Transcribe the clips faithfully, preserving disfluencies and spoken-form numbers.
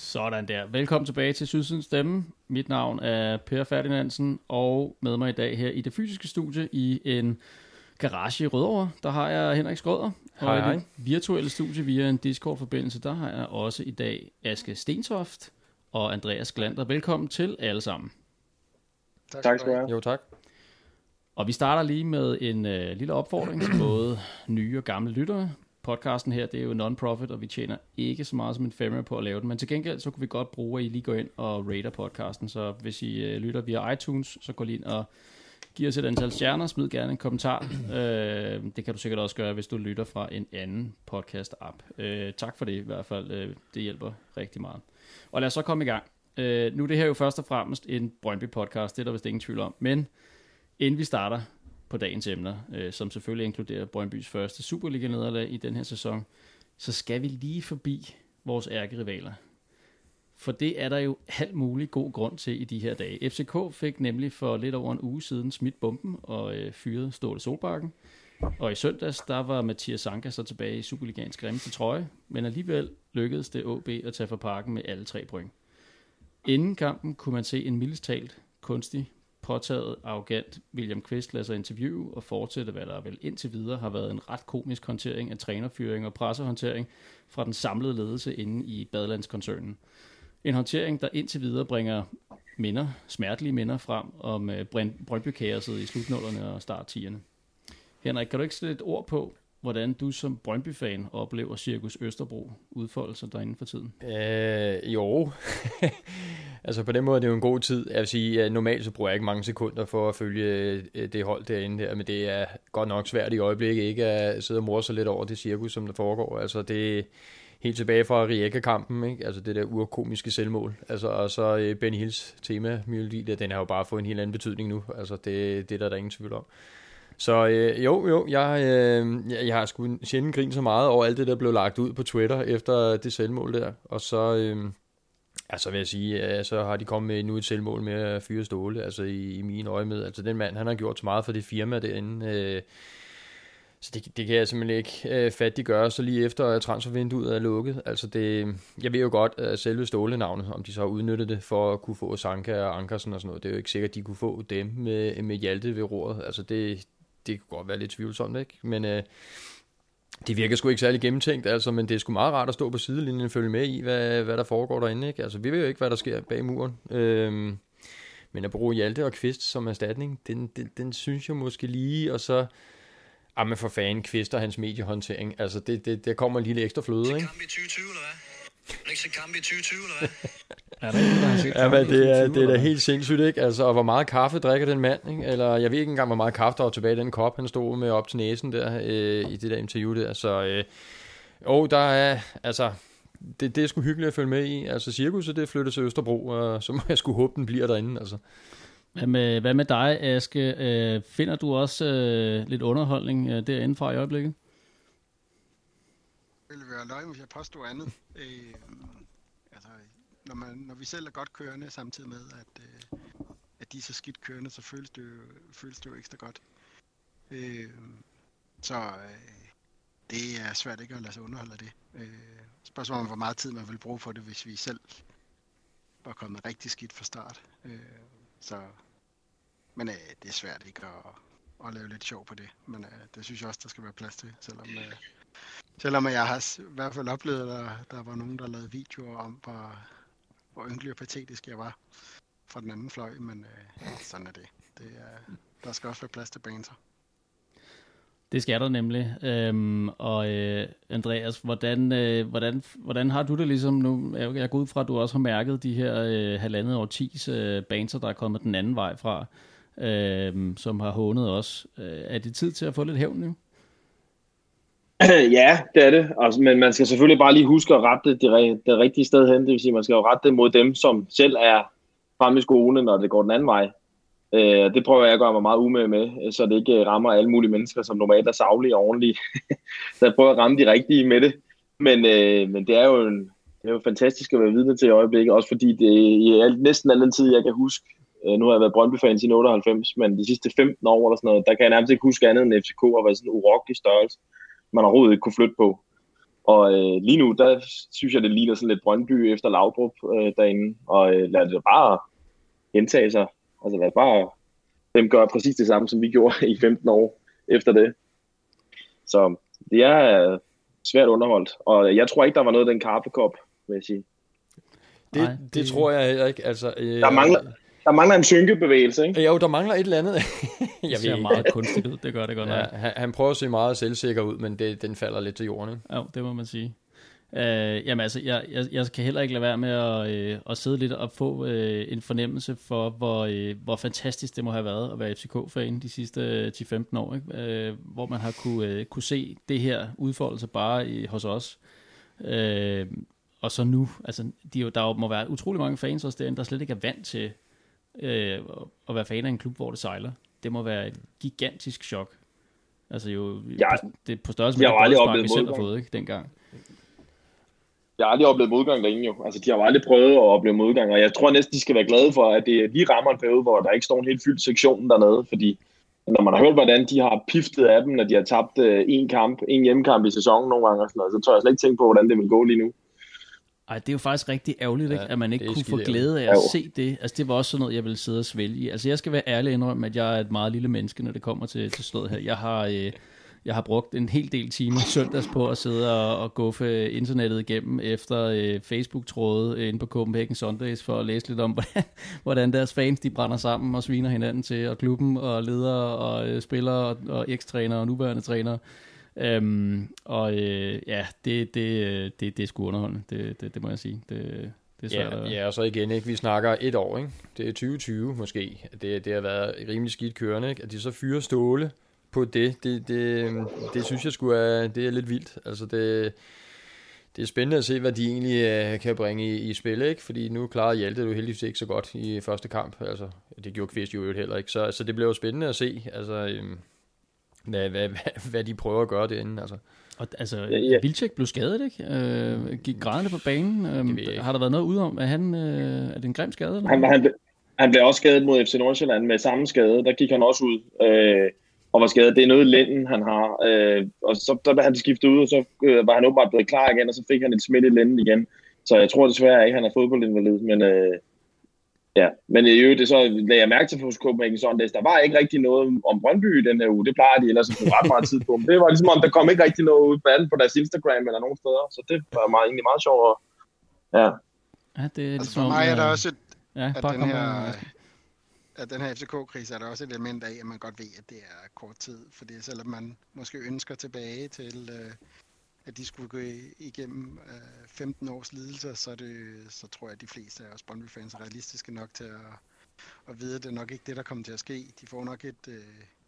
Sådan der. Velkommen tilbage til Sydsiden Stemme. Mit navn er Per Ferdinandsen, og med mig i dag her i det fysiske studie i en garage i Rødovre, der har jeg Henrik Skrøder. Hej, og hej. i det virtuelle studie via en Discord-forbindelse, der har jeg også i dag Aske Stentoft og Andreas Glander. Velkommen til alle sammen. Tak, tak skal du have. Jo, tak. Og vi starter lige med en øh, lille opfordring til både nye og gamle lyttere. Podcasten her, det er jo non-profit, og vi tjener ikke så meget som en femmer på at lave den. Men til gengæld, så kunne vi godt bruge, at I lige går ind og rater podcasten. Så hvis I øh, lytter via iTunes, så gå lige ind og giv os et antal stjerner. Smid gerne en kommentar. Øh, det kan du sikkert også gøre, hvis du lytter fra en anden podcast-app. Øh, tak for det i hvert fald. Øh, det hjælper rigtig meget. Og lad os så komme i gang. Øh, nu er det her jo først og fremmest en Brøndby-podcast. Det er der vist ingen tvivl om. Men inden vi starter på dagens emner, øh, som selvfølgelig inkluderer Brøndbys første Superliga-nederlag i den her sæson, så skal vi lige forbi vores ærkerivaler. For det er der jo alt mulig god grund til i de her dage. F C K fik nemlig for lidt over en uge siden smidt bomben og øh, fyret Ståle Solbakken. Og i søndags, der var Mathias Sanka så tilbage i Superligaens grimmeste trøje, men alligevel lykkedes det O B at tage fra parken med alle tre point. Inden kampen kunne man se en mildest talt kunstig, påtaget, arrogant William Kvist lader sig interviewe og fortsætte, hvad der vel indtil videre har været en ret komisk håndtering af trænerfyring og pressehåndtering fra den samlede ledelse inde i Badelandskoncernen. En håndtering, der indtil videre bringer minder, smertelige minder frem om Brøndby-kaoset i slutnullerne og start-tierne. Henrik, kan du ikke sætte et ord på, hvordan du som Brøndby-fan oplever Cirkus Østerbro udfolde sig derinde for tiden? Øh, jo, altså på den måde er det jo en god tid. Jeg vil sige, at normalt så bruger jeg ikke mange sekunder for at følge det hold derinde der, men det er godt nok svært i øjeblikket ikke at sidde og morde sig lidt over det cirkus, som der foregår. Altså det er helt tilbage fra Rijeka-kampen, ikke? Altså det der urkomiske selvmål. Altså, og så Benny Hills tema-melodi, den har jo bare fået en helt anden betydning nu. Altså det, det er der, der ingen tvivl om. Så øh, jo, jo, jeg, øh, jeg har sgu sjældent grint så meget over alt det, der blev lagt ud på Twitter efter det selvmål der. Og så, øh, altså vil jeg sige, øh, så har de kommet med nu et selvmål med at fyre Ståle, altså i, i mine øje med. Altså den mand, han har gjort så meget for det firma derinde. Øh, så det, det kan jeg simpelthen ikke øh, fattigt gøre, så lige efter at transfervinduet er lukket. Altså det, jeg ved jo godt, at selve Ståle-navnet, om de så har udnyttet det for at kunne få Sanka og Ankersen og sådan noget, det er jo ikke sikkert, at de kunne få dem med, med Hjalte ved roret. Altså det... Det kunne godt være lidt tvivlsomt, ikke? Men øh, det virker sgu ikke særlig gennemtænkt, altså, men det er sgu meget rart at stå på sidelinjen og følge med i, hvad, hvad der foregår derinde, ikke? Altså, vi ved jo ikke, hvad der sker bag muren. Øhm, men at bruge Hjalte og Kvist som erstatning, den, den, den synes jeg måske lige, og så... Jamen for fanden, Kvist og hans mediehåndtering, altså, det, det, der kommer en lille ekstra fløde, ikke? Kamp i tyve tyve, eller hvad? Ikke kamp i tyve tyve, eller hvad? Er der ikke, der har set ja, men det er, det er da helt sindssygt, ikke? Altså, og hvor meget kaffe drikker den mand, ikke? Eller jeg ved ikke engang, hvor meget kaffe der var tilbage i den kop, han stod med op til næsen der, øh, i det der interview der. Så, øh, og der er, altså, det, det er sgu hyggeligt at følge med i. Altså, cirkuset, det flytter til Østerbro, og så må jeg sgu håbe, den bliver derinde, altså. Hvad med, hvad med dig, Aske? Øh, finder du også øh, lidt underholdning øh, derinde fra i øjeblikket? Det ville være løgn, hvis jeg påstår andet. Øh, altså, når, man, når vi selv er godt kørende, samtidig med, at, øh, at de er så skidt kørende, så føles det jo, føles det jo ekstra godt. Øh, så øh, det er svært ikke at lade sig underholde det. Øh, spørgsmålet om, hvor meget tid man vil bruge på det, hvis vi selv var kommet rigtig skidt fra start. Øh, så, men øh, det er svært ikke at, at lave lidt sjov på det. Men øh, det synes jeg også, der skal være plads til, selvom... Øh, Selvom jeg har i hvert fald oplevet, at der, der var nogen, der lavede videoer om, hvor, hvor ynkelig og patetisk jeg var fra den anden fløj, men øh, sådan er det. det er, der skal også være plads til banter. Det skal der nemlig. Øhm, og øh, Andreas, hvordan, øh, hvordan, hvordan har du det ligesom nu? Jeg går ud fra, at du også har mærket de her øh, halvandet årtis øh, banter, der er kommet den anden vej fra, øh, som har hånet os. Øh, er det tid til at få lidt hævn nu? Ja, det er det. Altså, men man skal selvfølgelig bare lige huske at rette det, det, det rigtige sted hen. Det vil sige, man skal jo rette det mod dem, som selv er fremme i skolen, når det går den anden vej. Øh, det prøver jeg at gøre mig meget umage med, så det ikke rammer alle mulige mennesker, som normalt er saglige og ordentlige. Så jeg prøver at ramme de rigtige med det. Men, øh, men det, er jo en, det er jo fantastisk at være vidne til i øjeblikket, også fordi det i al, næsten al den tid, jeg kan huske, øh, nu har jeg været Brøndby-fan siden otteoghalvfems, men de sidste femten år eller sådan noget, der kan jeg nærmest ikke huske andet end F C K og være sådan en urokkelig størrelse, man overhovedet ikke kunne flytte på. Og øh, lige nu, der synes jeg, det ligner sådan lidt Brøndby efter Laudrup øh, derinde, og øh, lad det bare gentage sig. Altså lad bare dem gøre præcis det samme, som vi gjorde i femten år efter det. Så det er svært underholdt, og jeg tror ikke, der var noget af den kaffekop, vil jeg sige. Det, Nej, det, det tror jeg heller ikke. Altså, øh, der, mangler, der mangler en synkebevægelse, ikke? Jo, der mangler et eller andet. jeg det ser ved meget kunstigt ud, det gør det godt. Ja, han, han prøver at se meget selvsikker ud, men det, den falder lidt til jorden, ikke? Ja, det må man sige. Uh, jamen altså, jeg, jeg, jeg kan heller ikke lade være med at, uh, at sidde lidt og få uh, en fornemmelse for, hvor, uh, hvor fantastisk det må have været at være F C K-fan de sidste ti femten år, ikke? Uh, hvor man har kunne, uh, kunne se det her udfoldelse bare i, hos os. Uh, og så nu, altså, de, der må være utrolig mange fans også derinde, der slet ikke er vant til uh, at være fan af en klub, hvor det sejler. Det må være et gigantisk chok. Altså jo, ja, på, det er på størrelse med det boldespark, vi selv har fået, ikke, dengang. Jeg har aldrig oplevet modgang derinde jo. Altså, de har jo aldrig prøvet at opleve modgang, og jeg tror næsten, de skal være glade for, at det lige rammer en periode, hvor der ikke står en helt fyldt sektion dernede, fordi når man har hørt, hvordan de har piftet af dem, når de har tabt øh, en kamp, en hjemmekamp i sæsonen nogle gange og sådan noget, så tror jeg slet ikke tænke på, hvordan det vil gå lige nu. Ej, det er jo faktisk rigtig ærgerligt, ikke? Ja, at man ikke kunne få ærgerligt. glæde af at se det. Altså, det var også sådan noget, jeg ville sidde og svælge i. Altså, jeg skal være ærlig indrømme, at jeg er et meget lille menneske, når det kommer til, til slået her. Jeg har... Øh, Jeg har brugt en hel del timer søndags på at sidde og, og guffe internettet igennem efter øh, Facebook-tråde inde på Copenhagen Sundays for at læse lidt om, hvordan, hvordan deres fans de brænder sammen og sviner hinanden til, og klubben og ledere og øh, spillere og, og eks-trænere og nuværende trænere. Øhm, og øh, ja, det, det, det, det er sgu underholdende, det, det, det må jeg sige. Det, det er svært ja, at... ja, og så igen, ikke? Vi snakker et år, ikke? Det er tyve tyve måske. Det, det har været rimelig skidt kørende, ikke? At de så fyrer Ståle på det, det, det, det synes jeg sgu er, det er lidt vildt. Altså det, det er spændende at se, hvad de egentlig uh, kan bringe i, i spil, ikke? Fordi nu klarede Hjalte jo heldigvis ikke så godt i første kamp. Altså, det gjorde Kvist jo heller ikke. Så altså, det bliver jo spændende at se, altså, um, hvad, hvad, hvad, hvad de prøver at gøre derinde. Altså. Og altså, ja, ja. Wilczek blev skadet, ikke? Øh, gik grædende på banen. Øh, har der været noget ud om, at han øh, er det en grim skade? Eller? Han, han, ble, han blev også skadet mod F C Nordsjælland med samme skade. Der gik han også ud. Øh, og var skadet. Det er noget lænden, han har. Øh, og så der blev han skiftet ud, og så øh, var han åbenbart blevet klar igen, og så fik han et smidt i lænden igen. Så jeg tror desværre ikke, han er fodboldinvalid. Men øh, ja, men i øvrigt, det så lagde jeg mærke til på Copenhagen Sundays. Der var ikke rigtig noget om Brøndby i den her uge. Det plejer de ellers at få ret meget tid på. Men det var ligesom om, der kom ikke rigtig noget ud på anden på deres Instagram eller nogen steder. Så det var meget, egentlig meget sjovt. Ja. Ja, det er altså for mig er der også et, ja, at den her... at den her F C K-krise er der også et element af, at man godt ved, at det er kort tid. Fordi selvom man måske ønsker tilbage til, øh, at de skulle gå igennem øh, femten års lidelser, så, det, så tror jeg, at de fleste af os Brøndby-fans er realistiske nok til at, at vide, at det er nok ikke det, der kommer til at ske. De får nok et... Øh,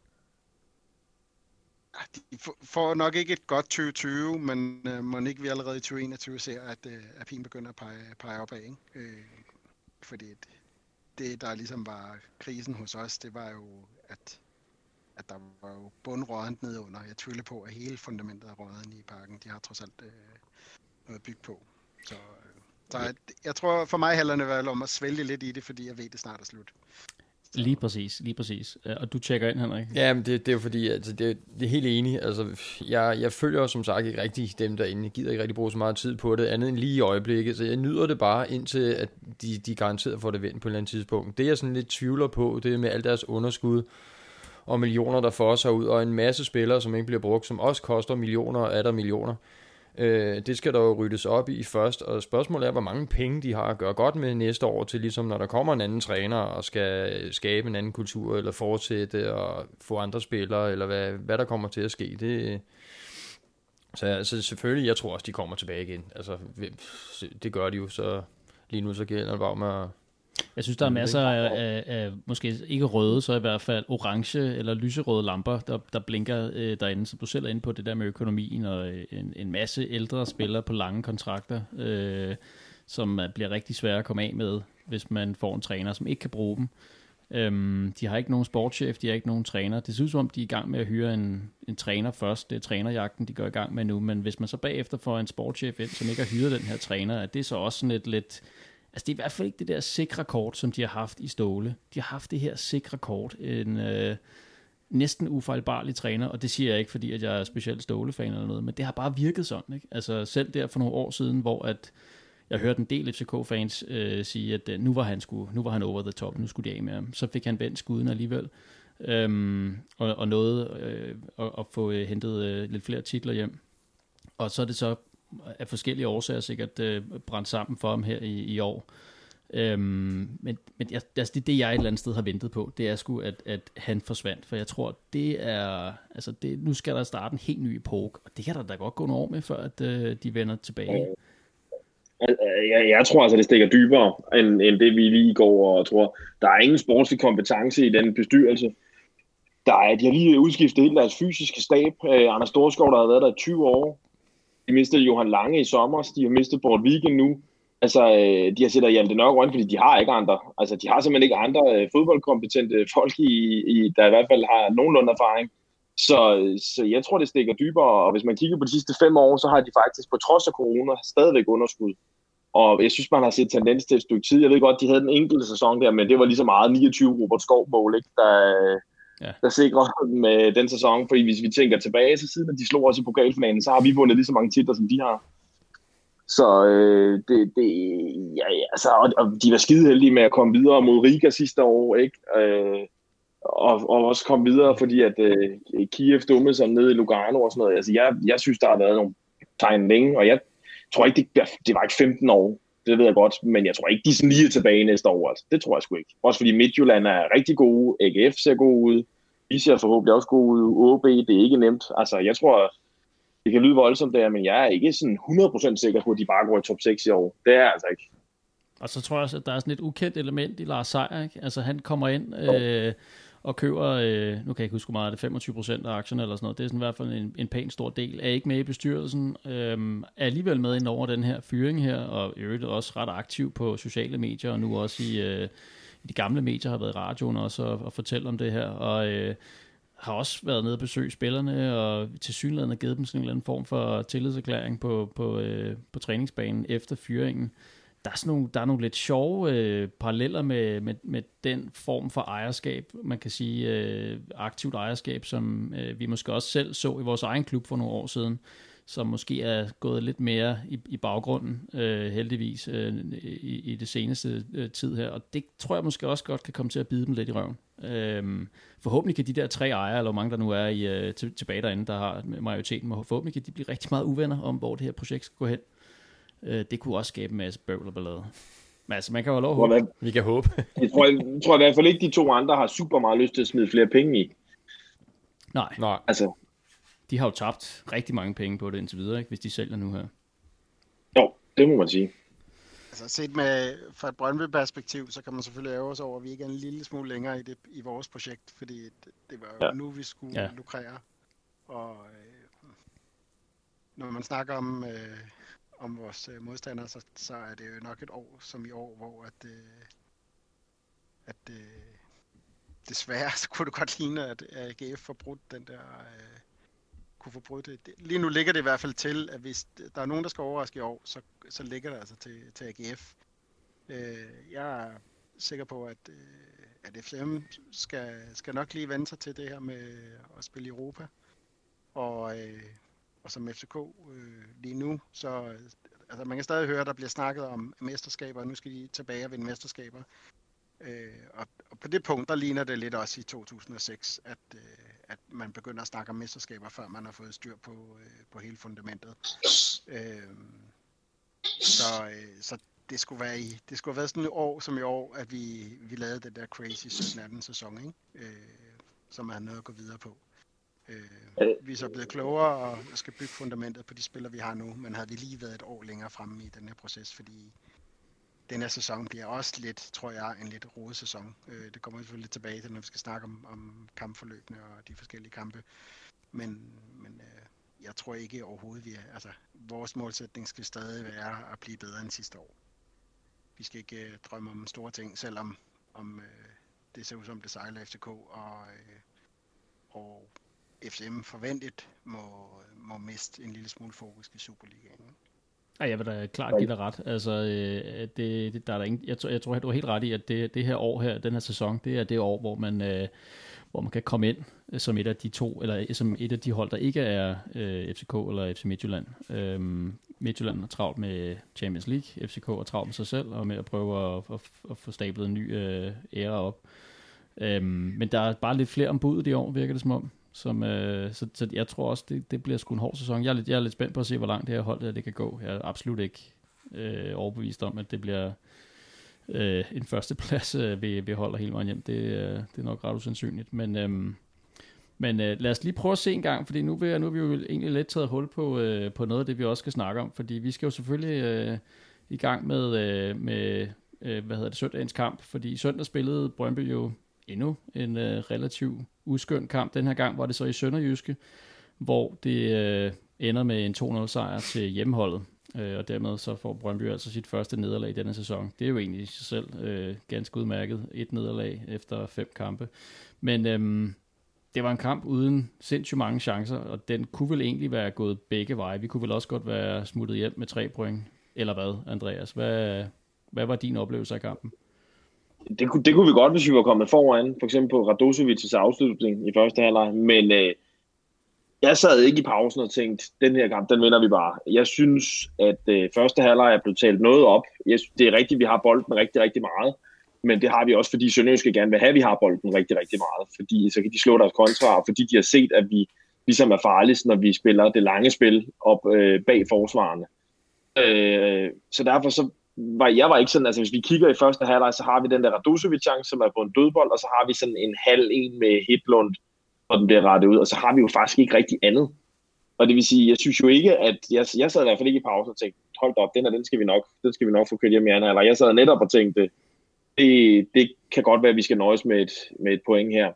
de får nok ikke et godt tyve tyve, men øh, må ikke vi allerede i tyve enogtyve ser, at, øh, at pigen begynder at pege, pege opad, ikke? Øh, fordi det, det, der ligesom var krisen hos os, det var jo, at, at der var jo bundrådent nedenunder. Jeg tvivler på, at hele fundamentet er rådent i parken. De har trods alt øh, noget at bygge på. Så, øh, så jeg, jeg tror, for mig handler det vel om at svælge lidt i det, fordi jeg ved, det snart er slut. Så. Lige præcis, lige præcis. Og du tjekker ind, Henrik? Ja, men det, det er jo fordi, altså, det, det er helt enig. Altså, jeg, jeg følger som sagt ikke rigtig dem derinde. Jeg gider ikke rigtig bruge så meget tid på det, andet end lige i øjeblikket. Så jeg nyder det bare, indtil at de, de garanteret får det vendt på et eller andet tidspunkt. Det jeg sådan lidt tvivler på, det er med alt deres underskud og millioner, der får sig ud, og en masse spillere, som ikke bliver brugt, som også koster millioner og er der millioner. Øh, det skal der jo ryddes op i først, og spørgsmålet er, hvor mange penge de har at gøre godt med næste år, til ligesom når der kommer en anden træner og skal skabe en anden kultur, eller fortsætte og få andre spillere, eller hvad, hvad der kommer til at ske. Det, så altså, selvfølgelig, jeg tror også, de kommer tilbage igen. Altså, det gør de jo, så lige nu så gælder det bare med at... Jeg synes, der er masser af, af, af måske ikke røde, så i hvert fald orange eller lyserøde lamper, der, der blinker øh, derinde. Så du selv er inde på det der med økonomien og en, en masse ældre spillere på lange kontrakter, øh, som bliver rigtig svære at komme af med, hvis man får en træner, som ikke kan bruge dem. Øhm, de har ikke nogen sportschef, de har ikke nogen træner. Det synes som om, de er i gang med at hyre en, en træner først. Det er trænerjagten, de går i gang med nu. Men hvis man så bagefter får en sportschef ind, som ikke har hyret den her træner, er det så også sådan lidt... lidt altså det er i hvert fald ikke det der sikre kort, som de har haft i Ståle. De har haft det her sikre kort. En, øh, næsten ufejlbarlig træner, og det siger jeg ikke, fordi at jeg er specielt Ståle-fan eller noget, men det har bare virket sådan, ikke? Altså selv der for nogle år siden, hvor at jeg hørte en del F C K-fans øh, sige, at øh, nu var han sku, nu var han over the top, nu skulle de af med ham. Så fik han vendt skuden alligevel, øhm, og, og nåede øh, at, at få øh, hentet øh, lidt flere titler hjem. Og så er det så af forskellige årsager sikkert øh, brændt sammen for ham her i, i år. Øhm, men men jeg, altså det, det jeg et eller andet sted har ventet på, det er sgu at, at han forsvandt, for jeg tror det er altså det, nu skal der starte en helt ny epoke, og det kan der da godt gå nogle år med, før at øh, de vender tilbage. Jeg, jeg tror altså det stikker dybere end, end det vi lige går og tror. Der er ingen sportslig kompetence i den bestyrelse. Der er, de har lige udskiftet hele deres fysiske stab. uh, Anders Storskov, der har været der i tyve år. De mistede Johan Lange i sommer, de har mistet Bort Weekend nu. Altså, de har sættet Hjalte Nørre rundt, fordi de har ikke andre. Altså, de har simpelthen ikke andre uh, fodboldkompetente folk, i, i, der i hvert fald har nogenlunde erfaring. Så, så jeg tror, det stikker dybere. Og hvis man kigger på de sidste fem år, så har de faktisk på trods af corona stadigvæk underskud. Og jeg synes, man har set tendens til et stykke tid. Jeg ved godt, de havde den enkelte sæson der, men det var lige så meget niogtyve Robert Skov-mål, ikke? Der, ja. der sikrer med den sæson. Fordi hvis vi tænker tilbage, så siden at de slog os i pokalfinalen, så har vi vundet lige så mange titler, som de har. Så øh, det, det, ja, altså, og, og de var skide heldige med at komme videre mod Riga sidste år, ikke? Øh, og, og også komme videre, fordi at øh, Kiev dummede sig nede i Lugano og sådan noget. Altså, jeg, jeg synes, der har været nogle tegn længe, og jeg tror ikke, det, det var ikke femten år. Det ved jeg godt, men jeg tror ikke, de er sådan lige tilbage næste år. Altså. Det tror jeg sgu ikke. Også fordi Midtjylland er rigtig gode, A G F ser god ud, vi ser forhåbentlig også god ud, O B, det er ikke nemt. Altså, jeg tror, det kan lyde voldsomt der, men jeg er ikke sådan hundrede procent sikker på, at de bare går i top seks i år. Det er altså ikke. Og så tror jeg også, at der er sådan et ukendt element i Lars Seier, ikke? Altså, han kommer ind øh, og køber, øh, nu kan jeg ikke huske, hvor meget er det, femogtyve procent af aktierne eller sådan noget. Det er sådan i hvert fald en, en pæn stor del. Er ikke med i bestyrelsen, øh, er alligevel med ind over den her fyring her, og i øvrigt også ret aktiv på sociale medier, og nu også i, øh, i de gamle medier har været i radioen også og, og fortælle om det her, og øh, har også været nede og besøge spillerne, og tilsyneladende givet dem sådan en eller anden form for tillidserklæring på, på, øh, på træningsbanen efter fyringen. Der er, sådan nogle, der er nogle lidt sjove øh, paralleller med, med, med den form for ejerskab, man kan sige øh, aktivt ejerskab, som øh, vi måske også selv så i vores egen klub for nogle år siden, som måske er gået lidt mere i, i baggrunden, øh, heldigvis, øh, i, i det seneste øh, tid her. Og det tror jeg måske også godt kan komme til at bide dem lidt i røven. Øh, forhåbentlig kan de der tre ejere, eller hvor mange der nu er i, øh, til, tilbage derinde, der har majoriteten, forhåbentlig kan de blive rigtig meget uvenner om, hvor det her projekt skal gå hen. Det kunne også skabe en masse bøvl og ballade. Men altså, man kan jo lov at håbe. Vi kan håbe. Jeg tror, jeg tror i hvert fald ikke, de to andre har super meget lyst til at smide flere penge i. Nej. Nej. Altså. De har jo tabt rigtig mange penge på det indtil videre, ikke, hvis de sælger nu her. Jo, det må man sige. Altså set med fra et Brøndby-perspektiv, så kan man selvfølgelig ærge os over, at vi ikke er en lille smule længere i, det, i vores projekt, fordi det, det var jo ja. nu, vi skulle ja. lukrere. Og øh, når man snakker om... Øh, om vores øh, modstandere, så, så er det jo nok et år som i år, hvor at, øh, at øh, desværre så kunne det godt ligne, at A G F får brudt den der, øh, kunne få brudt det. Lige nu ligger det i hvert fald til, at hvis der er nogen, der skal overraske i år, så, så ligger det altså til, til A G F. Øh, jeg er sikker på, at, øh, at F C M skal, skal nok lige vende sig til det her med at spille i Europa. Og øh, Og som F C K øh, lige nu, så altså man kan stadig høre, at der bliver snakket om mesterskaber, og nu skal de tilbage og vinde mesterskaber. Øh, og, og på det punkt, der ligner det lidt også i to tusind og seks, at, øh, at man begynder at snakke om mesterskaber, før man har fået styr på, øh, på hele fundamentet. Øh, så, øh, så det skulle være i, det skulle have været sådan et år som i år, at vi, vi lavede den der crazy sytten atten sæson, ikke? Øh, som man har noget at gå videre på. Øh, vi er så blevet klogere og skal bygge fundamentet på de spillere, vi har nu, men havde vi lige været et år længere fremme i den her proces, fordi den her sæson bliver også lidt, tror jeg, en lidt rodet sæson. Øh, det kommer selvfølgelig lidt tilbage til, når vi skal snakke om, om kampforløbene og de forskellige kampe, men, men øh, jeg tror ikke overhovedet, vi er, altså vores målsætning skal stadig være at blive bedre end sidste år. Vi skal ikke øh, drømme om store ting, selvom om, øh, det ser ud som det sejler F C K og, øh, og F C M forventet må, må miste en lille smule fokus i Superligaen. Ja, jeg vil da klart give dig ret. Altså, øh, det, det, der er der ingen, jeg, tror, jeg tror, du har helt ret i, at det, det her år her, den her sæson, det er det år, hvor man, øh, hvor man kan komme ind som et af de to, eller som et af de hold, der ikke er øh, F C K eller F C Midtjylland. Øhm, Midtjylland har travlt med Champions League, F C K har travlt med sig selv, og med at prøve at, at, at få stablet en ny øh, ære op. Øhm, men der er bare lidt flere om budet i år, virker det som om. Som, øh, så, så jeg tror også, det, det bliver sgu en hård sæson. Jeg er, lidt, jeg er lidt spændt på at se, hvor langt det her hold det, det kan gå. Jeg er absolut ikke øh, overbevist om, at det bliver øh, en førsteplads øh, ved, ved holder hele vejen hjem. Det, øh, det er nok ret usandsynligt. Men, øh, men øh, lad os lige prøve at se en gang, fordi nu, vil, nu er vi jo egentlig lidt taget hul på, øh, på noget af det, vi også skal snakke om. Fordi vi skal jo selvfølgelig øh, i gang med, øh, med øh, hvad hedder det, søndagens kamp. Fordi i søndag spillede Brøndby jo endnu en øh, relativt uskøn kamp. Den her gang var det så i Sønderjyske, hvor det øh, ender med en to nul sejr til hjemmeholdet. Øh, og dermed så får Brøndby altså sit første nederlag i denne sæson. Det er jo egentlig i sig selv øh, ganske udmærket. Et nederlag efter fem kampe. Men øhm, det var en kamp uden sindssygt mange chancer, og den kunne vel egentlig være gået begge veje. Vi kunne vel også godt være smuttet hjem med tre point. Eller hvad, Andreas? Hvad, hvad var din oplevelse af kampen? Det kunne, det kunne vi godt, hvis vi var kommet foran, for eksempel på Radosevic's afslutning i første halvleg, men øh, jeg sad ikke i pausen og tænkte, den her kamp, den vinder vi bare. Jeg synes, at øh, første halvleg er blevet talt noget op. Jeg synes, det er rigtigt, vi har bolden rigtig, rigtig meget, men det har vi også, fordi Sønderjyske gerne vil have, at vi har bolden rigtig, rigtig meget, fordi så kan de slå deres kontra, og fordi de har set, at vi ligesom er farligst, når vi spiller det lange spil op øh, bag forsvarerne. Øh, så derfor så var jeg var ikke sådan, altså hvis vi kigger i første halvleg, så har vi den der Radosevic-chance, som er på en dødbold, og så har vi sådan en halv en med Hedlund, hvor den bliver rettet ud, og så har vi jo faktisk ikke rigtig andet. Og det vil sige, jeg synes jo ikke, at jeg, jeg sad i hvert fald ikke i pause og tænkte, hold da op, den her, den skal vi nok, den skal vi nok få kørt hjem i anden halvleg. Jeg sad netop og tænkte, det, det kan godt være, at vi skal nøjes med et, med et point her.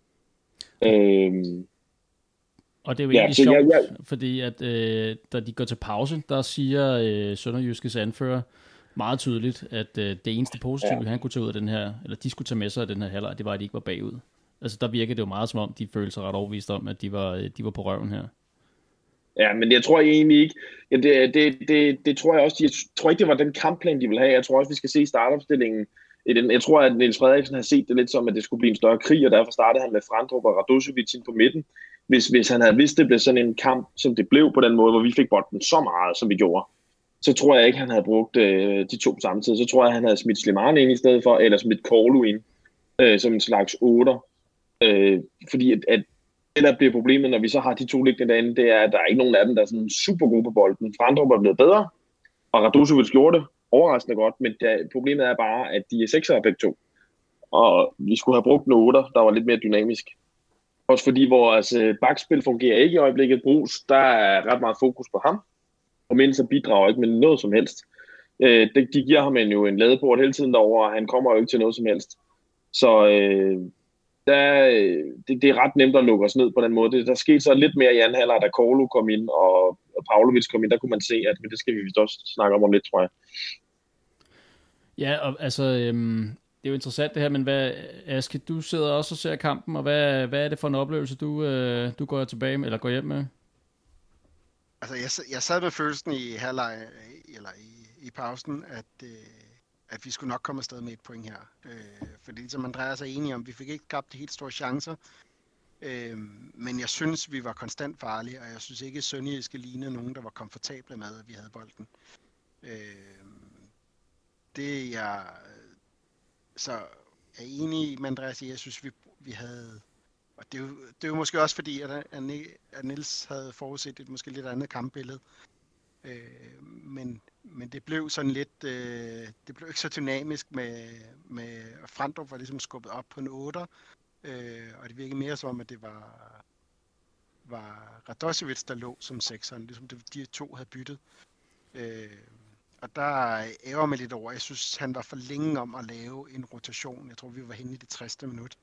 Øhm, Og det er jo egentlig ja, sjovt, jeg, jeg, fordi at øh, da de går til pause, der siger øh, Sønderjyskes anfører meget tydeligt, at øh, det eneste positive, ja. han kunne tage ud af den her, eller de skulle tage med sig af den her halvleg, det var, at de ikke var bagud. Altså der virkede det jo meget som om, de følte sig ret overbevist om, at de var, de var på røven her. Ja, men jeg tror egentlig ikke, ja, det, det, det, det tror jeg også, jeg tror ikke, det var den kampplan, de ville have. Jeg tror også, vi skal se startopstillingen. Jeg tror, at Niels Frederiksen har set det lidt som, at det skulle blive en større krig, og derfor startede han med Frandrup og Radosevic ind på midten. Hvis, hvis han havde vidst, det blev sådan en kamp, som det blev på den måde, hvor vi fik bolden så meget, som vi gjorde, så tror jeg ikke, han havde brugt øh, de to samtidig. Så tror jeg, han havde smidt Slimane ind i stedet for, eller smidt Korlu ind, øh, som en slags otter. Øh, fordi at, at det, der bliver problemet, når vi så har de to liggende derinde, det er, at der er ikke nogen af dem, der er sådan super gode på bolden. Frandrup er blevet bedre, og Radosevic gjorde det overraskende godt, men der, problemet er bare, at de er sekser begge to. Og vi skulle have brugt en otter, der var lidt mere dynamisk. Også fordi vores altså, bakspil fungerer ikke i øjeblikket. Brugs, der er ret meget fokus på ham, og men så bidrager ikke med noget som helst. Øh, de, de giver ham en, jo en ladeport hele tiden derovre, og han kommer jo ikke til noget som helst. Så øh, der, det, det er ret nemt at lukke os ned på den måde. Det, der skete så lidt mere i anden halvleg, da Korlu kom ind, og, og Pavlovic kom ind. Der kunne man se, at men det skal vi vist også snakke om om lidt, tror jeg. Ja, og altså, øhm, det er jo interessant det her, men hvad, Aske, du sidder også og ser kampen, og hvad, hvad er det for en oplevelse, du, øh, du går tilbage med, eller går hjem med? Altså, jeg, jeg sad med følelsen i halvleg, eller i, i pausen, at, øh, at vi skulle nok komme afsted med et point her. Øh, fordi som Andreas er enig om, vi fik ikke skabt de helt store chancer, øh, men jeg synes, vi var konstant farlige, og jeg synes ikke, at Sønderjyske lignede nogen, der var komfortable med, at vi havde bolden. Øh, det jeg så er enig med Andreas i, jeg synes, vi, vi havde, og det er, jo, det er jo måske også fordi, at, at Niels havde forudset et måske lidt andet kampbillede, øh, men, men det blev sådan lidt, øh, det blev ikke så dynamisk med, med Frandrup var ligesom skubbet op på en otter, øh, og det virkede mere som om, at det var, var Radosevic, der lå som sekseren, ligesom det, de to havde byttet. Øh, Og der ærger mig lidt over. Jeg synes, han var for længe om at lave en rotation. Jeg tror, vi var henne i det tressede minut.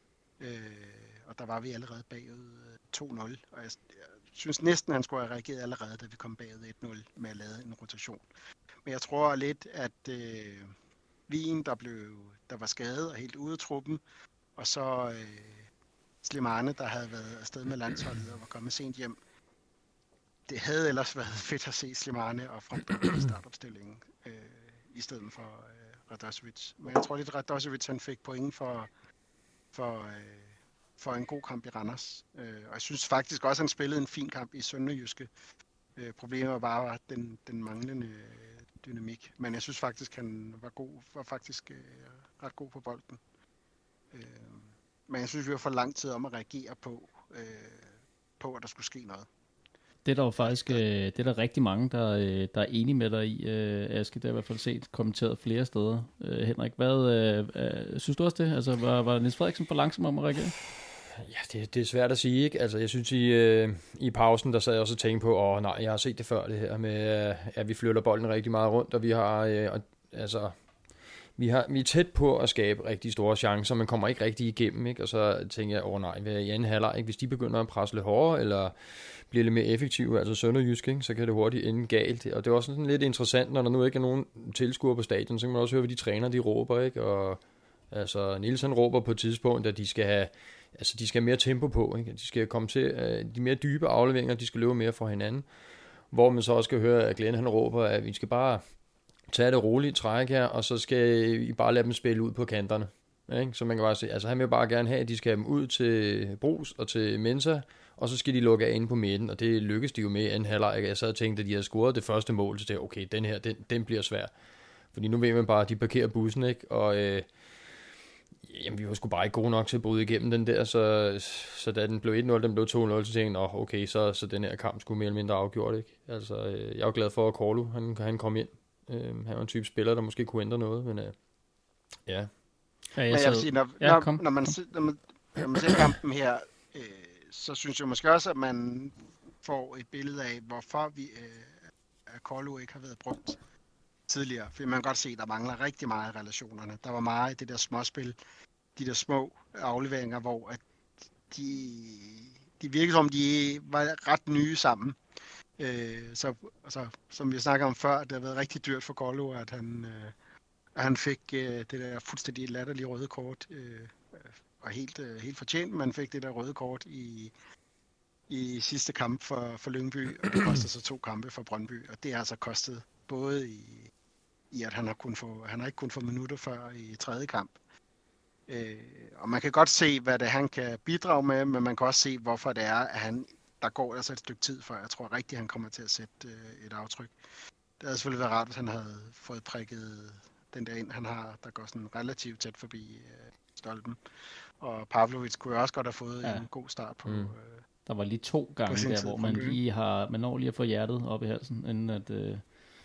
Øh, og der var vi allerede bagud to nul. Og jeg, jeg synes næsten, han skulle have reageret allerede, da vi kom bagud et nul med at lave en rotation. Men jeg tror lidt, at øh, Wien, der, blev, der var skadet og helt ude af truppen, og så øh, Slimane, der havde været afsted med landsholdet og var kommet sent hjem. Det havde ellers været fedt at se Slimane og Frandrup i startopstillingen, øh, i stedet for øh, Radosevic. Men jeg tror lidt, at Radosevic han fik point for, for, øh, for en god kamp i Randers. Øh, og jeg synes faktisk også, at han spillede en fin kamp i Sønderjyske. Øh, problemet var bare den, den manglende dynamik. Men jeg synes faktisk, han var god, var faktisk øh, ret god på bolden. Øh, men jeg synes, vi var for lang tid om at reagere på, øh, på at der skulle ske noget. Det er der jo faktisk øh, det er der rigtig mange, der, øh, der er enige med dig i, øh, Aske. Det har jeg i hvert fald set kommenteret flere steder. Øh, Henrik, hvad øh, øh, synes du også det? Altså, var, var Niels Frederiksen for langsom om at reagere? Ja, det, det er svært at sige, ikke? Altså, jeg synes, i, øh, i pausen, der sad jeg også og tænkte på, åh nej, jeg har set det før, det her med, øh, at vi flytter bolden rigtig meget rundt, og vi har, øh, og, altså, vi, har, vi er tæt på at skabe rigtig store chancer, men kommer ikke rigtig igennem, ikke? Og så tænker jeg, åh nej, hvad i anden halvleg, ikke? Hvis de begynder at presse lidt hårdere, eller bliver lidt mere effektive, altså Sønderjysk, ikke? Så kan det hurtigt ende galt. Og det er også sådan lidt interessant, når der nu ikke er nogen tilskuere på stadion, så kan man også høre, hvad de træner, de råber, ikke? Og altså, Niels han råber på et tidspunkt, at de skal have Altså, de skal have mere tempo på, ikke? De skal komme til uh, de mere dybe afleveringer, de skal løbe mere for hinanden. Hvor man så også skal høre, at Glenn han råber, at vi skal bare tage det roligt træk her, og så skal I bare lade dem spille ud på kanterne. Ikke? Så man kan bare se, altså han vil bare gerne have, at de skal have dem ud til Brugs og til Mensa, og så skal de lukke af inde på midten, og det lykkes de jo med en halvleg. Jeg sad og tænkte, at de havde scoret det første mål, så det okay, den her, den, den bliver svær. Fordi nu ved man bare, at de parkerer bussen, ikke? Og øh, jamen, vi var sgu bare ikke gode nok til at bryde igennem den der, så, så da den blev et nul, den blev to nul, så tænkte jeg, okay, så, så den her kamp skulle mere eller mindre afgjort, ikke? Altså, øh, jeg er glad for, at Korlu, han, han kom ind. Øh, han var en type spiller, der måske kunne ændre noget, men øh, ja. Ja, jeg, jeg jeg vil sige, når, ja, når, når, man, når, man, når man ser kampen her, øh, så synes jeg måske også, at man får et billede af, hvorfor vi, øh, at Korlu ikke har været brugt tidligere. For man kan godt se, at der mangler rigtig meget i relationerne. Der var meget i det der småspil, de der små afleveringer, hvor at de, de virkede som, de var ret nye sammen. Øh, så altså, som vi snakker om før, det har været rigtig dyrt for Korlu, at han, øh, at han fik øh, det der fuldstændig latterlige røde kort, øh, og helt, øh, helt fortjent, man fik det der røde kort i, i sidste kamp for, for Lyngby, og det kostede så to kampe for Brøndby, og det har altså kostet både i, i at han har, kun få, han har ikke kun få minutter før i tredje kamp. Øh, og man kan godt se, hvad det han kan bidrage med, men man kan også se, hvorfor det er, at han, der går altså et stykke tid, for jeg tror rigtigt, han kommer til at sætte øh, et aftryk. Det havde selvfølgelig været rart, hvis han havde fået prikket den der ind, han har, der går sådan relativt tæt forbi øh, stolpen. Og Pavlovic kunne også godt have fået ja. en god start på. Mm. Øh, der var lige to gange der, hvor man lige har, man når lige at få hjertet op i halsen, inden at øh,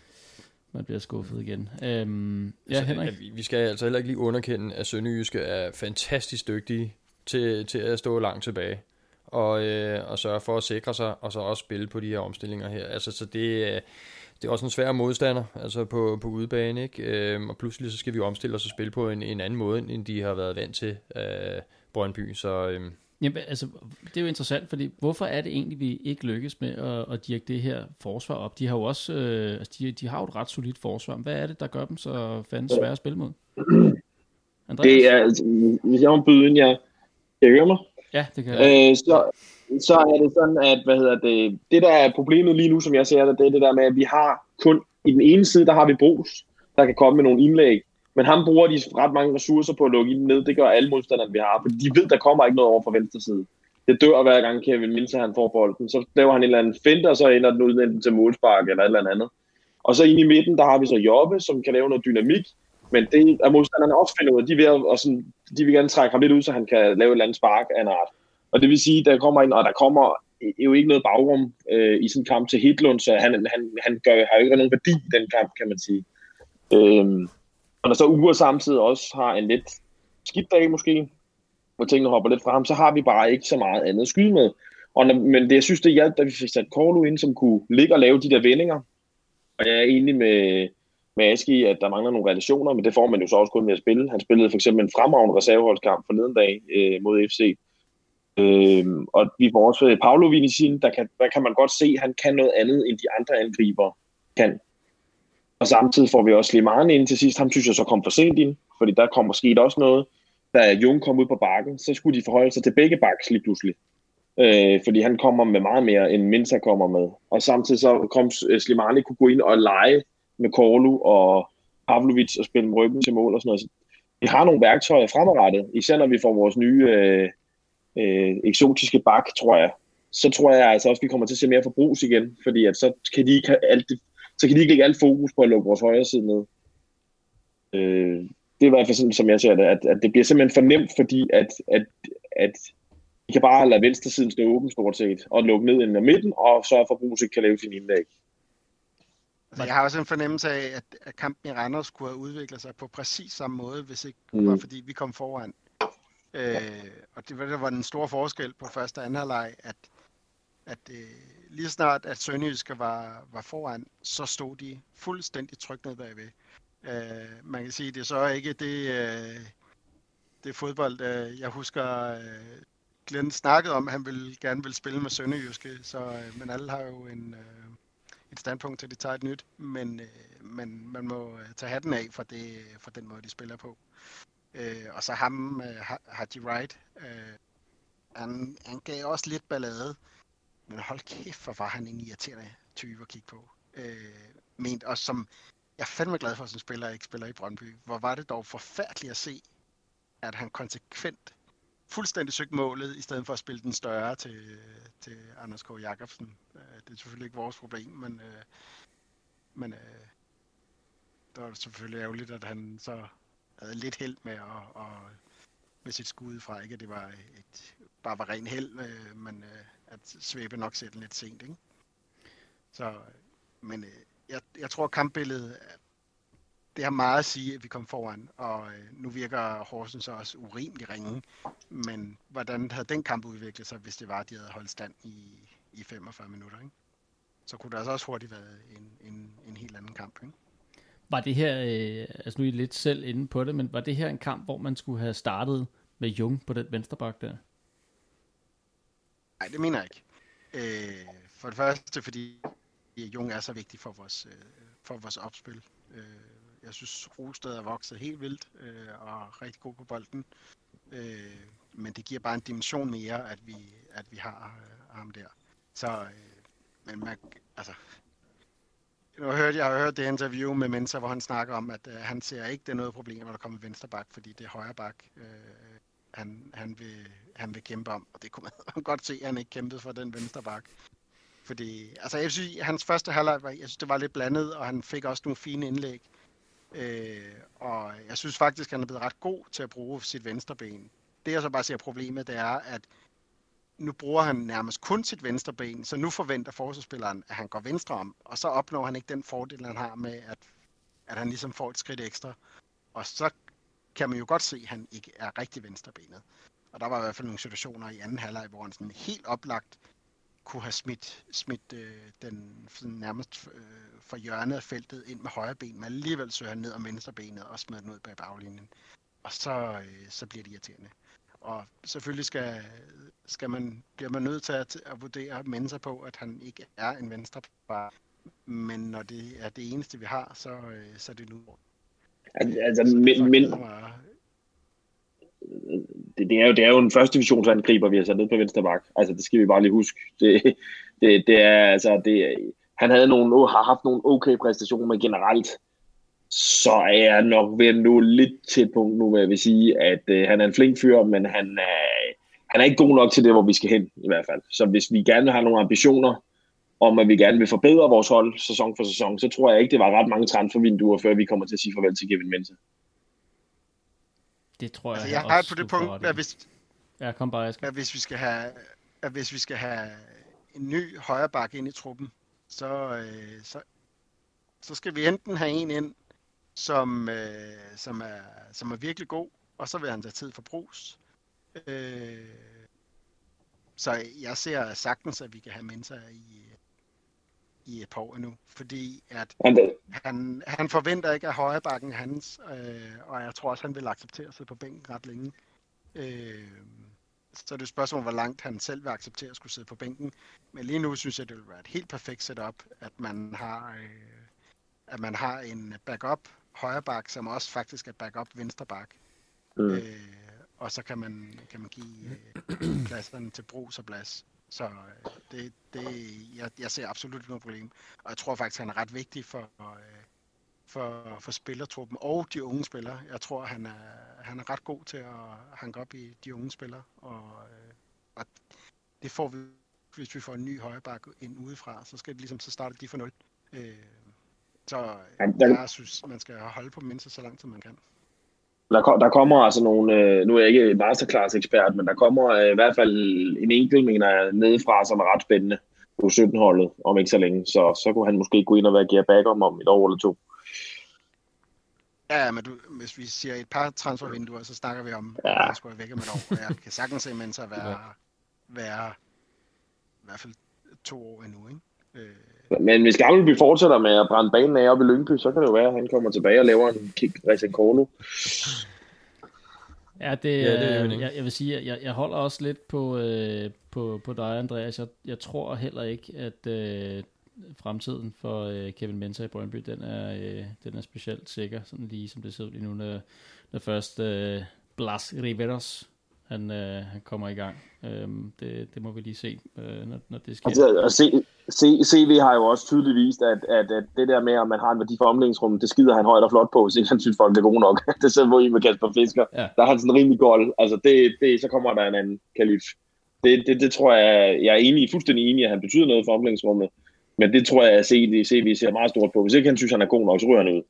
man bliver skuffet igen. Øhm, ja, Henrik? Så, vi skal altså heller ikke lige underkende, at Sønderjyske er fantastisk dygtige til, til at stå langt tilbage. Og, øh, og sørge for at sikre sig, og så også spille på de her omstillinger her. Altså, så det, det er også en svær modstander, altså på, på udebane, ikke? Øhm, og pludselig så skal vi jo omstille os og spille på en, en anden måde, end de har været vant til øh, Brøndby, så... Øh. Jamen, altså, det er jo interessant, fordi hvorfor er det egentlig, vi ikke lykkes med at, at dirke det her forsvar op? De har jo også, øh, altså, de, de har jo et ret solidt forsvar. Hvad er det, der gør dem så fandens svære at spille mod? Andreas? Det er, altså, hvis jeg må byde ind, jeg kan høre mig? Ja, det kan jeg. Øh, så, så er det sådan, at hvad hedder det, det der er problemet lige nu, som jeg ser det, det er det der med, at vi har kun, i den ene side, der har vi Brugs, der kan komme med nogle indlæg, men ham bruger de ret mange ressourcer på at lukke ind ned, det gør alle modstanderne, vi har, for de ved, der kommer ikke noget over fra venstre side. Det dør hver gang Kevin Milse, han får bolden, så laver han en eller anden finte, og så ender den ud enten til målspark eller et eller andet. Og så inde i midten, der har vi så Jobbe, som kan lave noget dynamik, men det er modstanderne også finde ud af. De vil, og sådan, de vil gerne trække ham lidt ud, så han kan lave et eller andet spark af en art. Og det vil sige, der kommer ind, og der kommer jo ikke noget bagrum øh, i sådan en kamp til Hitlund, så han, han, han gør, har jo ikke nogen værdi i den kamp, kan man sige. Øhm, og når så Uger samtidig også har en lidt skidt dag måske, hvor tingene hopper lidt fra ham, så har vi bare ikke så meget andet at skyde med. Og når, men det, jeg synes, det hjalp, da vi fik sat Korlu ind, som kunne ligge og lave de der vendinger. Og jeg er enig med, med Aske i, at der mangler nogle relationer, men det får man jo så også kun med at spille. Han spillede for eksempel en fremragende reserveholdskamp forleden dag øh, mod F C. Øhm, og vi får også Pavlovic i sin, der kan, der kan man godt se, at han kan noget andet, end de andre angriber kan. Og samtidig får vi også Slimane ind til sidst. Ham synes jeg så kom for sent ind, fordi der kom måske også noget. Da Jung kom ud på bakken, så skulle de forholde sig til begge backs lige pludselig. Øh, fordi han kommer med meget mere, end Mensa kommer med. Og samtidig så kom Slimane kunne gå ind og lege med Korlu og Pavlovic og spille med ryggen til mål og sådan noget. Så vi har nogle værktøjer fremadrettet, især når vi får vores nye... Øh, øh, eksotiske bak, tror jeg, så tror jeg altså også, vi kommer til at se mere forbrug igen, fordi at så kan de ikke have alt det, så kan de ikke lægge alt fokus på at lukke vores højre side ned. Øh, det er i hvert fald sådan, som jeg ser det, at, at det bliver simpelthen for nemt, fordi at, at, at vi kan bare lade venstre siden stå åben stort set, og lukke ned ind i midten, og så for Brugs ikke kan lave sin indlæg. Altså, jeg har også en fornemmelse af, at, at kampen i Randers kunne have udviklet sig på præcis samme måde, hvis ikke Mm. var fordi vi kom foran. Øh, og det var, det var den store forskel på første og anden halvleg, at, at øh, lige snart at Sønderjyske var, var foran, så stod de fuldstændig trygt ned bagved. Øh, man kan sige, det er så ikke det, øh, det fodbold, øh, jeg husker, øh, Glenn snakkede om, at han ville, gerne ville spille med Sønderjyske, så, øh, men alle har jo en, øh, et standpunkt til, at de tager et nyt, men, øh, men man må øh, tage hatten af for, det, for den måde, de spiller på. Øh, og så ham, øh, Haji Wright, øh, han, han gav også lidt ballade, men hold kæft, hvor var han en irriterende type at kigge på. Øh, ment også som, jeg er fandme glad for, at som spiller ikke spiller i Brøndby. Hvor var det dog forfærdeligt at se, at han konsekvent fuldstændig søgte målet, i stedet for at spille den større til, til Anders K. Jacobsen. Øh, det er selvfølgelig ikke vores problem, men, øh, men øh, det var selvfølgelig ærgerligt, at han så havde lidt held med at, at med sit skud fra, ikke at det var et, bare var ren held, øh, men øh, at Svebe nok sætte den lidt sent, ikke? Så, men øh, jeg, jeg tror kampbilledet, det har meget at sige, at vi kom foran, og øh, nu virker Horsens så også urimelig ringe, men hvordan havde den kamp udviklet sig, hvis det var, at de havde holdt stand i, i femogfyrre minutter, ikke? Så kunne det altså også hurtigt være en, en, en helt anden kamp, ikke? Var det her, øh, altså nu er I lidt selv inde på det, men var det her en kamp, hvor man skulle have startet med Jung på den venstreback der? Nej, det mener jeg ikke. Øh, for det første, fordi Jung er så vigtig for vores, øh, for vores opspil. Øh, jeg synes, Rosted er vokset helt vildt øh, og er rigtig god på bolden. Øh, men det giver bare en dimension mere, at vi, at vi har øh, ham der. Så, øh, men man, altså... Nu hørte jeg, jeg har hørt det interview med Mensa, hvor han snakker om, at øh, han ser ikke, det er noget problem, når der kommer venstre bak, fordi det er højre bak, øh, han, han, vil, han vil kæmpe om. Og det kunne man godt se, at han ikke kæmpede for den venstre bak. Fordi, altså jeg synes, hans første halvleg, jeg synes, det var lidt blandet, og han fik også nogle fine indlæg. Øh, og jeg synes faktisk, han er blevet ret god til at bruge sit venstre ben. Det jeg så bare ser problemet, det er, at nu bruger han nærmest kun sit venstre ben, så nu forventer forsvarsspilleren, at han går venstre om, og så opnår han ikke den fordel, han har med, at, at han ligesom får et skridt ekstra. Og så kan man jo godt se, at han ikke er rigtig venstrebenet. Og der var i hvert fald nogle situationer i anden halvleg, hvor han sådan helt oplagt kunne have smidt, smidt øh, den sådan nærmest øh, fra hjørnet af feltet ind med højre ben, men alligevel søger han ned om venstre benet og smider den ud bag baglinjen. Og så, øh, så bliver det irriterende. Og selvfølgelig skal, skal man, bliver man nødt til at, at vurdere mennesker på, at han ikke er en venstre bar. Men når det er det eneste, vi har, så, øh, så er det nu. Altså, men, men, det, det, er jo, det er jo en første divisionsangriber, vi har sat ned på venstre bak. Altså, det skal vi bare lige huske. Det, det, det er, altså, det, han havde nogle, har haft nogle okay præstationer, men generelt, så er jeg nok ved at nå lidt til et punkt nu, hvor jeg vil sige, at øh, han er en flink fyr, men han er, han er ikke god nok til det, hvor vi skal hen, i hvert fald. Så hvis vi gerne har nogle ambitioner om, at vi gerne vil forbedre vores hold sæson for sæson, så tror jeg ikke, det var ret mange transfervinduer, før vi kommer til at sige farvel til Kevin Mensa. Det tror jeg, altså, jeg også, har på det punkt, at hvis, ja, kom bare, at hvis vi skal have, at hvis vi skal have en ny højre bakke ind i truppen, så, øh, så, så skal vi enten have en ind, som, øh, som, er, som er virkelig god, og så vil han tage tid for Brugs. Øh, så jeg ser sagtens, at vi kan have Mensa i, i et par år endnu, fordi at han, han forventer ikke, at højrebakken hans, øh, og jeg tror også, han vil acceptere at sidde på bænken ret længe. Øh, så er det et spørgsmål, hvor langt han selv vil acceptere at skulle sidde på bænken. Men lige nu synes jeg, det vil være et helt perfekt setup, at man har, øh, at man har en backup højreback, som også faktisk er backup venstreback. Mm. Øh, og så kan man, kan man give øh, pladserne til Brugs og Blas. Så øh, det, det, jeg, jeg ser absolut ikke noget problem. Og jeg tror faktisk, han er ret vigtig for, øh, for, for spillertruppen og de unge spillere. Jeg tror, han er, han er ret god til at hanke op i de unge spillere og, øh, og det får vi, hvis vi får en ny højreback ind udefra, så skal det ligesom, så starter de fra nul. Øh, så jeg synes, man skal holde på Mensah så langt, som man kan. Der, der kommer altså nogle, øh, nu er jeg ikke masterclass-ekspert, men der kommer øh, i hvert fald en enkelt, mener jeg, nedefra, som er ret spændende på sytten-holdet om ikke så længe. Så, så kunne han måske gå ind og være gear back om, om et år eller to. Ja, men du, hvis vi siger et par transfervinduer, så snakker vi om, ja. at jeg skulle væk om et år. Jeg kan sagtens se Mensah være, være i hvert fald to år endnu, ikke? Øh, Men hvis Gammelby fortsætter med at brænde banen af op i Lyngby, så kan det jo være, at han kommer tilbage og laver en kick Resenkolo. Ja, det, ja, det er jo jeg, jeg vil sige, at jeg, jeg holder også lidt på, øh, på, på dig, Andreas. Jeg, jeg tror heller ikke, at øh, fremtiden for øh, Kevin Mensah i Brøndby, den er, øh, den er specielt sikker, sådan lige som det ser ud lige nu, når, når først øh, Blas Riveros han, øh, han kommer i gang. Øhm, det, det må vi lige se, øh, når, når det sker. Altså, C V har jo også tydeligt vist, at, at, at det der med, at man har en værdi for omlægningsrum, det skider han højt og flot på, hvis ikke han synes, folk er gode nok. Det sidder hvor I med Kasper Fisker. Ja. Der har han sådan en rimelig gold. Altså, det, det, så kommer der en anden kalif. Det, det, det tror jeg, jeg er enig, fuldstændig enig, at han betyder noget for omlægningsrummet. Men det tror jeg, at C V ser meget stort på. Hvis ikke han synes, han er god nok, så ryger han ud.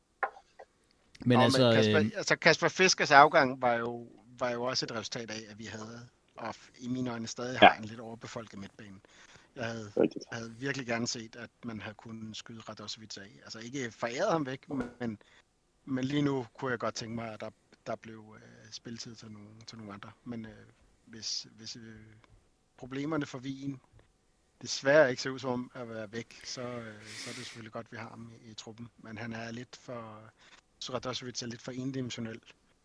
Men, Nå, altså, men Kasper, øh... altså, Kasper Fiskers afgang var jo, var jo også et resultat af, at vi havde, og i mine øjne stadig har ja. en lidt overbefolket midtbane. Jeg havde, havde virkelig gerne set, at man havde kunnet skyde Radosevic af. Altså ikke foræret ham væk, men, men lige nu kunne jeg godt tænke mig, at der, der blev øh, spilletid til nogle, til nogle andre. Men øh, hvis, hvis øh, problemerne for Wien desværre ikke ser ud som om at være væk, så, øh, så er det selvfølgelig godt, at vi har ham i, i truppen. Men han er lidt for, så Radosevic er lidt for endimensionel.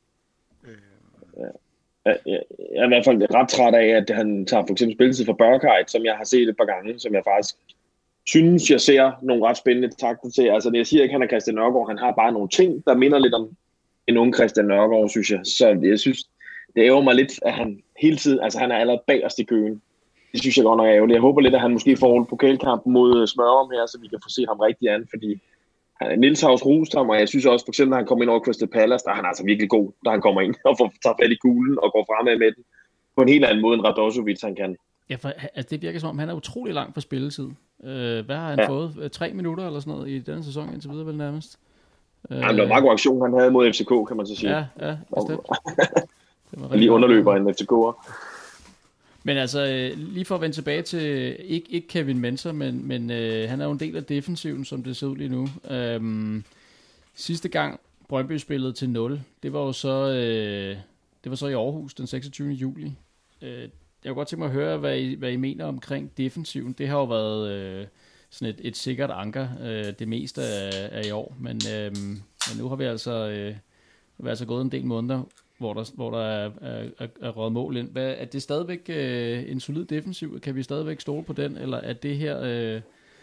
Øh, ja. Jeg, jeg er i hvert fald ret træt af, at han tager for eksempel spilletid for Børkheit, som jeg har set et par gange, som jeg faktisk synes, jeg ser nogle ret spændende takter til. Altså, det jeg siger ikke, han er Christian Nørgaard, han har bare nogle ting, der minder lidt om en unge Christian Nørgaard, synes jeg. Så jeg synes, det ærger mig lidt, at han hele tiden, altså han er allerede bagerst i køen. Det synes jeg godt nok er ærgerligt. Jeg håber lidt, at han måske får pokalkampen mod Smørum her, så vi kan få se ham rigtig an, fordi Niels har også rost ham, og jeg synes også, for eksempel, når han kommer ind over Crystal Palace, der er han altså virkelig god, da han kommer ind og får tager fat i kuglen og går fremad med den på en helt anden måde, end Radosevic han kan. Ja, for altså, det virker som om, han er utrolig langt for spilletid. Øh, hvad har han ja. fået? Tre minutter eller sådan noget i denne sæson indtil videre vel nærmest? Øh, ja, det var meget god aktion, han havde mod F C K, kan man så sige. Ja, ja, bestemt. Det var lige underløber en F C K'er. Men altså, lige for at vende tilbage til, ikke, ikke Kevin Mensah, men, men øh, han er jo en del af defensiven, som det ser ud lige nu. Øhm, sidste gang Brøndby spillede til nul, det var jo så, øh, det var så i Aarhus den seksogtyvende juli. Øh, jeg kunne godt tænke mig at høre, hvad I, hvad I mener omkring defensiven. Det har jo været øh, sådan et, et sikkert anker øh, det meste af, af i år, men, øh, men nu har vi altså, øh, vi altså gået en del måneder, hvor der, hvor der er, er, er, er røget mål ind. Hvad, er det stadigvæk øh, en solid defensiv? Kan vi stadigvæk stole på den, eller er det her, øh,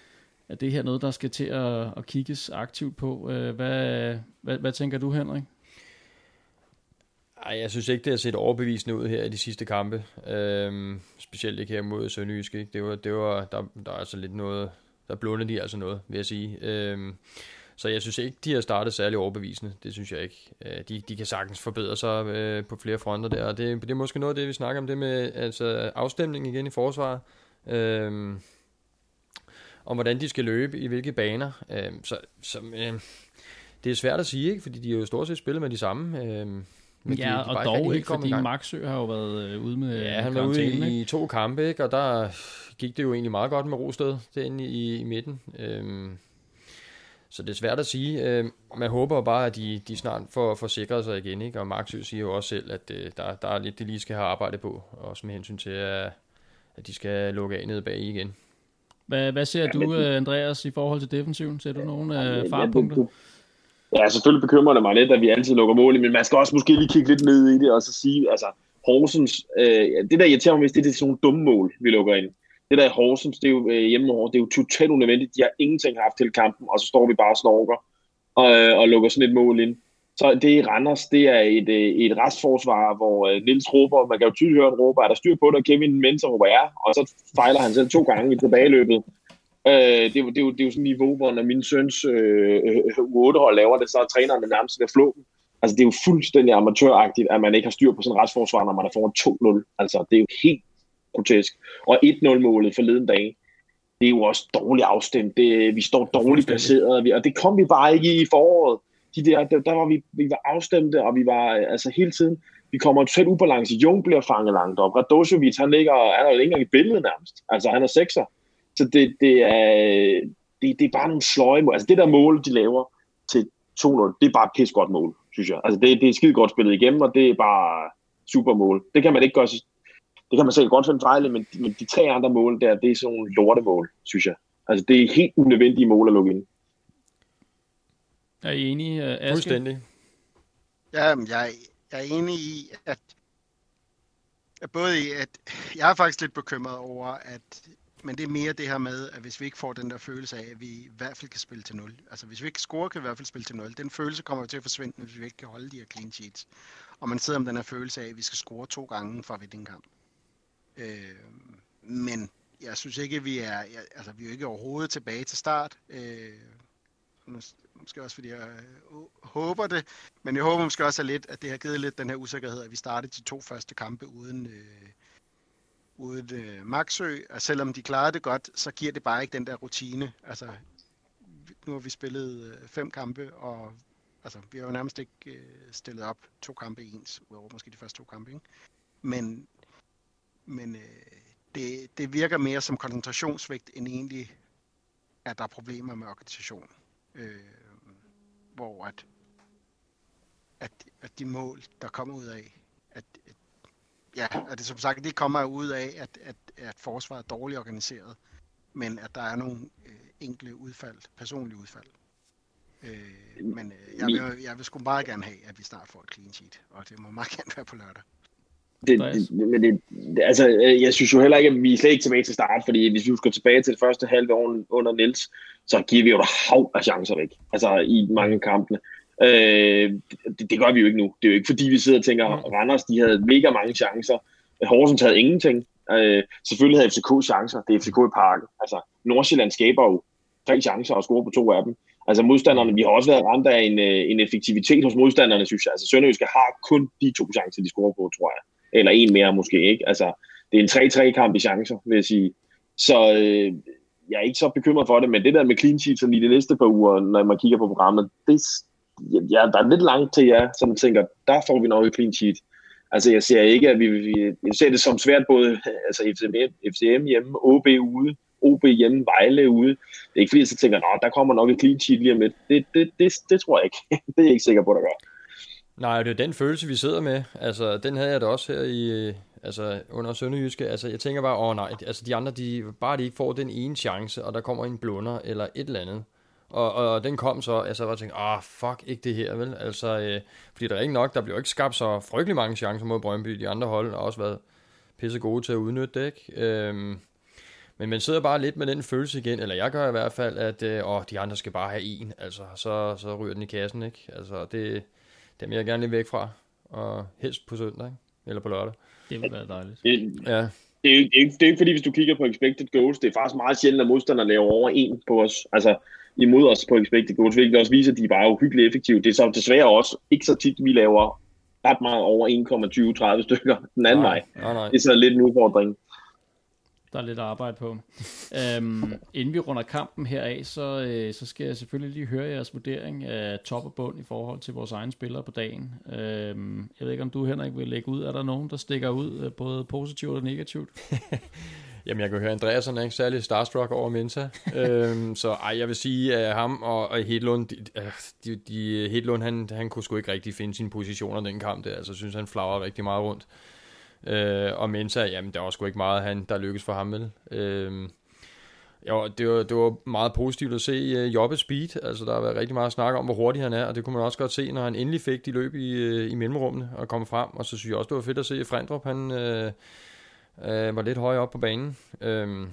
er det her noget, der skal til at, at kigges aktivt på? Øh, hvad, hvad, hvad tænker du, Henrik? Ej, jeg synes ikke, det har set overbevisende ud her i de sidste kampe. Øhm, specielt ikke her mod Sønderjysk. Ikke? Det var, det var, der, der er altså lidt noget, der blundede de altså noget, vil jeg sige. Øhm, Så jeg synes ikke, de har startet særlig overbevisende. Det synes jeg ikke. De, de kan sagtens forbedre sig øh, på flere fronter der. Og det, det er måske noget af det, vi snakker om, det med altså, afstemning igen i forsvaret. Øhm, om hvordan de skal løbe, i hvilke baner. Øhm, så så øh, det er svært at sige, ikke? Fordi de jo stort set spillet med de samme. Øhm, men ja, de, de og dog ikke, fordi Maxø har jo været øh, ude med ja, han var ude i, i to kampe, ikke? Og der gik det jo egentlig meget godt med Rosted derinde i, i midten. Øhm, Så det er svært at sige. Man håber bare, at de, de snart får, får sikret sig igen, ikke? Og Marksø siger jo også selv, at der, der er lidt, de lige skal have arbejdet på, også med hensyn til, at, at de skal lukke af nede bag igen. Hvad, hvad ser du, Andreas, i forhold til defensiven? Ser du nogle ja, fartpunkter? Ja, selvfølgelig bekymrer det mig lidt, at vi altid lukker mål i, men man skal også måske lige kigge lidt ned i det, og så sige, altså, Horsens, øh, det der irriterer mig mest, det er sådan nogle dumme mål, vi lukker ind. Det der i Horsens, det er jo øh, hjemme det er jo totalt unødvendigt. De har ingenting haft til kampen, og så står vi bare og snorker og, øh, og lukker sådan et mål ind. Så det i Randers, det er et, øh, et restforsvar, hvor øh, Niels råber, man kan jo tydeligt høre, at råber, er der styr på det, og Kevin Mensah råber ja, og så fejler han selv to gange i tilbageløbet. Øh, det, er jo, det, er jo, det er jo sådan et niveau, hvor når min søns øh, U otte hold laver det, så er træneren nærmest ved at flå dem. Altså det er jo fuldstændig amatøragtigt, at man ikke har styr på sådan et restforsvar, når man er foran to nul. Altså det er jo helt grotesk. Og et nul-målet forleden dag, det er jo også dårligt afstemt. Det, vi står dårligt placeret, og det kom vi bare ikke i foråret. De der, der, der var vi, vi var afstemte, og vi var altså hele tiden, vi kommer totalt ubalance. Jung bliver fanget langt op. Radošević, han ligger, han er jo ikke engang i billedet nærmest. Altså, han er sekser. Så det, det, er, det, det er bare nogle sløje mål. Altså, det der mål, de laver til to nul, det er bare et pis godt mål, synes jeg. Altså, det, det er skide godt spillet igennem, og det er bare super mål. Det kan man ikke gøre, det kan man selv godt finde fejl, men, men de tre andre mål der, det er sådan nogle lortemål, synes jeg. Altså, det er helt unødvendige mål at lukke ind. Er I enige, Aske? Fuldstændig. Ja, jeg, jeg er enig i, at, at både i, at jeg er faktisk lidt bekymret over, at men det er mere det her med, at hvis vi ikke får den der følelse af, at vi i hvert fald kan spille til nul. Altså hvis vi ikke scorer, kan vi i hvert fald spille til nul. Den følelse kommer til at forsvinde, hvis vi ikke kan holde de her clean sheets. Og man sidder med den her følelse af, at vi skal score to gange for at vinde en kamp. Øh, men jeg synes ikke, at vi er, jeg, altså vi er jo ikke overhovedet tilbage til start. Øh, måske også fordi jeg øh, håber det, men jeg håber måske også lidt, at det har givet lidt den her usikkerhed, at vi startede de to første kampe uden... Øh, uden øh, Maxø, og selvom de klarede det godt, så giver det bare ikke den der rutine. Altså, nu har vi spillet øh, fem kampe, og altså, vi har jo nærmest ikke øh, stillet op to kampe ens, udover måske de første to kampe, ikke? Men, men øh, det, det virker mere som koncentrationsvægt, end egentlig, at der er problemer med organisation. Øh, hvor at, at, at de mål, der kommer ud af, at ja, at det som sagt det kommer ud af, at, at, at forsvaret er dårligt organiseret, men at der er nogle øh, enkle udfald, personlige udfald. Øh, men øh, jeg, vil, jeg vil sgu meget gerne have, at vi snart får et clean sheet, og det må meget gerne være på lørdag. Det, det, men det, det, altså, jeg synes jo heller ikke, at vi er slet ikke tilbage til start, fordi hvis vi skal tilbage til det første halve år under Niels, så giver vi jo der hav af chancer væk, altså i mange kampene. Øh, det, det gør vi jo ikke nu. Det er jo ikke fordi vi sidder og tænker, mm. Randers, de havde mega mange chancer. Horsens havde ingenting. Øh, selvfølgelig havde F C K chancer. Det er F C K i Parken. Altså, Nordsjælland skaber jo tre chancer og scorer på to af dem. Altså modstanderne, vi har også været ramt af en, en effektivitet hos modstanderne, synes jeg. Altså Sønderjyske har kun de to chancer, de scorer på, tror jeg. Eller en mere måske, ikke? Altså, det er en tre-tre kamp i chancer, vil jeg sige. Så øh, jeg er ikke så bekymret for det, men det der med clean sheets i de næste par uger, når man kigger på programmet, det ja, der er lidt langt til jer, så man tænker, der får vi nok et clean sheet. Altså, jeg ser ikke, at vi, vi jeg ser det som svært både altså F C M, F C M hjemme, O B ude, O B hjemme, Vejle ude. Det er ikke fordi, jeg så tænker, nå, der kommer nok et clean sheet lige om lidt. Det, det, det, det tror jeg ikke. Det er jeg ikke sikker på, der gør. Nej, det er den følelse, vi sidder med. Altså, den havde jeg da også her i, altså, under Sønderjyske. Altså, jeg tænker bare, åh oh, nej, altså de andre, de, bare de ikke får den ene chance, og der kommer en blunder eller et eller andet. Og, og den kom så, altså jeg var tænkt, ah fuck, ikke det her, vel? Altså, øh, fordi der er ikke nok, der bliver jo ikke skabt så frygtelig mange chancer mod Brøndby. De andre hold har også været pisse gode til at udnytte det, ikke? Øhm, men man sidder bare lidt med den følelse igen, eller jeg gør i hvert fald, at øh, åh, de andre skal bare have en, altså, så, så ryger den i kassen, ikke? Altså, det, det vil jeg gerne lidt væk fra, og helst på søndag, ikke? Eller på lørdag. Det vil være dejligt. Det, ja. det, er jo, det, er jo, det er ikke fordi, hvis du kigger på expected goals, det er faktisk meget sjældent, at modstanderne laver over en på os. Altså, imod os på expected goals, hvilket også viser, at de er bare uhyggeligt effektive. Det er så desværre også ikke så tit, vi laver ret meget over en komma tyve tredive stykker den anden nej, vej. Nej, nej. Det er så lidt en udfordring. Der er lidt at arbejde på. øhm, inden vi runder kampen her af, så, øh, så skal jeg selvfølgelig lige høre jeres vurdering af top og bund i forhold til vores egne spillere på dagen. Øhm, jeg ved ikke, om du, Henrik, vil lægge ud. Er der nogen, der stikker ud, både positivt og negativt? Jamen, jeg kan høre, Andreas er ikke særlig starstruck over Mensa. øhm, så ej, jeg vil sige, at ham og, og Hedlund, de, de, de, Hedlund han, han kunne sgu ikke rigtig finde sine positioner den kamp der. Altså, jeg synes, han flagrede rigtig meget rundt. Øh, og Mensa, jamen, der var sgu ikke meget, han, der lykkedes for ham, vel? Øh, jo, det var, det var meget positivt at se uh, Jobbes speed. Altså, der har været rigtig meget snak om, hvor hurtig han er, og det kunne man også godt se, når han endelig fik de løb i, uh, i mellemrummene og kom frem. Og så synes jeg også, det var fedt at se Frendrup, han... Uh, Uh, var lidt højere op på banen. Um,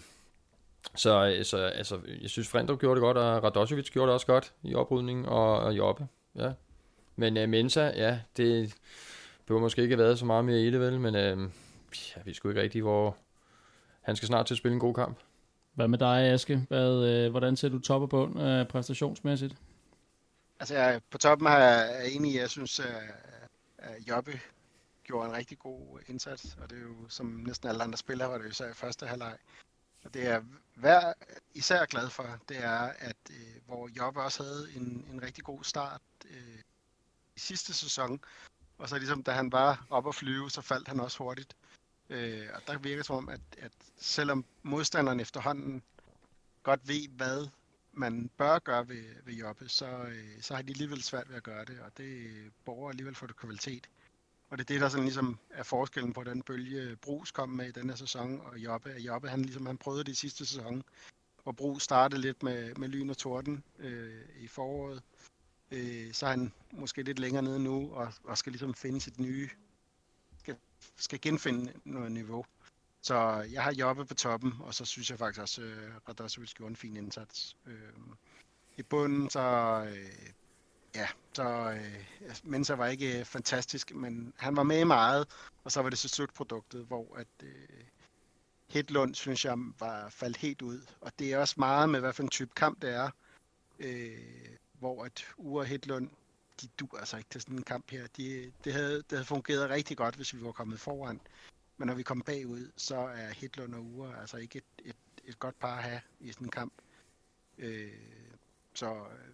så, så altså, jeg synes, Frendrup gjorde det godt, og Radošević gjorde det også godt i oprydningen, og, og Jobbe. Ja. Men uh, Mensa, ja, det behøver måske ikke have været så meget mere i det, vel, men uh, jeg ved sgu ikke rigtigt, hvor han skal snart til at spille en god kamp. Hvad med dig, Aske? Hvad, øh, hvordan ser du top og bund øh, præstationsmæssigt? Altså, jeg, på toppen har jeg er enig i, jeg synes, at, at Jobbe gjorde en rigtig god indsats, og det er jo, som næsten alle andre spillere, var det jo især i første halvleg. Og det er hver især glad for, det er, at øh, hvor Jobbe også havde en, en rigtig god start øh, i sidste sæson, og så ligesom da han var oppe at flyve, så faldt han også hurtigt. Øh, og der virker det som om, at, at selvom modstanderen efterhånden godt ved, hvad man bør gøre ved, ved Jobbe, så, øh, så har de alligevel svært ved at gøre det, og det borger alligevel for det kvalitet. Og det er det, der sådan ligesom er forskellen på den bølge, Brugs kom med i denne sæson, og Jobbe. Jobbe, han, ligesom, han prøvede det i sidste sæson, hvor Brugs startede lidt med, med lyn og torden øh, i foråret. Øh, så er han måske lidt længere nede nu, og, og skal ligesom finde sit nye, skal, skal genfinde noget niveau. Så jeg har Jobbe på toppen, og så synes jeg faktisk også, at øh, Radosevic gjorde en fin indsats. Øh, I bunden, så... Øh, Ja, så øh, Mensah var ikke fantastisk, men han var med i meget, og så var det så slutproduktet, hvor at øh, Hedlund, synes jeg, var faldt helt ud. Og det er også meget med, hvad for en type kamp det er, øh, hvor at Ure og Hedlund, de dur altså ikke til sådan en kamp her. De, det, havde, det havde fungeret rigtig godt, hvis vi var kommet foran. Men når vi kom bagud, så er Hedlund og Ure altså ikke et, et, et godt par at have i sådan en kamp. Øh, så...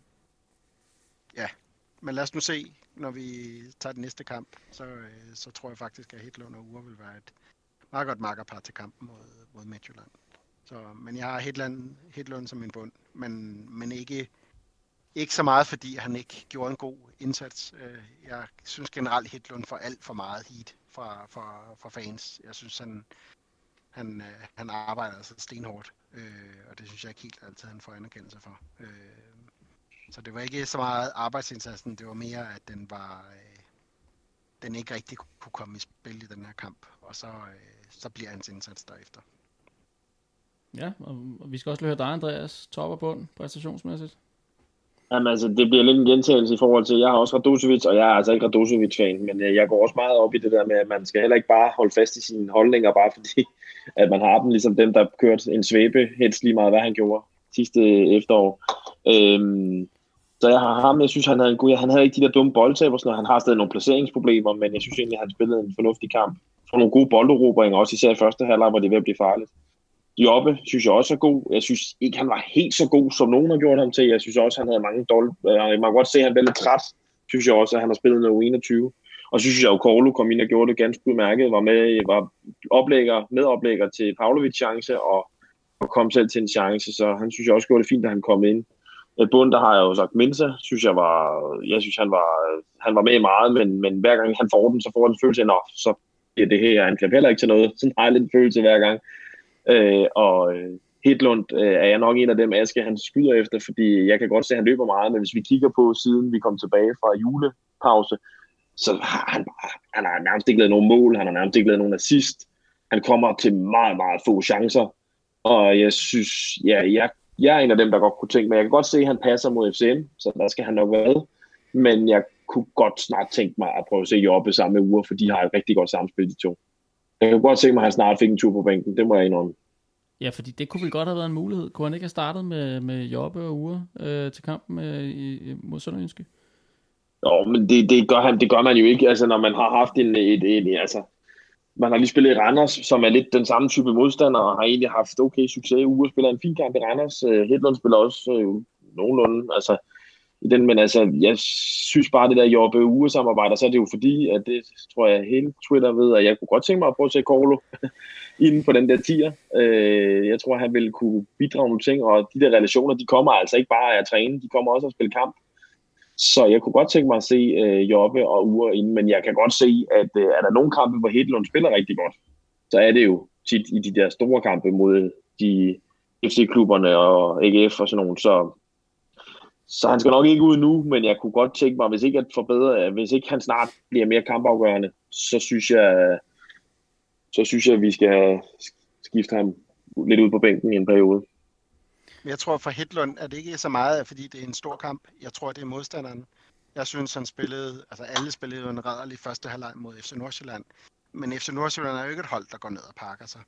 Ja, men lad os nu se, når vi tager den næste kamp, så, øh, så tror jeg faktisk, at Hedlund og Ure vil være et meget godt makkerpar til kampen mod, mod Midtjylland. Så, men jeg har Hedlund, Hedlund som min bund, men, men ikke, ikke så meget, fordi han ikke gjorde en god indsats. Jeg synes generelt, Hedlund får alt for meget heat fra, fra, fra fans. Jeg synes, han, han, han arbejder altså stenhårdt, øh, og det synes jeg ikke helt altid, han får anerkendelse for. Øh, Så det var ikke så meget arbejdsindsatsen, det var mere, at den var øh, den ikke rigtig kunne komme i spil i den her kamp, og så, øh, så bliver hans indsats derefter. Ja, og vi skal også høre dig, Andreas, top og bund, præstationsmæssigt. Jamen altså, det bliver lidt en gentagelse i forhold til, jeg har også Radosevic, og jeg er altså ikke Radosevic-fan, men jeg går også meget op i det der med, at man skal heller ikke bare holde fast i sine holdninger, bare fordi, at man har dem ligesom dem, der kørte en svæbe, helst lige meget, hvad han gjorde sidste efterår. Øhm, så jeg har ham, jeg synes, han havde en god, han havde ikke de der dumme boldtab og sådan noget, han har stadig nogle placeringsproblemer, men jeg synes egentlig, at han spillede en fornuftig kamp. For nogle gode bolderobringer, også især i første halvleg, hvor det er ved at blive farligt. Jobbe synes jeg også er god. Jeg synes ikke, han var helt så god, som nogen har gjort ham til. Jeg synes også, han havde mange dårlige... Man kan godt se, at han blev lidt træt. Synes jeg også, at han har spillet noget U enogtyve. Og så synes jeg, at Korlo kom ind og gjorde det ganske udmærket. Var med, var oplægger, medoplægger til Pavlovic chance, og, og kom selv til en chance. Så han synes jeg også gjorde det fint, at han kom ind. Bund, der har jeg jo sagt Mensah, synes jeg var... Jeg synes, han var, han var med meget, men, men hver gang han får den, så får han en følelse af, så bliver det her angreb heller ikke til noget. Sådan har jeg lidt en følelse hver gang. Øh, og øh, Hedlund øh, er jeg nok en af dem, Aske han skyder efter, fordi jeg kan godt se, at han løber meget, men hvis vi kigger på, siden vi kom tilbage fra julepause, så har han, han har nærmest ikke lavet nogen mål, han har nærmest ikke lavet nogen assist, han kommer til meget, meget få chancer, og jeg synes, ja, jeg, jeg er en af dem, der godt kunne tænke mig, jeg kan godt se, at han passer mod F C M, så der skal han nok være, men jeg kunne godt snart tænke mig at prøve at se Jobbe sammen med Ure, for de har et rigtig godt samspil, de to. Jeg kan godt se mig, at han snart fik en tur på bænken. Det må jeg indrømme. Ja, fordi det kunne vel godt have været en mulighed. Kunne han ikke have startet med, med Jobbe og Ure øh, til kampen med, i, mod Sønderjyske? Jo, men det, det, gør han, det gør man jo ikke. Altså, når man har haft en... Et, et, et, altså, man har lige spillet i Randers, som er lidt den samme type modstander, og har egentlig haft okay succes. Ure spiller en fin kamp i Randers. Hedlund spiller også øh, nogenlunde. Altså, i den, men altså, jeg synes bare, det der Jobbe Ure samarbejder, så er det jo fordi, at det tror jeg hele Twitter ved, at jeg kunne godt tænke mig at prøve at se Korlo inden på den der tier. Øh, jeg tror, han ville kunne bidrage nogle ting, og de der relationer, de kommer altså ikke bare af at træne, de kommer også at spille kamp. Så jeg kunne godt tænke mig at se øh, Jobbe og Ure inden, men jeg kan godt se, at øh, er der nogle kampe, hvor Hedlund spiller rigtig godt, så er det jo tit i de der store kampe mod de F C-klubberne og A G F og sådan nogle, så Så han skal nok ikke ud nu, men jeg kunne godt tænke mig, hvis ikke at forbedre, hvis ikke han snart bliver mere kampafgørende, så synes jeg, så synes jeg, at vi skal skifte ham lidt ud på bænken i en periode. Men jeg tror for Hedlund, at det ikke er så meget, fordi det er en stor kamp. Jeg tror, det er modstanderen. Jeg synes, han spillede, altså alle spillede jo en rædderlig første halvleg mod F C Nordsjælland. Men F C Nordsjælland er jo ikke et hold, der går ned og pakker sig.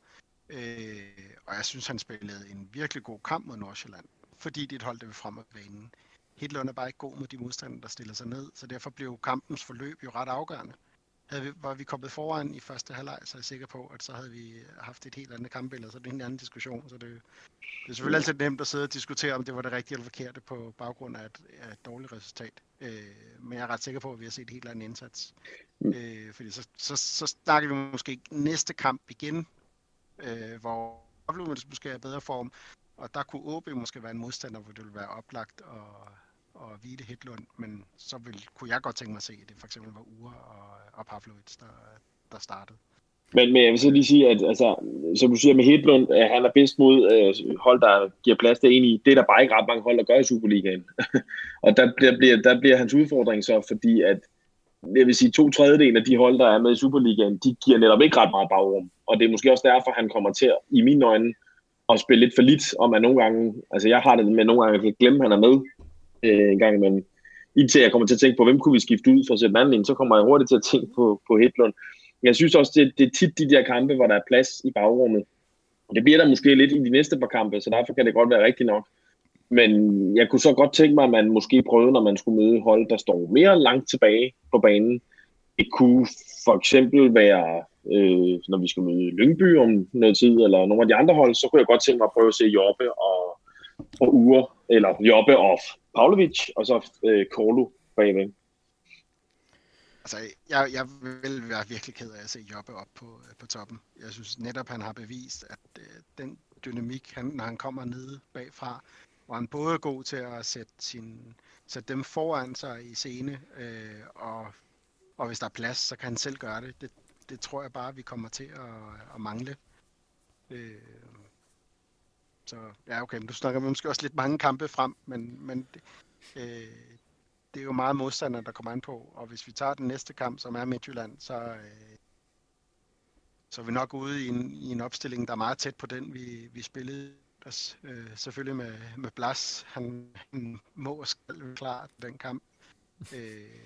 Øh, og jeg synes, han spillede en virkelig god kamp mod Nordsjælland, fordi det er et hold, der vil frem af banen. Hedlund er bare ikke god mod de modstandere, der stiller sig ned, så derfor blev kampens forløb jo ret afgørende. havde vi, var vi kommet foran i første halvleg, så er jeg sikker på, at så havde vi haft et helt andet kampbillede, så det er en anden diskussion. Så det, det er selvfølgelig altid nemt at sidde og diskutere, om det var det rigtige eller forkerte på baggrund af et, af et dårligt resultat. Øh, men jeg er ret sikker på, at vi har set et helt andet indsats. Mm. Øh, fordi så, så, så snakker vi måske næste kamp igen, øh, hvor Oplevelse måske er i bedre form, og der kunne O B måske være en modstander, hvor det ville være oplagt og, og hvile Hedlund, men så ville, kunne jeg godt tænke mig at se, at det for eksempel var Ure og, og Pavlovic, der, der startede. Men, men jeg vil så lige sige, at altså, som du siger med Hedlund, at han er bedst mod øh, hold, der giver plads til en i. Det er der bare ikke ret mange hold, der gør i Superligaen. Og der, der, bliver, der bliver hans udfordring så, fordi at jeg vil sige, to tredjedel af de hold, der er med i Superligaen, de giver netop ikke ret meget bagrum. Og det er måske også derfor, han kommer til, i mine øjne, at spille lidt for lidt, om at nogle gange, altså jeg har det med nogle gange, at jeg kan glemme, at han er med øh, en gang, men indtil jeg kommer til at tænke på, hvem kunne vi skifte ud for at sætte en anden ind, så kommer jeg hurtigt til at tænke på, på Hedlund. Jeg synes også, det, det er tit de der kampe, hvor der er plads i bagrummet. Det bliver der måske lidt i de næste par kampe, så derfor kan det godt være rigtigt nok. Men jeg kunne så godt tænke mig, at man måske prøvede, når man skulle møde hold, der står mere langt tilbage på banen. Det kunne for eksempel være, øh, når vi skal møde Lyngby om noget tid, eller nogle af de andre hold, så kunne jeg godt tænke mig at prøve at se Jobbe og, og Ure, eller Jobbe og Pavlovic, og så øh, Korlu bagved. Altså, jeg, jeg vil være virkelig ked af at se Jobbe op på, på toppen. Jeg synes netop, han har bevist, at øh, den dynamik, han, når han kommer nede bagfra, hvor han både er god til at sætte, sin, sætte dem foran sig i scene, øh, og, og hvis der er plads, så kan han selv gøre det. Det, det tror jeg bare, vi kommer til at, at mangle. Øh, så ja, okay, men du snakker måske også lidt mange kampe frem, men, men øh, det er jo meget modstander, der kommer an på, og hvis vi tager den næste kamp, som er Midtjylland, så, øh, så er vi nok ude i en, i en opstilling, der er meget tæt på den, vi, vi spillede. Os, øh, selvfølgelig med, med Blas. Han, han må og skal være klar til den kamp. Øh,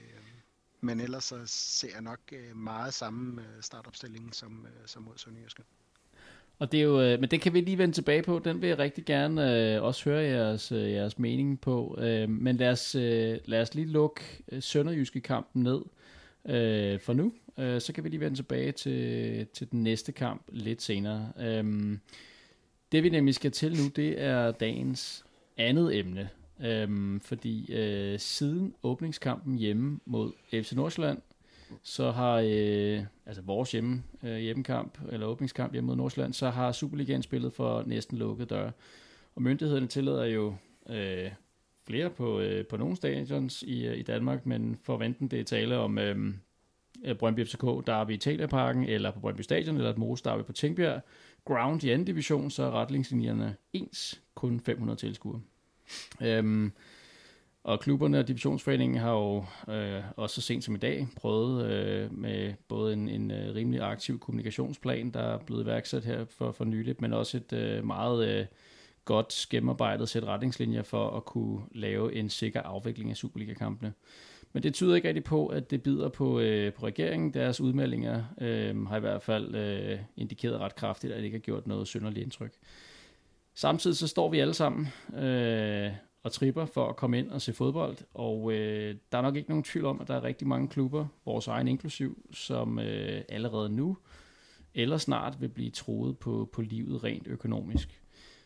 men ellers så ser jeg nok øh, meget samme øh, startopstilling som, øh, som mod Sønderjyske. Og det er jo, øh, men det kan vi lige vende tilbage på. Den vil jeg rigtig gerne øh, også høre jeres, øh, jeres mening på. Øh, men lad os, øh, lad os lige lukke øh, Sønderjyske kampen ned øh, for nu. Øh, så kan vi lige vende tilbage til, til den næste kamp lidt senere. Øh, Det vi nemlig skal til nu, det er dagens andet emne, øhm, fordi øh, siden åbningskampen hjemme mod F C Nordsjælland, så har, øh, altså vores hjemme, øh, hjemmekamp, eller åbningskamp hjemme mod Nordsjælland, så har Superligaen spillet for næsten lukkede døre. Og myndighederne tillader jo øh, flere på, øh, på nogle stadions i, i Danmark, men for enten det er tale om øh, Brøndby F C K derby i Telia-parken, eller på Brøndby Stadion, eller et Mose derby på Tingbjerg Ground i anden division, så er retningslinjerne ens, kun fem hundrede tilskuere. Øhm, og klubberne og divisionsforeningen har jo øh, også så sent som i dag prøvet øh, med både en, en øh, rimelig aktiv kommunikationsplan, der er blevet iværksat her for, for nyligt, men også et øh, meget øh, godt gennemarbejdet sæt retningslinjer for at kunne lave en sikker afvikling af Superliga-kampene. Men det tyder ikke rigtig på, at det bider på, øh, på regeringen. Deres udmeldinger øh, har i hvert fald øh, indikeret ret kraftigt, at det ikke har gjort noget synderligt indtryk. Samtidig så står vi alle sammen øh, og tripper for at komme ind og se fodbold, og øh, der er nok ikke nogen tvivl om, at der er rigtig mange klubber, vores egen inklusiv, som øh, allerede nu eller snart vil blive truet på, på livet rent økonomisk.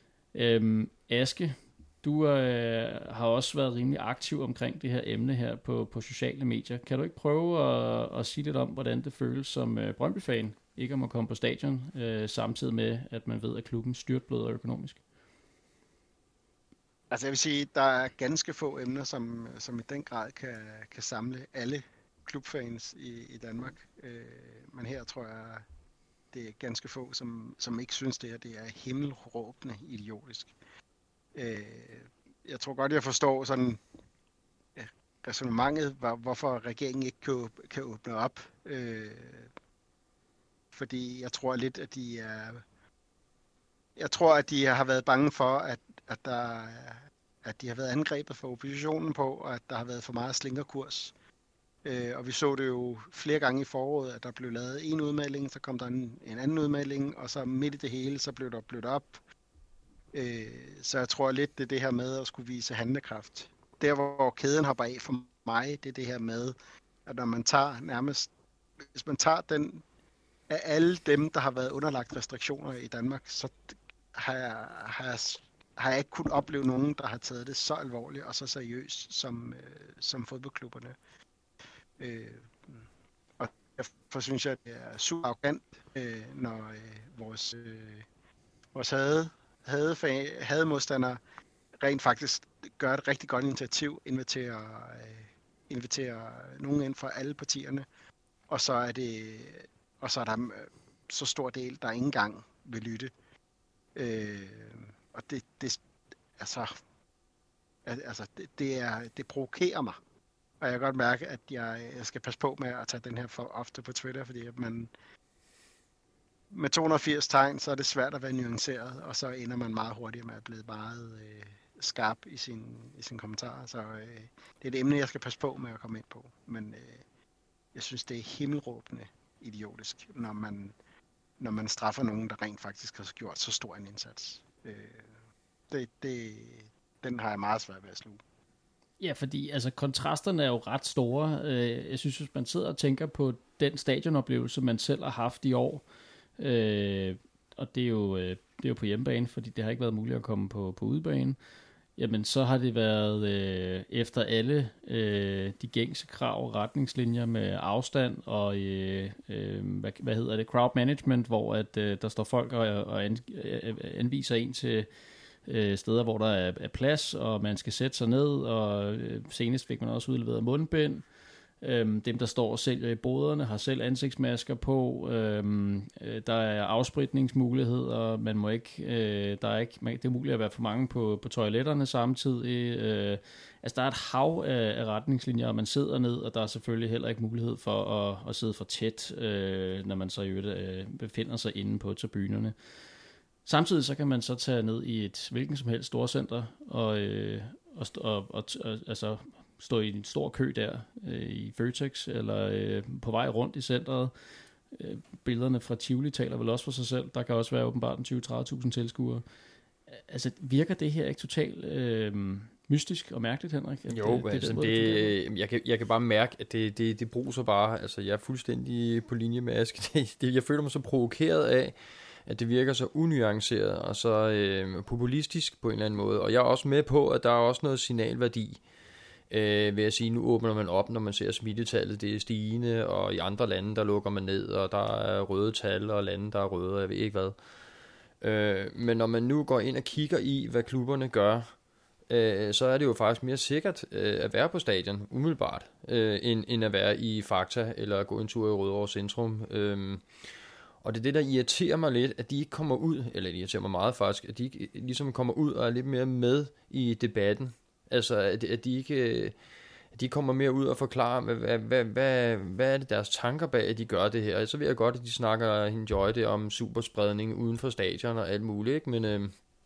Øh, Aske, du øh, har også været rimelig aktiv omkring det her emne her på, på sociale medier. Kan du ikke prøve at, at sige lidt om, hvordan det føles som øh, Brøndby-fan, ikke om at komme på stadion, øh, samtidig med, at man ved, at klubben styrtbløder økonomisk? Altså jeg vil sige, der er ganske få emner, som, som i den grad kan, kan samle alle klubfans i, i Danmark. Øh, men her tror jeg, det er ganske få, som, som ikke synes det her, det er himmelråbende idiotisk. Øh, jeg tror godt, jeg forstår sådan ja, resonemanget, hvor, hvorfor regeringen ikke kan, kan åbne op. Øh, fordi jeg tror lidt, at de er... Jeg tror, at de har været bange for, at, at, der, at de har været angrebet for oppositionen på, og at der har været for meget slingerkurs. Øh, og vi så det jo flere gange i foråret, at der blev lavet en udmelding, så kom der en, en anden udmelding, og så midt i det hele, så blev der blødt op. Øh, så jeg tror lidt, det er det her med at skulle vise handlekraft. Der, hvor kæden hopper af for mig, det er det her med, at når man tager nærmest hvis man tager den af alle dem, der har været underlagt restriktioner i Danmark, så har jeg, har jeg, har jeg ikke kunnet opleve nogen, der har taget det så alvorligt og så seriøst som, øh, som fodboldklubberne. Øh, og derfor synes jeg, at det er super arrogant, øh, når øh, vores, øh, vores hade, hade, hade modstandere rent faktisk gør et rigtig godt initiativ, inviterer, øh, inviterer nogen ind fra alle partierne, og så er det og så er der så stor del, der ikke engang vil lytte. Øh, og det, det altså, altså det, det, er, det provokerer mig. Og jeg kan godt mærke, at jeg, jeg skal passe på med at tage den her for ofte på Twitter, fordi at man med to hundrede og firs tegn, så er det svært at være nuanceret, og så ender man meget hurtigt med at blive meget øh, skarp i sin, i sin kommentarer. Så øh, det er et emne, jeg skal passe på med at komme ind på. Men øh, jeg synes, det er himmelråbende idiotisk, når man, når man straffer nogen, der rent faktisk har gjort så stor en indsats. Øh, det, det, den har jeg meget svært ved at sluge. Ja, fordi altså, kontrasterne er jo ret store. Øh, jeg synes, hvis man sidder og tænker på den stadionoplevelse, man selv har haft i år, øh, og det er, jo, øh, det er jo på hjemmebane, fordi det har ikke været muligt at komme på, på udebane, jamen så har det været øh, efter alle øh, de gængse krav og retningslinjer med afstand og øh, øh, hvad, hvad hedder det, crowd management, hvor at, øh, der står folk og, og an, øh, anviser en til øh, steder, hvor der er, er plads, og man skal sætte sig ned, og øh, senest fik man også udleveret mundbind. Øhm, dem, der står og sælger i boderne, har selv ansigtsmasker på. Øhm, øh, der er afspritningsmuligheder. Man må ikke, øh, der er ikke, man, det er muligt at være for mange på, på toiletterne samtidig. Øh, altså, der er et hav af, af retningslinjer, og man sidder ned, og der er selvfølgelig heller ikke mulighed for at, at sidde for tæt, øh, når man så øh, befinder sig inde på tribunerne. Samtidig så kan man så tage ned i et hvilken som helst storcenter og, øh, og, og, og, og altså stå i en stor kø der øh, i Føtex, eller øh, på vej rundt i centret. Øh, billederne fra Tivoli taler vel også for sig selv. Der kan også være åbenbart en tyve til tredive tusind tilskuere. Altså, virker det her ikke totalt øh, mystisk og mærkeligt, Henrik? At Jo, det, altså, det, det, det jeg, kan, jeg kan bare mærke, at det, det, det bruser bare. Altså, jeg er fuldstændig på linje med Aske. Det, det, jeg føler mig så provokeret af, at det virker så unuanceret og så øh, populistisk på en eller anden måde. Og jeg er også med på, at der er også noget signalværdi øh, ved at sige, nu åbner man op, når man ser smittetallet, det er stigende, og i andre lande, der lukker man ned, og der er røde tal, og lande, der er røde, og jeg ved ikke hvad. Øh, men når man nu går ind og kigger i, hvad klubberne gør, øh, så er det jo faktisk mere sikkert øh, at være på stadion, umiddelbart, øh, end, end at være i Fakta, eller at gå en tur i Rødovre Centrum. Øh, Og det er det, der irriterer mig lidt, at de ikke kommer ud, eller det irriterer mig meget faktisk, at de ikke ligesom kommer ud og er lidt mere med i debatten. Altså, at, at de ikke at de kommer mere ud og forklarer, hvad, hvad, hvad, hvad er det deres tanker bag, at de gør det her. Så ved jeg godt, at de snakker enjoy det om superspredning uden for stadion og alt muligt, ikke? Men øh,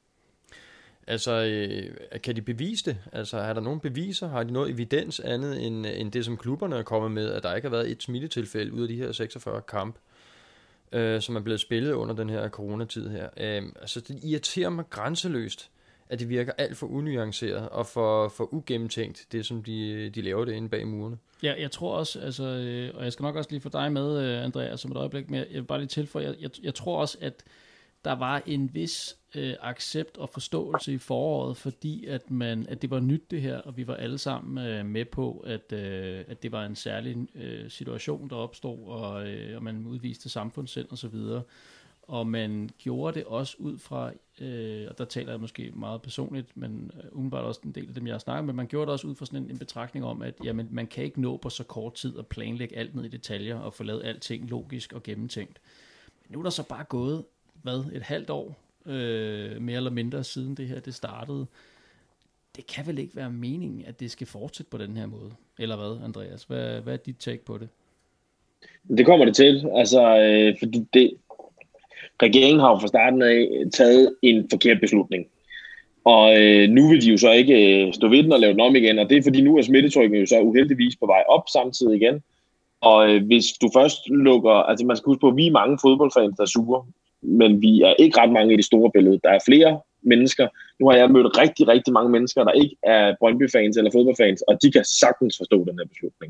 altså, øh, kan de bevise det? Altså, er der nogen beviser? Har de noget evidens andet, end, end det, som klubberne er kommet med, at der ikke har været et smittetilfælde ud af de her seksogfyrre kampe? Øh, som er blevet spillet under den her coronatid her. Øh, altså det irriterer mig grænseløst, at det virker alt for unuanceret og for, for ugennemtænkt, det som de, de laver det inde bag murene. Ja, jeg tror også, altså, øh, og jeg skal nok også lige få dig med, øh, Andreas, som et øjeblik, men jeg vil bare lige tilføje, jeg, jeg, jeg tror også, at der var en vis øh, accept og forståelse i foråret, fordi at, man, at det var nyt det her, og vi var alle sammen øh, med på, at, øh, at det var en særlig øh, situation, der opstod, og, øh, og man udviste samfundssind og så videre. Og man gjorde det også ud fra, øh, og der taler jeg måske meget personligt, men øh, umiddelbart også en del af dem, jeg har snakket med, man gjorde det også ud fra sådan en, en betragtning om, at jamen, man kan ikke nå på så kort tid at planlægge alt ned i detaljer, og få lavet alting logisk og gennemtænkt. Men nu er der så bare gået hvad, et halvt år, øh, mere eller mindre siden det her, det startede. Det kan vel ikke være meningen, at det skal fortsætte på den her måde? Eller hvad, Andreas? Hvad, hvad er dit take på det? Det kommer det til, altså, øh, fordi det, regeringen har jo fra starten af taget en forkert beslutning. Og øh, nu vil de jo så ikke øh, stå ved den og lave den om igen, og det er fordi nu er smittetrykket jo så uheldigvis på vej op samtidig igen. Og øh, hvis du først lukker, altså man skal huske på, at vi er mange fodboldfans, der er sure, men vi er ikke ret mange i det store billede. Der er flere mennesker. Nu har jeg mødt rigtig, rigtig mange mennesker, der ikke er Brøndby-fans eller fodboldfans, og de kan sagtens forstå den her beslutning.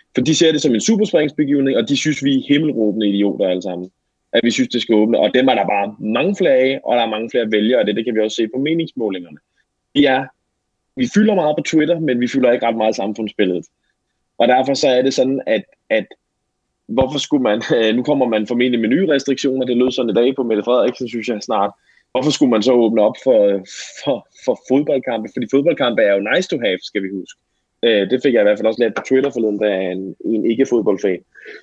For de ser det som en superspringsbegivenhed, og de synes, vi er himmelråbende idioter alle sammen. At vi synes, det skal åbne. Og dem er der bare mange flere af, og der er mange flere vælgere, og det, det kan vi også se på meningsmålingerne. Vi, er, vi fylder meget på Twitter, men vi fylder ikke ret meget samfundsbilledet. Og derfor så er det sådan, at, at hvorfor skulle man, nu kommer man formentlig med nye restriktioner, det lød sådan i dag på Mette Frederiksen, synes jeg snart. Hvorfor skulle man så åbne op for, for, for fodboldkampe? Fordi fodboldkampe er jo nice to have, skal vi huske. Det fik jeg i hvert fald også lært på Twitter forleden, der er en, en ikke-fodboldfan.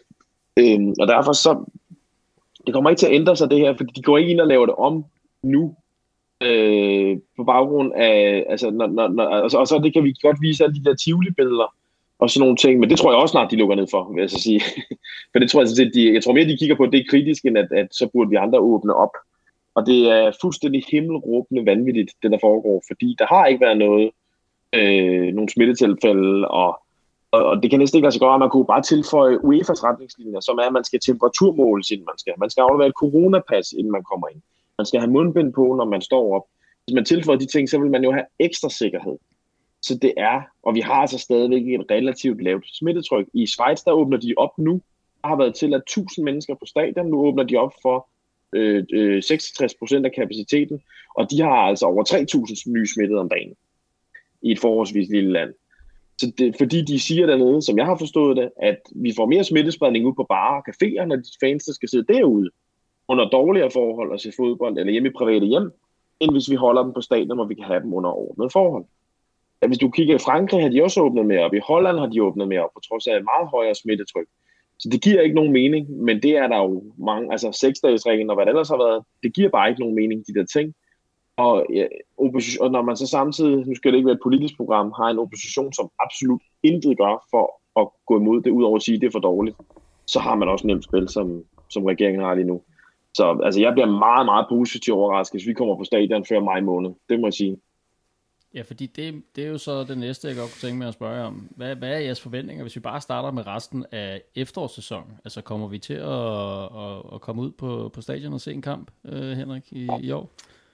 Og derfor så, det kommer ikke til at ændre sig det her, fordi de går ikke ind og laver det om nu, øh, på baggrund af, altså, når, når, når, altså, og så det kan vi godt vise alle de der Tivoli-billeder, og sådan nogle ting, men det tror jeg også snart, de lukker ned for, vil jeg så sige. For det tror jeg, at de, jeg tror mere, de kigger på, at det er kritisk, end at, at så burde vi andre åbne op. Og det er fuldstændig himmelråbende vanvittigt, det der foregår, fordi der har ikke været noget, øh, nogle smittetilfælde, og, og, og det kan næsten ikke lade sig gøre, at man kunne bare tilføje U E F A's retningslinjer, som er, at man skal temperaturmåles, inden man skal. Man skal aflevere et coronapas, inden man kommer ind. Man skal have mundbind på, når man står op. Hvis man tilføjer de ting, så vil man jo have ekstra sikkerhed. Så det er, og vi har altså stadigvæk et relativt lavt smittetryk. I Schweiz, der åbner de op nu. Der har været til at tusind mennesker på stadion. Nu åbner de op for øh, øh, seksogtres procent af kapaciteten, og de har altså over tre tusind nye smittede om dagen i et forholdsvis lille land. Så det, fordi de siger dernede, som jeg har forstået det, at vi får mere smittespredning ud på barer og caféer, når de fans der skal sidde derude under dårligere forhold og se fodbold eller hjemme i private hjem, end hvis vi holder dem på stadion, hvor vi kan have dem under ordnede forhold. Ja, hvis du kigger i Frankrig, har de også åbnet mere op. I Holland har de åbnet mere op, på trods af et meget højere smittetryk. Så det giver ikke nogen mening, men det er der jo mange, altså seksdagesreglen og hvad det ellers har været, det giver bare ikke nogen mening, de der ting. Og, ja, opposition, og når man så samtidig, nu skal det ikke være et politisk program, har en opposition, som absolut intet gør for at gå imod det, udover at sige, at det er for dårligt, så har man også nemt spil, som, som regeringen har lige nu. Så altså, jeg bliver meget, meget positivt overrasket, hvis vi kommer på stadion før maj måned. Det må jeg sige. Ja, fordi det, det er jo så det næste, jeg godt kunne tænke mig at spørge om. Hvad, hvad er jeres forventninger, hvis vi bare starter med resten af efterårssæsonen? Altså kommer vi til at, at, at komme ud på, på stadion og se en kamp, øh, Henrik, i, i år?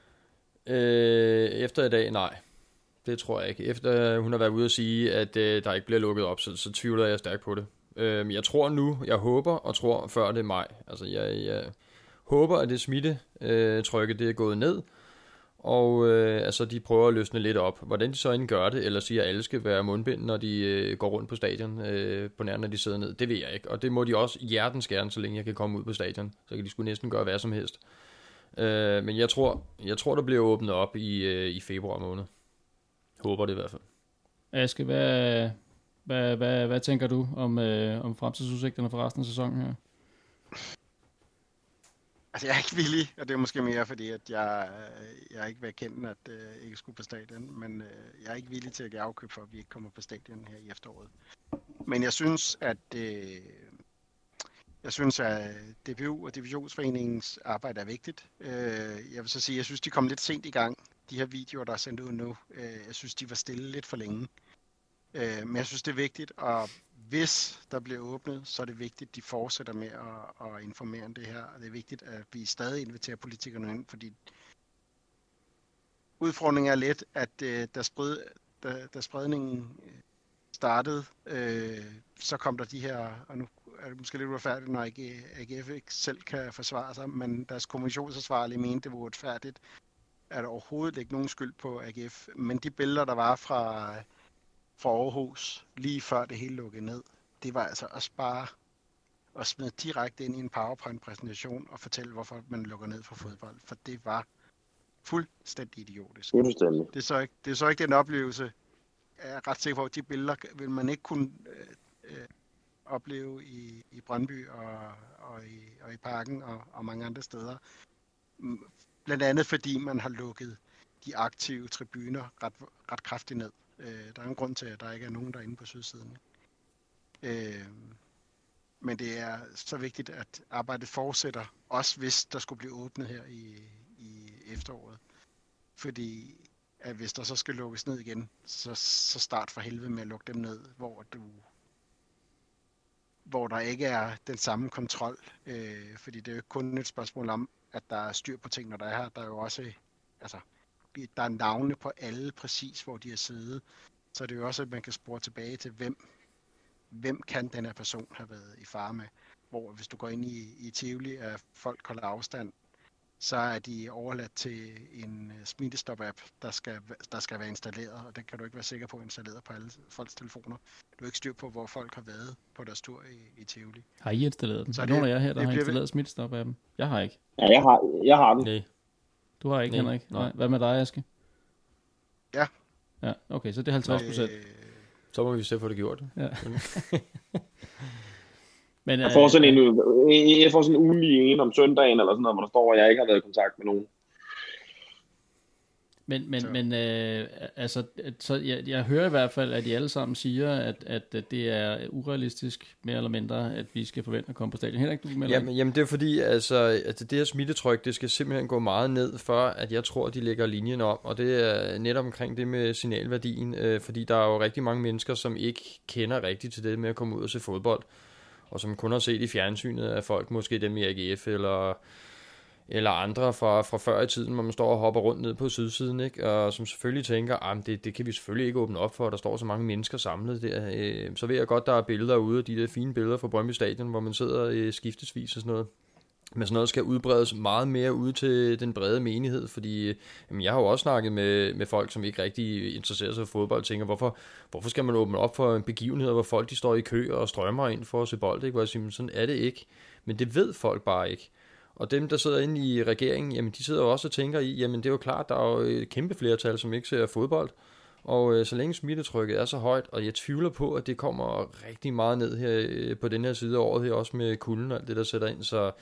Øh, efter i dag, nej. Det tror jeg ikke. Efter hun har været ude at sige, at øh, der ikke bliver lukket op, så, så tvivler jeg stærkt på det. Øh, jeg tror nu, jeg håber og tror før det er maj. Altså jeg, jeg håber, at det smittetrykket det er gået ned, og øh, altså de prøver at løsne lidt op. Hvordan de så end gør det, eller siger, at alle skal være mundbind, når de øh, går rundt på stadion, øh, på nær når de sidder ned, det ved jeg ikke. Og det må de også hjertens gerne, så længe jeg kan komme ud på stadion. Så kan de sgu næsten gøre hvad som helst. Øh, men jeg tror, jeg tror, der bliver åbnet op i, øh, i februar måned. Håber det i hvert fald. Aske, hvad, hvad, hvad, hvad tænker du om, øh, om fremtidsudsigterne for resten af sæsonen her? Altså, jeg er ikke villig, og det er måske mere fordi, at jeg, jeg ikke vil erkende, at jeg øh, ikke skulle på stadion, men øh, jeg er ikke villig til at give afkøb for, at vi ikke kommer på stadion her i efteråret. Men jeg synes, at øh, jeg synes, at D P U og Divisionsforeningens arbejde er vigtigt. Øh, jeg vil så sige, at jeg synes, de kom lidt sent i gang. De her videoer, der er sendt ud nu, øh, jeg synes, de var stille lidt for længe. Øh, men jeg synes, det er vigtigt, og hvis der bliver åbnet, så er det vigtigt, at de fortsætter med at, at informere om det her. Og det er vigtigt, at vi stadig inviterer politikerne ind, fordi udfordringen er lidt, at øh, da, spred, da, da spredningen startede, øh, så kom der de her, og nu er det måske lidt uretfærdigt, når A G F ikke selv kan forsvare sig, men deres kommunikationsansvarlige mente, det var uretfærdigt, at der overhovedet ikke nogen skyld på A G F. Men de billeder, der var fra, fra Aarhus, lige før det hele lukkede ned, det var altså også bare at smide direkte ind i en PowerPoint-præsentation og fortælle, hvorfor man lukker ned for fodbold. For det var fuldstændig idiotisk. Fuldstændig. Det er så ikke, det er så ikke den oplevelse, jeg er ret sikker på, at de billeder vil man ikke kunne øh, øh, opleve i, i Brøndby og, og, i, og i Parken og, og mange andre steder. Blandt andet fordi man har lukket de aktive tribuner ret, ret kraftigt ned. Øh, der er en grund til, at der ikke er nogen derinde på sydsiden. Øh, men det er så vigtigt, at arbejdet fortsætter, også hvis der skulle blive åbnet her i, i efteråret. Fordi at hvis der så skal lukkes ned igen, så, så start for helvede med at lukke dem ned, hvor du hvor der ikke er den samme kontrol. Øh, fordi det er jo kun et spørgsmål om, at der er styr på ting, når der er her. Der er jo også, altså, der er navne på alle præcis, hvor de har siddet. Så det er jo også, at man kan spore tilbage til, hvem, hvem kan den her person have været i fare med. Hvor hvis du går ind i, i Tivoli, at folk holder afstand, så er de overladt til en smittestop-app, der skal, der skal være installeret, og det kan du ikke være sikker på at installere på alle folks telefoner. Du er ikke styr på, hvor folk har været på deres tur i, i Tivoli. Har I installeret den? Så er det, nogen af jer her, der har bliver installeret smittestop-appen? Jeg har ikke. Ja, jeg har, jeg har den. Nej. Du har ikke, Nej. Henrik? Nej. Hvad med dig, Aske? Ja. Ja, okay, så det er halvtreds procent. Øh, Så må vi se, for det gjort. Ja. Men, Jeg får sådan en, jeg får sådan en ugenlig en om søndagen, eller sådan noget, hvor der står, at jeg ikke har været i kontakt med nogen. Men, men, Så. men øh, altså, så jeg, jeg hører i hvert fald, at I alle sammen siger, at, at det er urealistisk, mere eller mindre, at vi skal forvente at komme på stadion. Henrik, du melder Jamen, jamen det er fordi, altså, altså det her smittetryk, det skal simpelthen gå meget ned, for at jeg tror, de lægger linjen om, og det er netop omkring det med signalværdien, øh, fordi der er jo rigtig mange mennesker, som ikke kender rigtigt til det med at komme ud og se fodbold, og som kun har set i fjernsynet af folk, måske dem i A G F, eller... eller andre fra, fra før i tiden, hvor man står og hopper rundt ned på sydsiden, ikke? Og som selvfølgelig tænker, at det, det kan vi selvfølgelig ikke åbne op for, der står så mange mennesker samlet der. Øh, så ved jeg godt, der er billeder ude af de der fine billeder fra Brøndby Stadion, hvor man sidder øh, skiftesvis og sådan noget. Men sådan noget skal udbredes meget mere ud til den brede menighed, fordi øh, jamen, jeg har jo også snakket med, med folk, som ikke rigtig interesserer sig for fodbold, og tænker, hvorfor, hvorfor skal man åbne op for en begivenhed, hvor folk de står i kø og strømmer ind for at se bold, ikke? Hvor jeg siger, sådan er det ikke. Men det ved folk bare ikke. Og dem, der sidder inde i regeringen, jamen de sidder jo også og tænker i, jamen det er jo klart, der er jo et kæmpe flertal, som ikke ser fodbold. Og øh, så længe smittetrykket er så højt, og jeg tvivler på, at det kommer rigtig meget ned her øh, på den her side af året her, også med kulden og alt det, der sætter ind. Så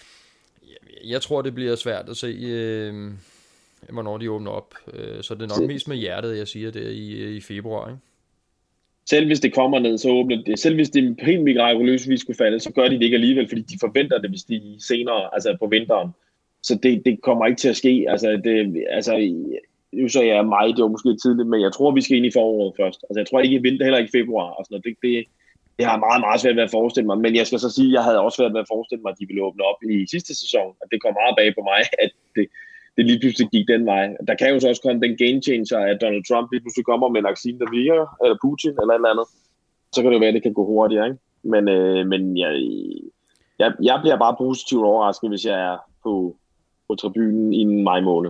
jeg, jeg tror, det bliver svært at se, øh, hvornår de åbner op. Øh, så det er nok mest med hjertet, jeg siger, der i, i februar, ikke? Selv hvis det kommer ned, så åbner det. Selv hvis det helt mirakuløsvis skulle falde, så gør de det ikke alligevel, fordi de forventer det, hvis de senere, altså på vinteren. Så det, det kommer ikke til at ske. Altså, det, altså nu så jeg mig, det var måske tidligt, men jeg tror, vi skal ind i foråret først. Altså, jeg tror ikke i vinter, heller ikke i februar. Og sådan noget. Det, det, det har meget, meget svært ved at forestille mig. Men jeg skal så sige, at jeg havde også svært ved at forestille mig, at de ville åbne op i sidste sæson. At det kom meget bag på mig, at det, det lige pludselig gik den vej. Der kan jo så også komme den game changer, at Donald Trump lige pludselig kommer med en vaccine, der virker, eller Putin, eller et eller andet. Så kan det jo være, at det kan gå hurtigere, ikke? Men, øh, men jeg, jeg, jeg bliver bare positivt overrasket, hvis jeg er på, på tribunen i en maj måned.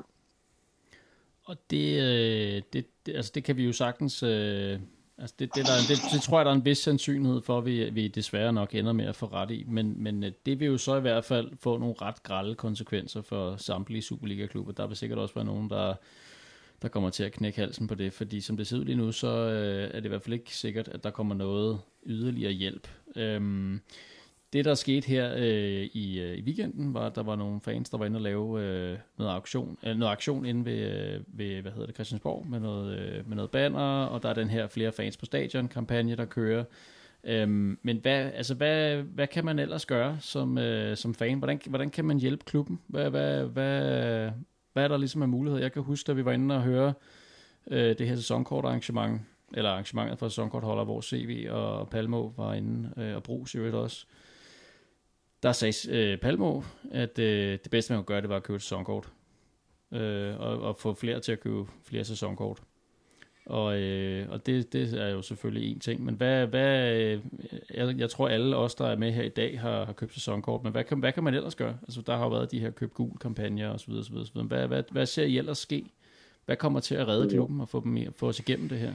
Og det, øh, det, det, altså det kan vi jo sagtens... Øh, altså det, det, der, det, det tror jeg, der er en vis sandsynlighed for, at vi, vi desværre nok ender med at få ret i. Men, men det vil jo så i hvert fald få nogle ret grelle konsekvenser for samtlige Superliga-klubber. Der vil sikkert også være nogen, der, der kommer til at knække halsen på det. Fordi som det ser ud lige nu, så øh, er det i hvert fald ikke sikkert, at der kommer noget yderligere hjælp. Øhm, Det, der skete her øh, i, øh, i weekenden, var, at der var nogle fans, der var inde og lave øh, noget, auktion, øh, noget aktion inde ved, øh, ved, hvad hedder det, Christiansborg, med noget, øh, med noget banner, og der er den her flere fans på stadion-kampagne, der kører. Øhm, men hvad, altså, hvad, hvad kan man ellers gøre som, øh, som fan? Hvordan, hvordan kan man hjælpe klubben? Hvad, hvad, hvad, hvad er der ligesom af mulighed? Jeg kan huske, at vi var inde og høre øh, det her sæsonkortarrangement, eller arrangementet for sæsonkortholder, hvor C V og Palmo var inde, øh, og Brugs i øvrigt også. Der sagde øh, Palmo, at øh, det bedste man kunne gøre, det var at købe et sæsonkort. Øh, og, og få flere til at købe flere sæsonkort. Og, øh, og det, det er jo selvfølgelig en ting. Men hvad, hvad øh, jeg, jeg tror alle os, der er med her i dag, har, har købt sæsonkort. Men hvad kan, hvad kan man ellers gøre? Altså, der har jo været de her køb gul kampagner osv. osv., osv. Hvad, hvad, hvad ser I ellers ske? Hvad kommer til at redde klubben og få, dem, få os igennem det her?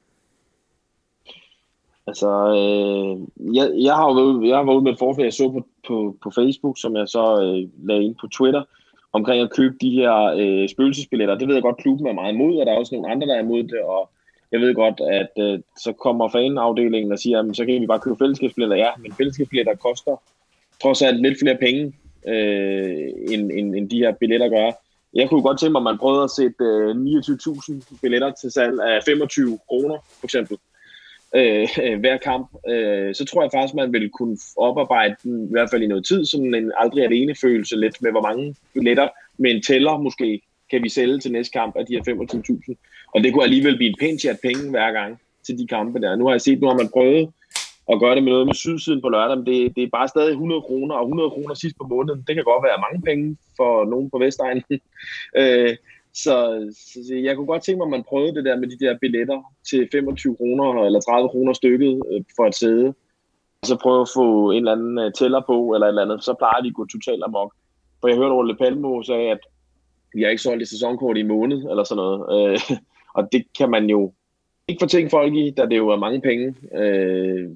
Altså, øh, jeg, jeg har jo været, jeg har været ude med et forslag, jeg så på, på, på Facebook, som jeg så øh, lagde ind på Twitter, omkring at købe de her øh, spøgelsesbilletter. Det ved jeg godt, klubben er meget imod, og der er også nogle andre, der er imod det, og jeg ved godt, at øh, så kommer fanafdelingen og siger, jamen, så kan vi bare købe fællesskabsbilletter. Ja, men fællesskabsbilletter koster trods alt lidt flere penge, øh, end, end, end de her billetter gør. Jeg kunne godt tænke mig, at man prøvede at sætte øh, niogtyve tusind billetter til salg af femogtyve kroner, for eksempel. Øh, hver kamp, øh, så tror jeg faktisk, man vil kunne oparbejde den, i hvert fald i noget tid, sådan en aldrig alene følelse lidt med, hvor mange billetter med en tæller måske kan vi sælge til næste kamp af de her femogtyve tusind. Og det kunne alligevel blive en pæn chat penge hver gang til de kampe der. Nu har jeg set, nu har man prøvet at gøre det med noget med sydsiden på lørdag, men det, det er bare stadig hundrede kroner, og hundrede kroner sidst på måneden, det kan godt være mange penge for nogen på Vestegnen. øh, så, så jeg kunne godt tænke mig, at man prøvede det der med de der billetter til femogtyve kroner eller tredive kroner stykket øh, for et sæde. Og så prøve at få en eller anden uh, tæller på, eller et eller andet. Så plejer de at gå totalt amok. For jeg hørte Ole Palmo sagde, at vi har ikke solgt i sæsonkort i en måned, eller sådan noget. Øh, og det kan man jo ikke fortænke folk i, da det jo er mange penge. Øh,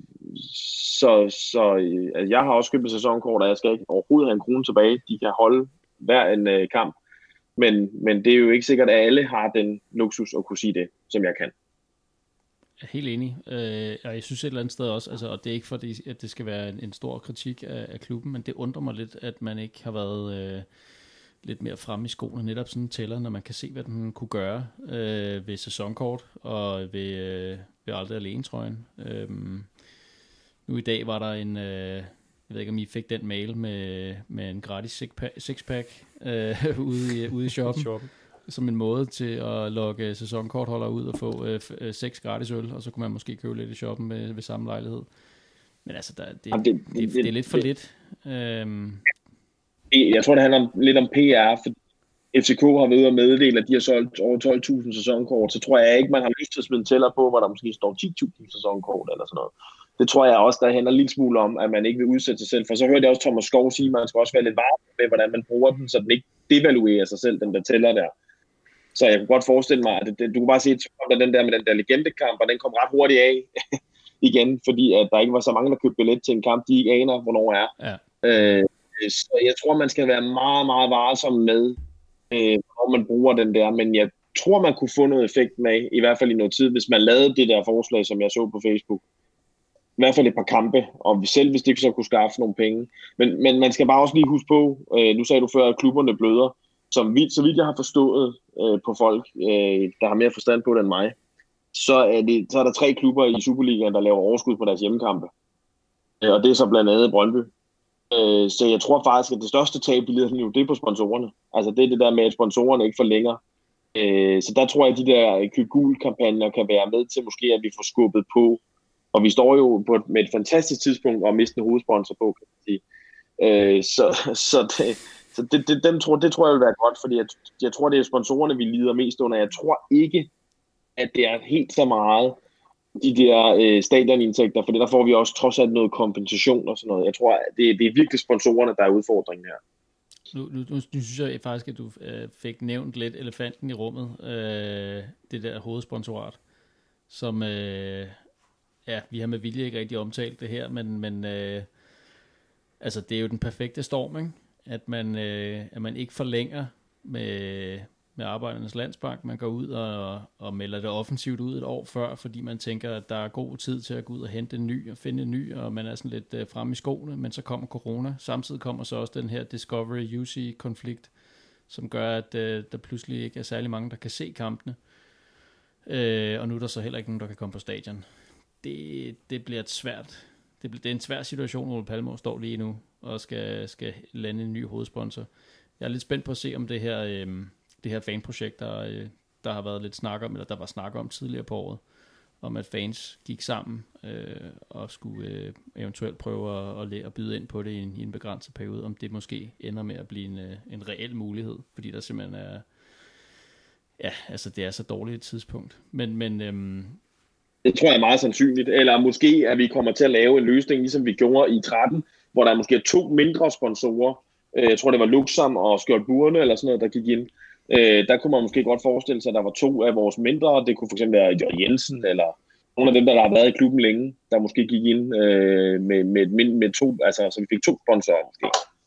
så så øh, jeg har også købt et sæsonkort, og jeg skal ikke overhovedet have en krone tilbage. De kan holde hver en øh, kamp. Men, men det er jo ikke sikkert, at alle har den luksus at kunne sige det, som jeg kan. Jeg er helt enig, øh, og jeg synes et eller andet sted også, altså, og det er ikke fordi, at det skal være en, en stor kritik af, af klubben, men det undrer mig lidt, at man ikke har været øh, lidt mere fremme i skoene, netop sådan en tæller, når man kan se, hvad den kunne gøre øh, ved sæsonkort og ved, øh, ved aldrig alene trøjen. Øh, nu i dag var der en, øh, jeg ved ikke om I fik den mail med, med en gratis sixpack øh, ude, i, ude i shoppen. shoppen. Som en måde til at lokke sæsonkortholder ud og få øh, øh, seks gratis øl, og så kunne man måske købe lidt i shoppen ved, ved samme lejlighed. Men altså, der, det, det, det, det, det er lidt for det, lidt. Øhm. Jeg tror, det handler om, lidt om P R, for F C K har ved at meddele, at de har solgt over tolv tusind sæsonkort, så tror jeg ikke, man har lyst til at smide en tæller på, hvor der måske står ti tusind sæsonkort eller sådan noget. Det tror jeg også, der handler en lille smule om, at man ikke vil udsætte sig selv. For så hørte jeg også Thomas Skov sige, at man skal også være lidt varm med, hvordan man bruger den, så den ikke devaluerer sig selv, den der tæller der. Så jeg kunne godt forestille mig, at det, det, du kunne bare se, at den der med den der legendekamp, og den kom ret hurtigt af igen, fordi at der ikke var så mange, der købte billet til en kamp, de ikke aner, hvornår er. Ja. Øh, så jeg tror, man skal være meget, meget varsom med, øh, hvor man bruger den der, men jeg tror, man kunne få noget effekt med, i hvert fald i noget tid, hvis man lavede det der forslag, som jeg så på Facebook. I hvert fald et par kampe, og selv hvis det ikke så kunne skaffe nogle penge. Men, men man skal bare også lige huske på, øh, nu sagde du før, at klubberne bløder, som vidt, så vidt jeg har forstået øh, på folk, øh, der har mere forstand på det end mig, så er, det, så er der tre klubber i Superligaen, der laver overskud på deres hjemmekampe. Øh, og det er så blandt andet Brøndby. Øh, så jeg tror faktisk, at det største tab, de lider nu, det er på sponsorerne. Altså det er det der med, at sponsorerne ikke forlænger. Øh, så der tror jeg, at de der køb gul-kampagner kan være med til måske, at vi får skubbet på. Og vi står jo på et, med et fantastisk tidspunkt at miste en hovedsponsor på, kan man sige. Øh, så så det, Så det, det, dem tror, det tror jeg vil være godt, fordi jeg, jeg tror, det er sponsorerne, vi lider mest under. Jeg tror ikke, at det er helt så meget de der øh, stadionindtægter, for der får vi også trods alt noget kompensation og sådan noget. Jeg tror, det, det er virkelig sponsorerne, der er udfordringen her. Nu, nu, nu, nu synes jeg faktisk, at du øh, fik nævnt lidt elefanten i rummet, øh, det der hovedsponsorat, som, øh, ja, vi har med vilje ikke rigtig omtalt det her, men, men øh, altså, det er jo den perfekte storm, ikke? At man, øh, at man ikke forlænger med, med Arbejdernes Landsbank. Man går ud og, og melder det offensivt ud et år før, fordi man tænker, at der er god tid til at gå ud og hente en ny og finde en ny, og man er sådan lidt øh, fremme i skoene, men så kommer corona. Samtidig kommer så også den her Discovery-U C I-konflikt, som gør, at øh, der pludselig ikke er særlig mange, der kan se kampene. Øh, og nu er der så heller ikke nogen, der kan komme på stadion. Det, det bliver et svært... Det, det er en svær situation, Ole Palmo står lige nu og skal, skal lande en ny hovedsponsor. Jeg er lidt spændt på at se, om det her, øh, det her fanprojekt, der, øh, der har været lidt snak om, eller der var snak om tidligere på året, om at fans gik sammen øh, og skulle øh, eventuelt prøve at, at, at byde ind på det i en, i en begrænset periode, om det måske ender med at blive en, en reel mulighed, fordi der simpelthen er, ja, altså det er så dårligt et tidspunkt. Men, men øh, det tror jeg er meget sandsynligt. Eller måske, at vi kommer til at lave en løsning, ligesom vi gjorde i tretten, hvor der er måske to mindre sponsorer. Jeg tror, det var Luxam og Skjold Burne, eller sådan noget, der gik ind. Der kunne man måske godt forestille sig, at der var to af vores mindre. Det kunne fx være Jørgen Jensen, eller nogle af dem, der har været i klubben længe, der måske gik ind med, med, med, med to, altså så vi fik to sponsorer måske.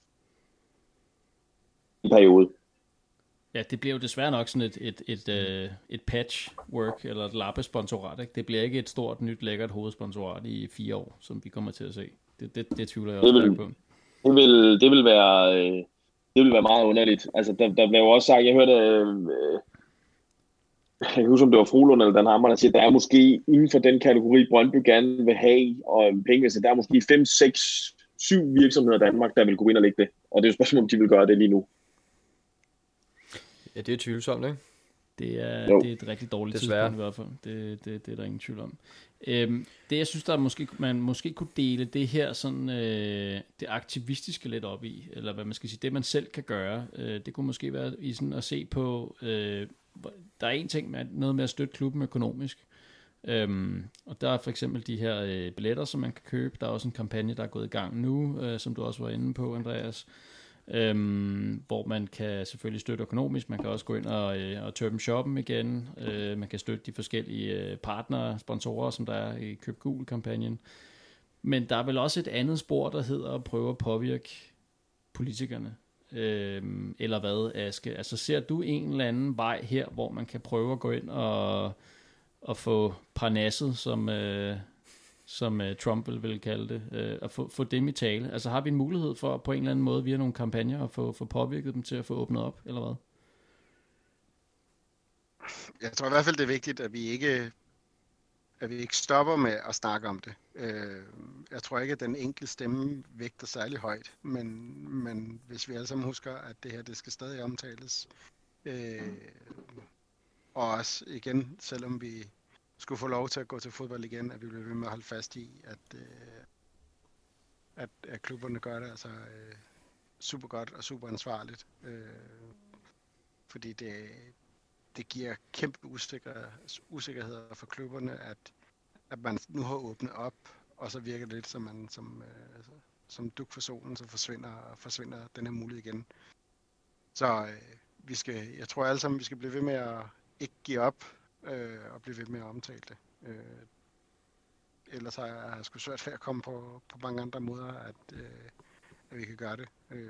I periode. Ja, det bliver jo desværre nok sådan et, et, et, et, et patchwork, eller et lappesponsorat, ikke? Det bliver ikke et stort, nyt, lækkert hovedsponsorat i fire år, som vi kommer til at se. Det, det, det tvivler jeg også det vil, på. Det vil, det vil være... Det vil være meget underligt. Altså, der, der blev også sagt, jeg hørte, øh, jeg kan huske, om det var Frolund eller Dan Hammer, der siger, der er måske inden for den kategori, Brøndby gerne vil have, og penge, så der er måske fem, seks, syv virksomheder i Danmark, der vil gå ind og lægge det. Og det er jo spørgsmål, om de vil gøre det lige nu. Ja, det er tvivlsomt, ikke? Det er, Jo. det er et rigtig dårligt Desværre. tidspunkt i hvert fald. Det, det, det er der ingen tvivl om. Øhm, det jeg synes, der måske, man måske kunne dele det her sådan, øh, det aktivistiske lidt op i, eller hvad man skal sige, det man selv kan gøre, øh, det kunne måske være i sådan at se på, øh, der er en ting med noget med at støtte klubben økonomisk, øhm, og der er for eksempel de her øh, billetter, som man kan købe. Der er også en kampagne, der er gået i gang nu, øh, som du også var inde på, Andreas, Øhm, hvor man kan selvfølgelig støtte økonomisk. Man kan også gå ind og, øh, og tømme shoppen igen. øh, Man kan støtte de forskellige øh, partnere, sponsorer, som der er i Køb Gul-kampagnen. Men der er vel også et andet spor, der hedder at prøve at påvirke politikerne. øhm, Eller hvad, Aske? Altså ser du en eller anden vej her, hvor man kan prøve at gå ind og, og få parnasset, som øh, som uh, Trump vil, vil kalde det, uh, at få, få dem i tale? Altså har vi en mulighed for på en eller anden måde via nogle kampagner at få, få påvirket dem til at få åbnet op, eller hvad? Jeg tror i hvert fald, det er vigtigt, at vi ikke, at vi ikke stopper med at snakke om det. Øh, jeg tror ikke, at den enkelte stemme vægter særlig højt, men, men hvis vi alle sammen husker, at det her, det skal stadig omtales. Øh, og også igen, selvom vi skulle få lov til at gå til fodbold igen, at vi bliver ved med at holde fast i, at, øh, at, at klubberne gør det altså øh, super godt og super ansvarligt. Øh, fordi det, det giver kæmpe usikker, usikkerheder for klubberne, at, at man nu har åbnet op, og så virker det lidt som, man, som, øh, som dug for solen, så forsvinder, forsvinder den her mulighed igen. Så øh, vi skal, jeg tror alle sammen, vi skal blive ved med at ikke give op, Øh, og blive ved med at omtale det. Øh, ellers har jeg, har jeg sgu svært ved at komme på, på mange andre måder, at, øh, at vi kan gøre det. Øh.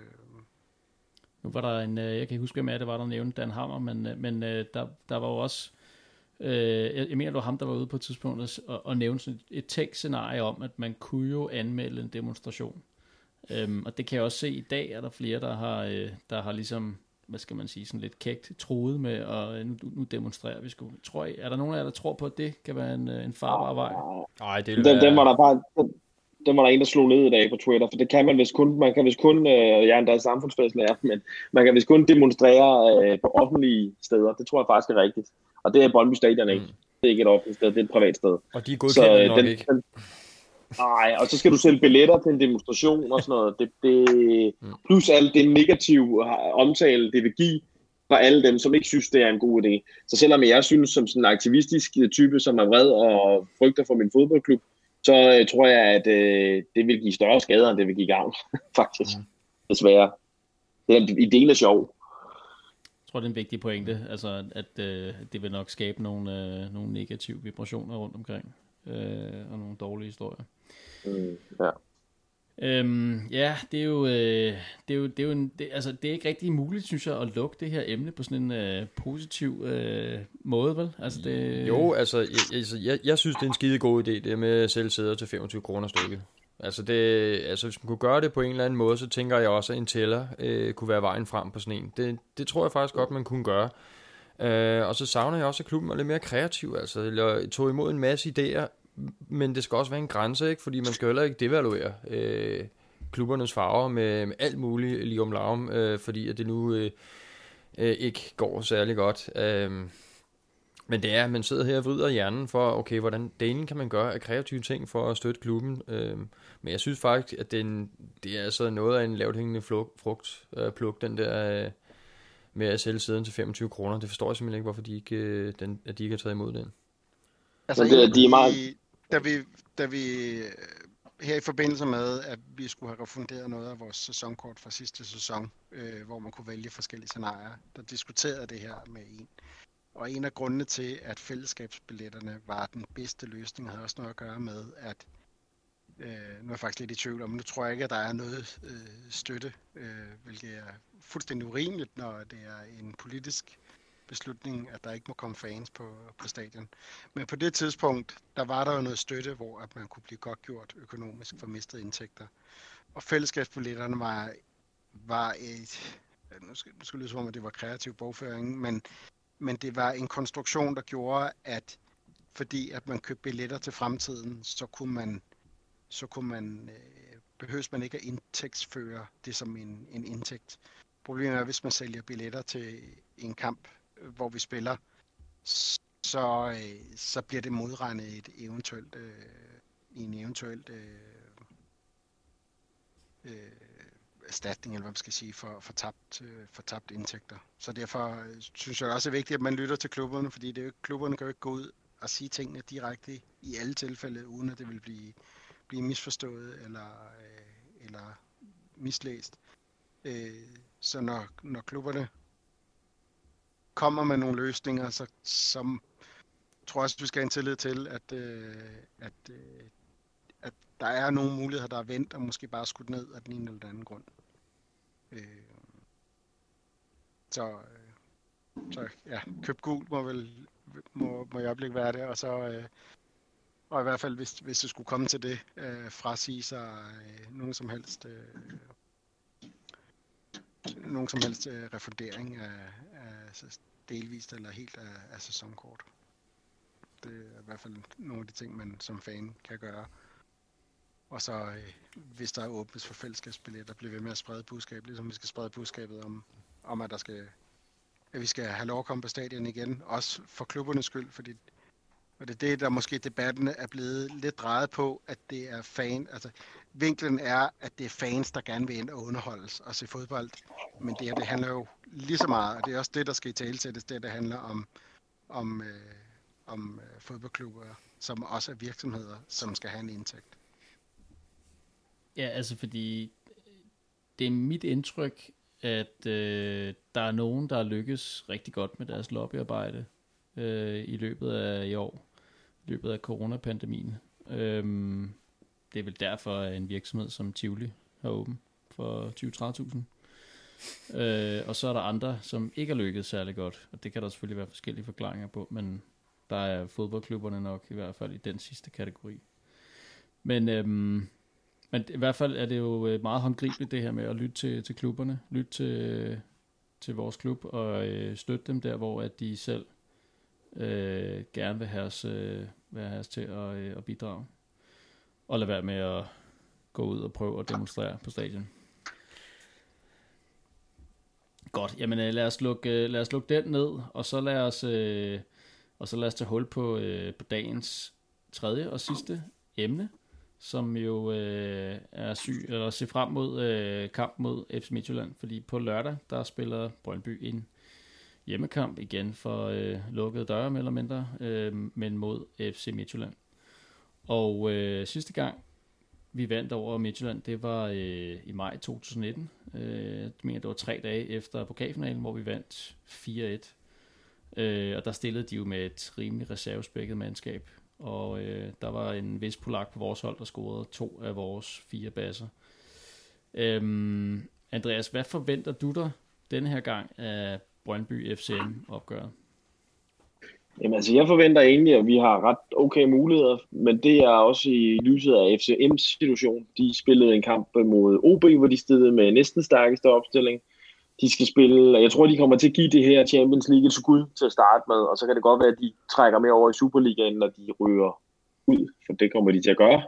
Nu var der en, jeg kan ikke huske, hvem af det var, der nævnte Dan Hammer, men, men der, der var jo også, øh, jeg mener, det var ham, der var ude på et tidspunkt og, og nævnte sådan et, et tænkt-scenarie om, at man kunne jo anmelde en demonstration. Øhm, og det kan jeg også se i dag, er der flere, der har, øh, der har ligesom, hvad skal man sige, sådan lidt kægt troet med, og nu, nu demonstrerer vi sgu. Tror I, er der nogen af jer, der tror på, at det kan være en, en farbar vej? Nej, det Den, være... den var der bare, den, den var der en, der slog ned i dag på Twitter, for det kan man vist kun, man kan vist kun, øh, jeg er endda samfundsfæsende, men man kan vist kun demonstrere øh, på offentlige steder. Det tror jeg faktisk er rigtigt. Og det er Brøndby Stadion ikke. Mm. Det er ikke et offentligt sted, det er et privat sted. Og de er godkendt nok den, ikke. Den, nej, og så skal du sælge billetter til en demonstration og sådan noget. Det, det, mm. Plus alt det negative omtale, det vil give for alle dem, som ikke synes, det er en god idé. Så selvom jeg synes, som sådan en aktivistisk type, som er vred og frygter for min fodboldklub, så øh, tror jeg, at øh, det vil give større skader, end det vil give gavn, faktisk. Mm. Desværre. Det er en del af sjov. Jeg tror, det er en vigtig pointe, altså at øh, det vil nok skabe nogle, øh, nogle negative vibrationer rundt omkring, øh, og nogle dårlige historier. Mm, ja. Øhm, ja, det er jo, øh, det er jo, det er jo en, det, altså det er ikke rigtig muligt, synes jeg, at lukke det her emne på sådan en øh, positiv øh, måde, vel? Altså det... Jo, altså jeg, altså jeg, jeg synes, det er en skide god idé, det med at sælge sæder til femogtyve kroner stykket. Altså, det, altså hvis man kunne gøre det på en eller anden måde, så tænker jeg også, at en tæller øh, kunne være vejen frem på sådan en. Det, det tror jeg faktisk godt, man kunne gøre. Øh, og så savner jeg også, at klubben er lidt mere kreativ. Altså, jeg tog imod en masse idéer, men det skal også være en grænse, ikke? Fordi man skal heller ikke devaluere øh, klubbernes farver med, med alt muligt lige om larm, øh, fordi at det nu øh, øh, ikke går særlig godt. Øh, men det er, at man sidder her og vrider hjernen for, okay, hvordan delen kan man gøre af kreative ting for at støtte klubben. Øh, men jeg synes faktisk, at det er, en, det er altså noget af en lavt hængende frugt, øh, pluk, den der øh, med at sælge sæden til femogtyve kroner. Det forstår jeg simpelthen ikke, hvorfor de ikke, øh, den, at de ikke har taget imod den. Altså, det, de er meget... da, vi, da vi her i forbindelse med, at vi skulle have refunderet noget af vores sæsonkort fra sidste sæson, øh, hvor man kunne vælge forskellige scenarier, der diskuterede det her med en. Og en af grundene til, at fællesskabsbilletterne var den bedste løsning, havde også noget at gøre med, at øh, nu er jeg faktisk lidt i tvivl om, nu tror jeg ikke, at der er noget øh, støtte, øh, hvilket er fuldstændig urimeligt, når det er en politisk beslutning, at der ikke må komme fans på, på stadion. Men på det tidspunkt, der var der jo noget støtte, hvor at man kunne blive godtgjort økonomisk for mistede indtægter. Og fællesskabsbilletterne var, var et, nu skal, nu skal det lyde som om, at det var kreativ bogføring, men, men det var en konstruktion, der gjorde, at fordi at man købte billetter til fremtiden, så kunne man, så kunne man øh, behøves man ikke at indtægtsføre det som en, en indtægt. Problemet er, hvis man sælger billetter til en kamp, hvor vi spiller så, øh, så bliver det modregnet i et eventuelt, øh, i en eventuelt øh, øh, erstatning, eller hvad man skal sige, for, for, tabt, øh, for tabt indtægter. Så derfor øh, synes jeg også er vigtigt, at man lytter til klubberne, fordi det er jo, klubberne kan jo ikke gå ud og sige tingene direkte i alle tilfælde, uden at det vil blive, blive misforstået eller, øh, eller mislæst. Øh, så når, når klubberne kommer med nogle løsninger, så som tror jeg også, vi skal have en tillid til, at, øh, at, øh, at der er nogle muligheder, der er vendt, og måske bare skudt ned af den ene eller den anden grund. Øh, så, øh, så ja, køb gul må vel må, må i øjeblikket være det, og så øh, og i hvert fald, hvis, hvis det skulle komme til det, øh, frasige sig øh, nogen som helst øh, nogen som helst øh, refundering af, af delvist eller helt af, af sæsonkort. Det er i hvert fald nogle af de ting, man som fan kan gøre. Og så, øh, hvis der er åbent for fællesskabsbilletter, bliver vi med at sprede budskabet, ligesom vi skal sprede budskabet om, om at, der skal, at vi skal have lov at komme på stadion igen, også for klubbernes skyld, fordi og det er det, der måske debatten er blevet lidt drejet på, at det er fan, altså vinklen er, at det er fans, der gerne vil ind og underholdes og se fodbold, men det her, det handler jo lige så meget, og det er også det, der skal i talesættes, det det handler om, om, øh, om øh, fodboldklubber, som også er virksomheder, som skal have en indtægt. Ja, altså fordi det er mit indtryk, at øh, der er nogen, der lykkes rigtig godt med deres lobbyarbejde øh, i løbet af i år, i løbet af coronapandemien. Øhm, det er vel derfor, at en virksomhed som Tivoli har åben for tyve til tredive tusind. Øh, og så er der andre, som ikke har lykkedes særlig godt, og det kan der selvfølgelig være forskellige forklaringer på, men der er fodboldklubberne nok i hvert fald i den sidste kategori. Men, øhm, men i hvert fald er det jo meget håndgribeligt det her med at lytte til, til klubberne, lytte til, til vores klub og øh, støtte dem der, hvor at de selv øh, gerne vil have os, øh, vil have os til at, øh, at bidrage. Og lade være med at gå ud og prøve at demonstrere på stadion. Godt, jamen lad os lukke, lad os lukke den ned, og så lad os, øh, og så lad os tage hul på, øh, på dagens tredje og sidste emne, som jo øh, er syg, eller se frem mod øh, kamp mod F C Midtjylland, fordi på lørdag, der spiller Brøndby en hjemmekamp igen for øh, lukkede døre, mere eller mindre, øh, men mod F C Midtjylland. Og øh, sidste gang, vi vandt over Midtjylland, det var øh, i maj to tusind nitten. Øh, jeg mener, det var tre dage efter pokalfinalen, hvor vi vandt fire et. Øh, og der stillede de jo med et rimelig reservespækket mandskab. Og øh, der var en vis polak på vores hold, der scorede to af vores fire basser. Øhm, Andreas, hvad forventer du dig denne her gang af Brøndby F C M-opgøret? Jamen altså, jeg forventer egentlig, at vi har ret okay muligheder, men det er også i lyset af F C M's situation. De spillede en kamp mod O B, hvor de stillede med næsten stærkeste opstilling. De skal spille, jeg tror, de kommer til at give det her Champions League et skud til at starte med, og så kan det godt være, at de trækker mere over i Superligaen, når de ryger ud, for det kommer de til at gøre.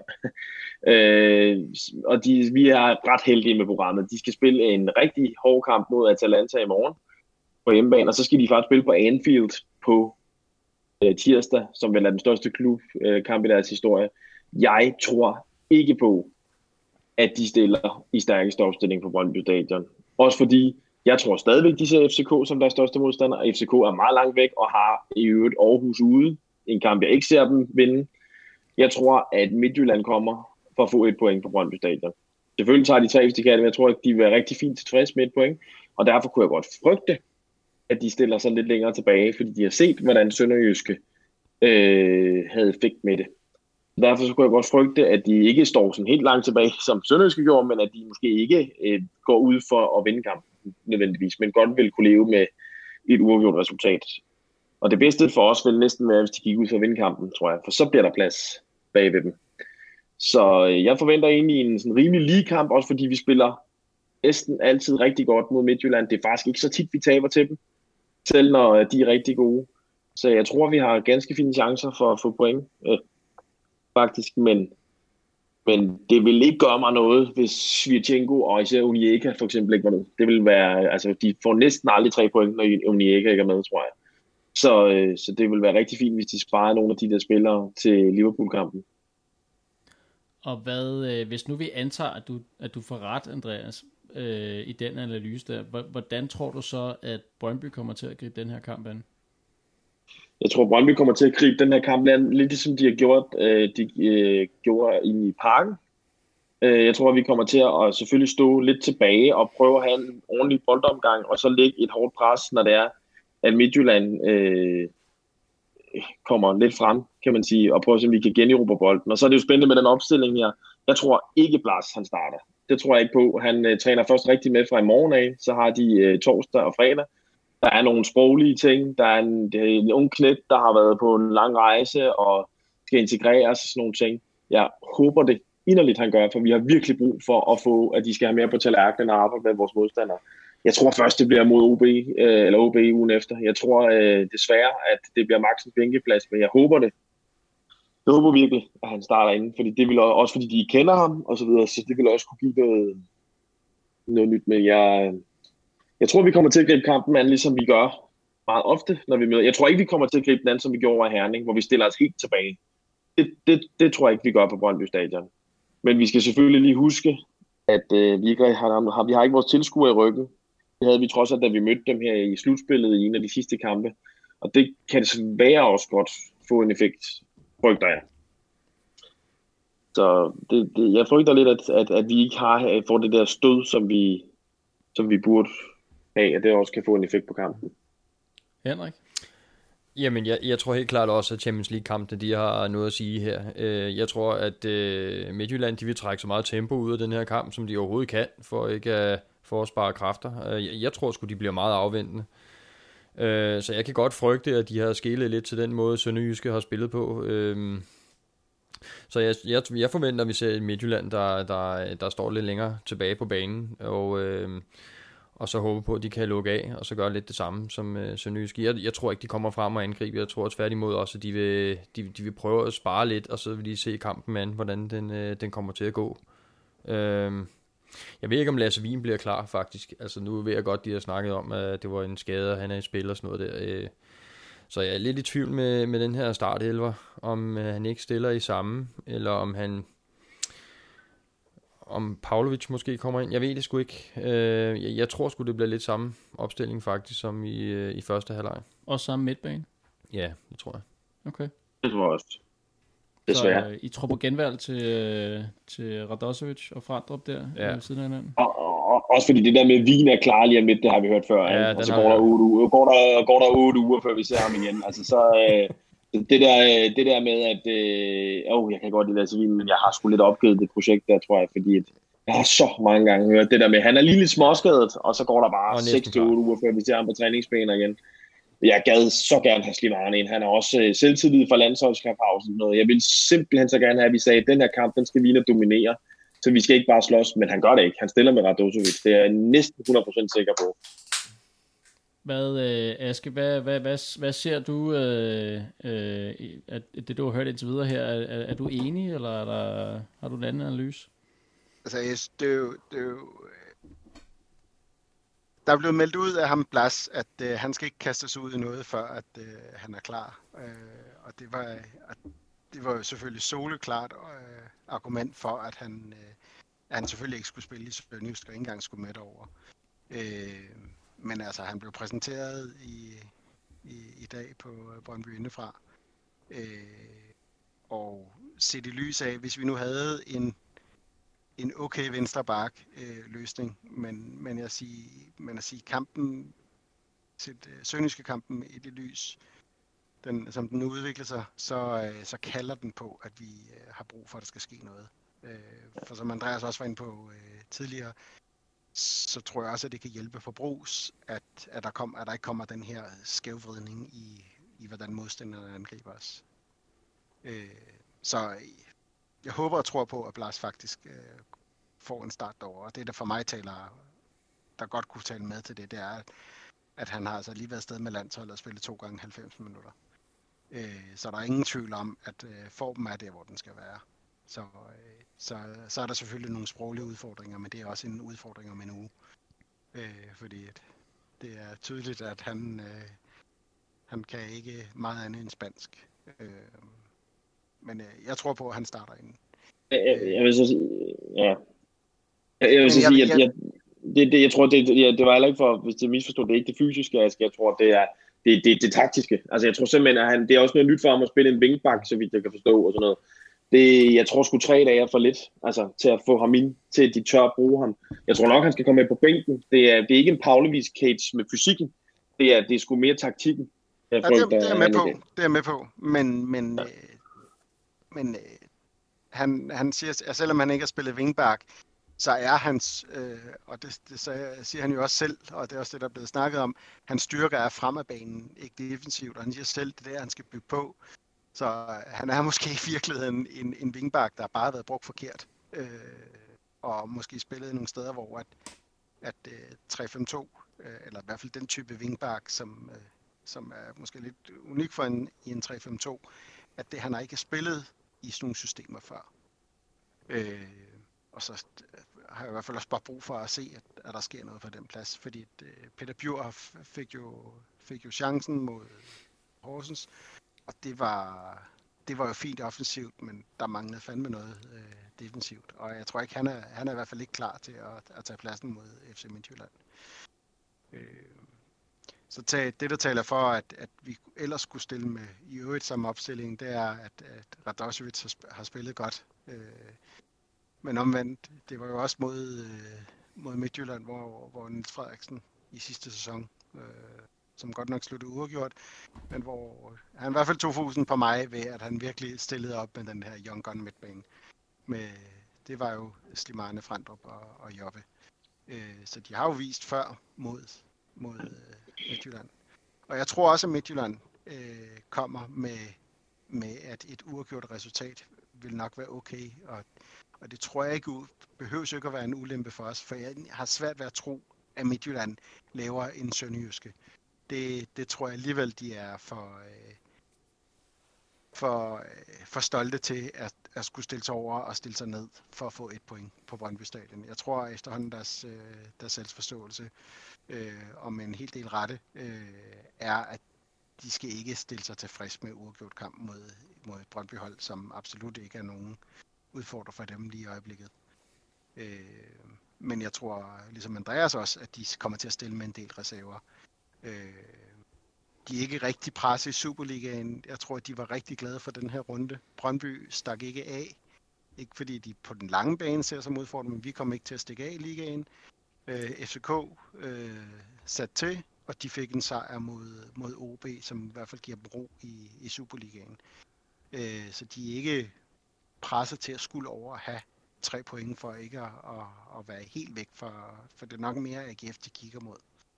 øh, og de, vi er ret heldige med programmet. De skal spille en rigtig hård kamp mod Atalanta i morgen på hjemmebane, og så skal de faktisk spille på Anfield på øh, tirsdag, som vel er den største klubkamp øh, i deres historie. Jeg tror ikke på, at de stiller i stærkeste opstilling på Brøndby Stadion. Også fordi jeg tror stadigvæk, de ser F C K som deres største modstander, og F C K er meget langt væk og har i øvrigt Aarhus ude. En kamp, jeg ikke ser dem vinde. Jeg tror, at Midtjylland kommer for at få et point på Brøndby Stadion. Selvfølgelig tager de tre, hvis de kan det, men jeg tror, at de vil være rigtig fint tilfreds med et point. Og derfor kunne jeg godt frygte, at de stiller sig lidt længere tilbage, fordi de har set, hvordan Sønderjyske øh, havde fik med det. Derfor så kunne jeg godt frygte, at de ikke står sådan helt langt tilbage, som Sønderjyske gjorde, men at de måske ikke øh, går ud for at vinde kampen nødvendigvis, men godt vil kunne leve med et uafgjort resultat. Og det bedste for os vil næsten være, hvis de gik ud for at vinde kampen, tror jeg, for så bliver der plads bag ved dem. Så øh, jeg forventer egentlig en sådan rimelig lige kamp, også fordi vi spiller næsten altid rigtig godt mod Midtjylland. Det er faktisk ikke så tit, vi taber til dem, selv når de er rigtig gode. Så jeg tror, vi har ganske fine chancer for at få point, øh, faktisk, men Men det vil ikke gøre mig noget, hvis Svirchenko og især Onyeka for eksempel ikke var med. Det vil være, altså de får næsten aldrig tre point, når Onyeka ikke er med, tror jeg. Så, øh, så det vil være rigtig fint, hvis de sparer nogle af de der spillere til Liverpool-kampen. Og hvad, øh, hvis nu vi antager, at du, at du får ret, Andreas, øh, i den analyse der, hvordan tror du så, at Brøndby kommer til at gribe den her kamp an? Jeg tror, Brøndby kommer til at gribe den her kamp an, lidt ligesom de har gjort, øh, de øh, gjorde inde i Parken. Øh, jeg tror, at vi kommer til at selvfølgelig stå lidt tilbage og prøve at have en ordentlig boldomgang, og så lægge et hårdt pres, når det er, at Midtjylland øh, kommer lidt frem, kan man sige, og prøve at se, om vi kan generobre bolden. Og så er det jo spændende med den opstilling her. Jeg tror ikke, Blas han starter. Det tror jeg ikke på. Han øh, træner først rigtig med fra i morgen af, så har de øh, torsdag og fredag. Der er nogle sproglige ting. Der er en, det er en ung knæt, der har været på en lang rejse og skal integreres og sådan nogle ting. Jeg håber det inderligt, han gør, for vi har virkelig brug for at få, at de skal have mere på tallerkenen og arbejde med vores modstandere. Jeg tror først, det bliver mod O B, øh, eller O B ugen efter. Jeg tror øh, desværre, at det bliver Maxens bænkeplads, men jeg håber det. Jeg håber virkelig, at han starter inden, fordi det vil også, fordi de kender ham og så videre, så det vil også kunne give noget, noget nyt. Men jeg, jeg tror, vi kommer til at gribe kampen an, ligesom vi gør meget ofte, når vi møder. Jeg tror ikke, vi kommer til at gribe den an, som vi gjorde over Herning, hvor vi stiller os helt tilbage. Det, det, det tror jeg ikke, vi gør på Brøndby Stadion. Men vi skal selvfølgelig lige huske, at øh, vi, ikke har, vi har ikke vores tilskuere i ryggen. Det havde vi trods alt, da vi mødte dem her i slutspillet i en af de sidste kampe. Og det kan desværre også godt få en effekt, frygter jeg. Så det, det, jeg frygter lidt, at, at, at vi ikke har får det der stød, som vi, som vi burde have, at det også kan få en effekt på kampen. Henrik? Jamen, jeg, jeg tror helt klart også, at Champions League-kampene, de har noget at sige her. Jeg tror, at Midtjylland, de vil trække så meget tempo ud af den her kamp, som de overhovedet kan, for ikke at, for at spare kræfter. Jeg tror sgu, de bliver meget afventende. Så jeg kan godt frygte, at de har skelet lidt til den måde, Sønderjyske har spillet på. Så jeg, jeg, jeg forventer, at vi ser et Midtjylland, der, der, der står lidt længere tilbage på banen, og... og så håber på, at de kan lukke af, og så gøre lidt det samme som øh, Sønderjyske. Jeg, jeg tror ikke, de kommer frem og angriber. Jeg tror tværtimod også, at de vil, de, de vil prøve at spare lidt, og så vil de se kampen an, hvordan den, øh, den kommer til at gå. Øhm, jeg ved ikke, om Lasse Wien bliver klar, faktisk. Altså, nu ved jeg godt, at de har snakket om, at det var en skade, og han er i spil og sådan noget der. Øh. Så jeg er lidt i tvivl med, med den her startelver, om øh, han ikke stiller i samme, eller om han... om Pavlovic måske kommer ind. Jeg ved det sgu ikke. Øh, jeg, jeg tror sgu, det bliver lidt samme opstilling faktisk, som i, øh, i første halvleg. Og samme midtbane? Ja, det tror jeg. Okay. Det tror jeg også. Desværre. Så øh, I tror på genvalg til, øh, til Radosevic og Frandrup der, ja. ved siden af hinanden? Og, og, også fordi det der med Wien er klar lige om lidt, det har vi hørt før. Ja, og så går der, otte uger, går, der, går der otte uger, før vi ser ham igen. Altså så... Øh, Det der, det der med, at øh, oh, jeg kan godt lide Lasse Wien, men jeg har sgu lidt opgivet det projekt der, tror jeg, fordi at jeg har så mange gange hørt det der med, han er lige lidt småskadet, og så går der bare seks til otte uger, før vi ser ham på træningsbaner igen. Jeg gad så gerne have Slim Arne ind. Han er også øh, selvtillid for landsholdskampausen. Noget. Jeg vil simpelthen så gerne have, at vi sagde, at den her kamp, den skal Wien dominere, så vi skal ikke bare slås, men han gør det ikke. Han stiller med Radosevic. Det er jeg næsten hundrede procent sikker på. Hvad, øh, Aske, hvad, hvad, hvad, hvad ser du, øh, øh, at det du har hørt indtil videre her, er, er du enig, eller er der, har du en anden analyse? Altså, yes, det er jo, det er jo, der er blevet meldt ud af ham, Blas, at øh, han skal ikke kastes ud i noget, før at øh, han er klar. Øh, og det var, at det var jo selvfølgelig soleklart øh, argument for, at han, øh, at han selvfølgelig ikke skulle spille i Sønderjysk og ikke engang skulle med over. Øh, Men altså, han blev præsenteret i, i, i dag på Brøndby indefra. Øh, og set i lys af, hvis vi nu havde en, en okay venstre bak øh, løsning, men, men, jeg siger, men at sige kampen, set, øh, sønderjyske kampen i det lys, den, som den nu udvikler sig, så, øh, så kalder den på, at vi øh, har brug for, at der skal ske noget. Øh, for som Andreas også var inde på øh, tidligere, så tror jeg også, at det kan hjælpe for Brugs, at, at, der, kom, at der ikke kommer den her skævvridning i, i hvordan modstanderne angriber os. Øh, så jeg håber og tror på, at Blas faktisk øh, får en start derovre. Og det, der for mig taler, der godt kunne tale med til det, det er, at, at han har altså lige været afsted med landsholdet og spillet to gange halvfems minutter. Øh, så der er ingen tvivl om, at øh, formen er der, hvor den skal være. Så, øh, så, så er der selvfølgelig nogle sproglige udfordringer, men det er også en udfordring om en uge. Øh, fordi at det er tydeligt, at han, øh, Han kan ikke meget andet end spansk. Øh, men øh, jeg tror på, at han starter inden. Jeg, jeg, jeg vil så sige, ja. Jeg, jeg vil så sige, at jeg, jeg, det, det, jeg tror, det, det, det var heller ikke for, hvis det misforstod, det er ikke det fysiske, jeg, jeg tror, det er det, det, det taktiske. Altså, jeg tror simpelthen, at han, det er også noget nyt for ham at spille en vingbak, så vidt jeg kan forstå, og sådan noget. Det, jeg tror sgu tre dage er for lidt, altså, til at få ham ind, til de tør at bruge ham. Jeg tror nok, han skal komme med på bænken. Det er, det er ikke en Pavlovic case med fysikken. Det er, det er sgu mere taktikken. Ja, det, det, det er med på. Det er med på. Men, men, ja. øh, men øh, han, han siger, at selvom han ikke har spillet wingback, så er hans, øh, og det, det siger han jo også selv, og det er også det, der er blevet snakket om, hans styrker er frem af banen, ikke defensivt, og han siger selv, det er der, han skal bygge på. Så han er måske i virkeligheden en, en wingback, der bare har været brugt forkert, øh, og måske spillet nogle steder, hvor at, at øh, tre fem to, øh, eller i hvert fald den type wingback, som, øh, som er måske lidt unik for en, i en tre fem to, at det, han har ikke spillet i sådan nogle systemer før. Øh, og så har jeg i hvert fald også bare brug for at se, at, at der sker noget på den plads, fordi at, øh, Peter Bjur fik jo, fik jo chancen mod Horsens, og det var, det var jo fint offensivt, men der manglede fandme noget øh, defensivt, og jeg tror ikke, han er, han er i hvert fald ikke klar til at, at tage pladsen mod F C Midtjylland. Øh, så tag, det, der taler for, at, at vi ellers skulle stille med i øvrigt samme opstilling, det er, at, at Radosevic har, har spillet godt. Øh, men omvendt, det var jo også mod, øh, mod Midtjylland, hvor, hvor Niels Frederiksen i sidste sæson, øh, som godt nok sluttede uafgjort, men hvor han i hvert fald tog fokusen på mig ved, at han virkelig stillede op med den her Young Gun midtbane. Med, det var jo Slimane, Frandrup og, og Jobbe. Øh, så de har jo vist før mod, mod øh, Midtjylland. Og jeg tror også, at Midtjylland øh, kommer med, med, at et uafgjort resultat vil nok være okay. Og, og det tror jeg ikke behøver ikke at være en ulempe for os, for jeg har svært ved at tro, at Midtjylland laver en sønderjyske. Det, det tror jeg alligevel, de er for, øh, for, øh, for stolte til at, at skulle stille sig over og stille sig ned for at få et point på Brøndby Stadion. Jeg tror efterhånden deres, øh, deres selvforståelse øh, om en hel del rette øh, er, at de skal ikke stille sig tilfreds med uafgjort kamp mod, mod et Brøndby-hold, som absolut ikke er nogen udfordrer for dem lige i øjeblikket. Øh, men jeg tror, ligesom Andreas også, at de kommer til at stille med en del reserver. Øh, de er ikke rigtig presset i Superligaen. Jeg tror, at de var rigtig glade for den her runde. Brøndby stak ikke af. Ikke fordi de på den lange bane ser som udfordring, men vi kommer ikke til at stikke af i ligaen. Øh, F C K øh, sat til, og de fik en sejr mod, mod O B, som i hvert fald giver dem ro i, i Superligaen. Øh, så de er ikke presset til at skulle over at have tre point for ikke at, at, at være helt væk, for, for det er nok mere A G F, de kigger mod.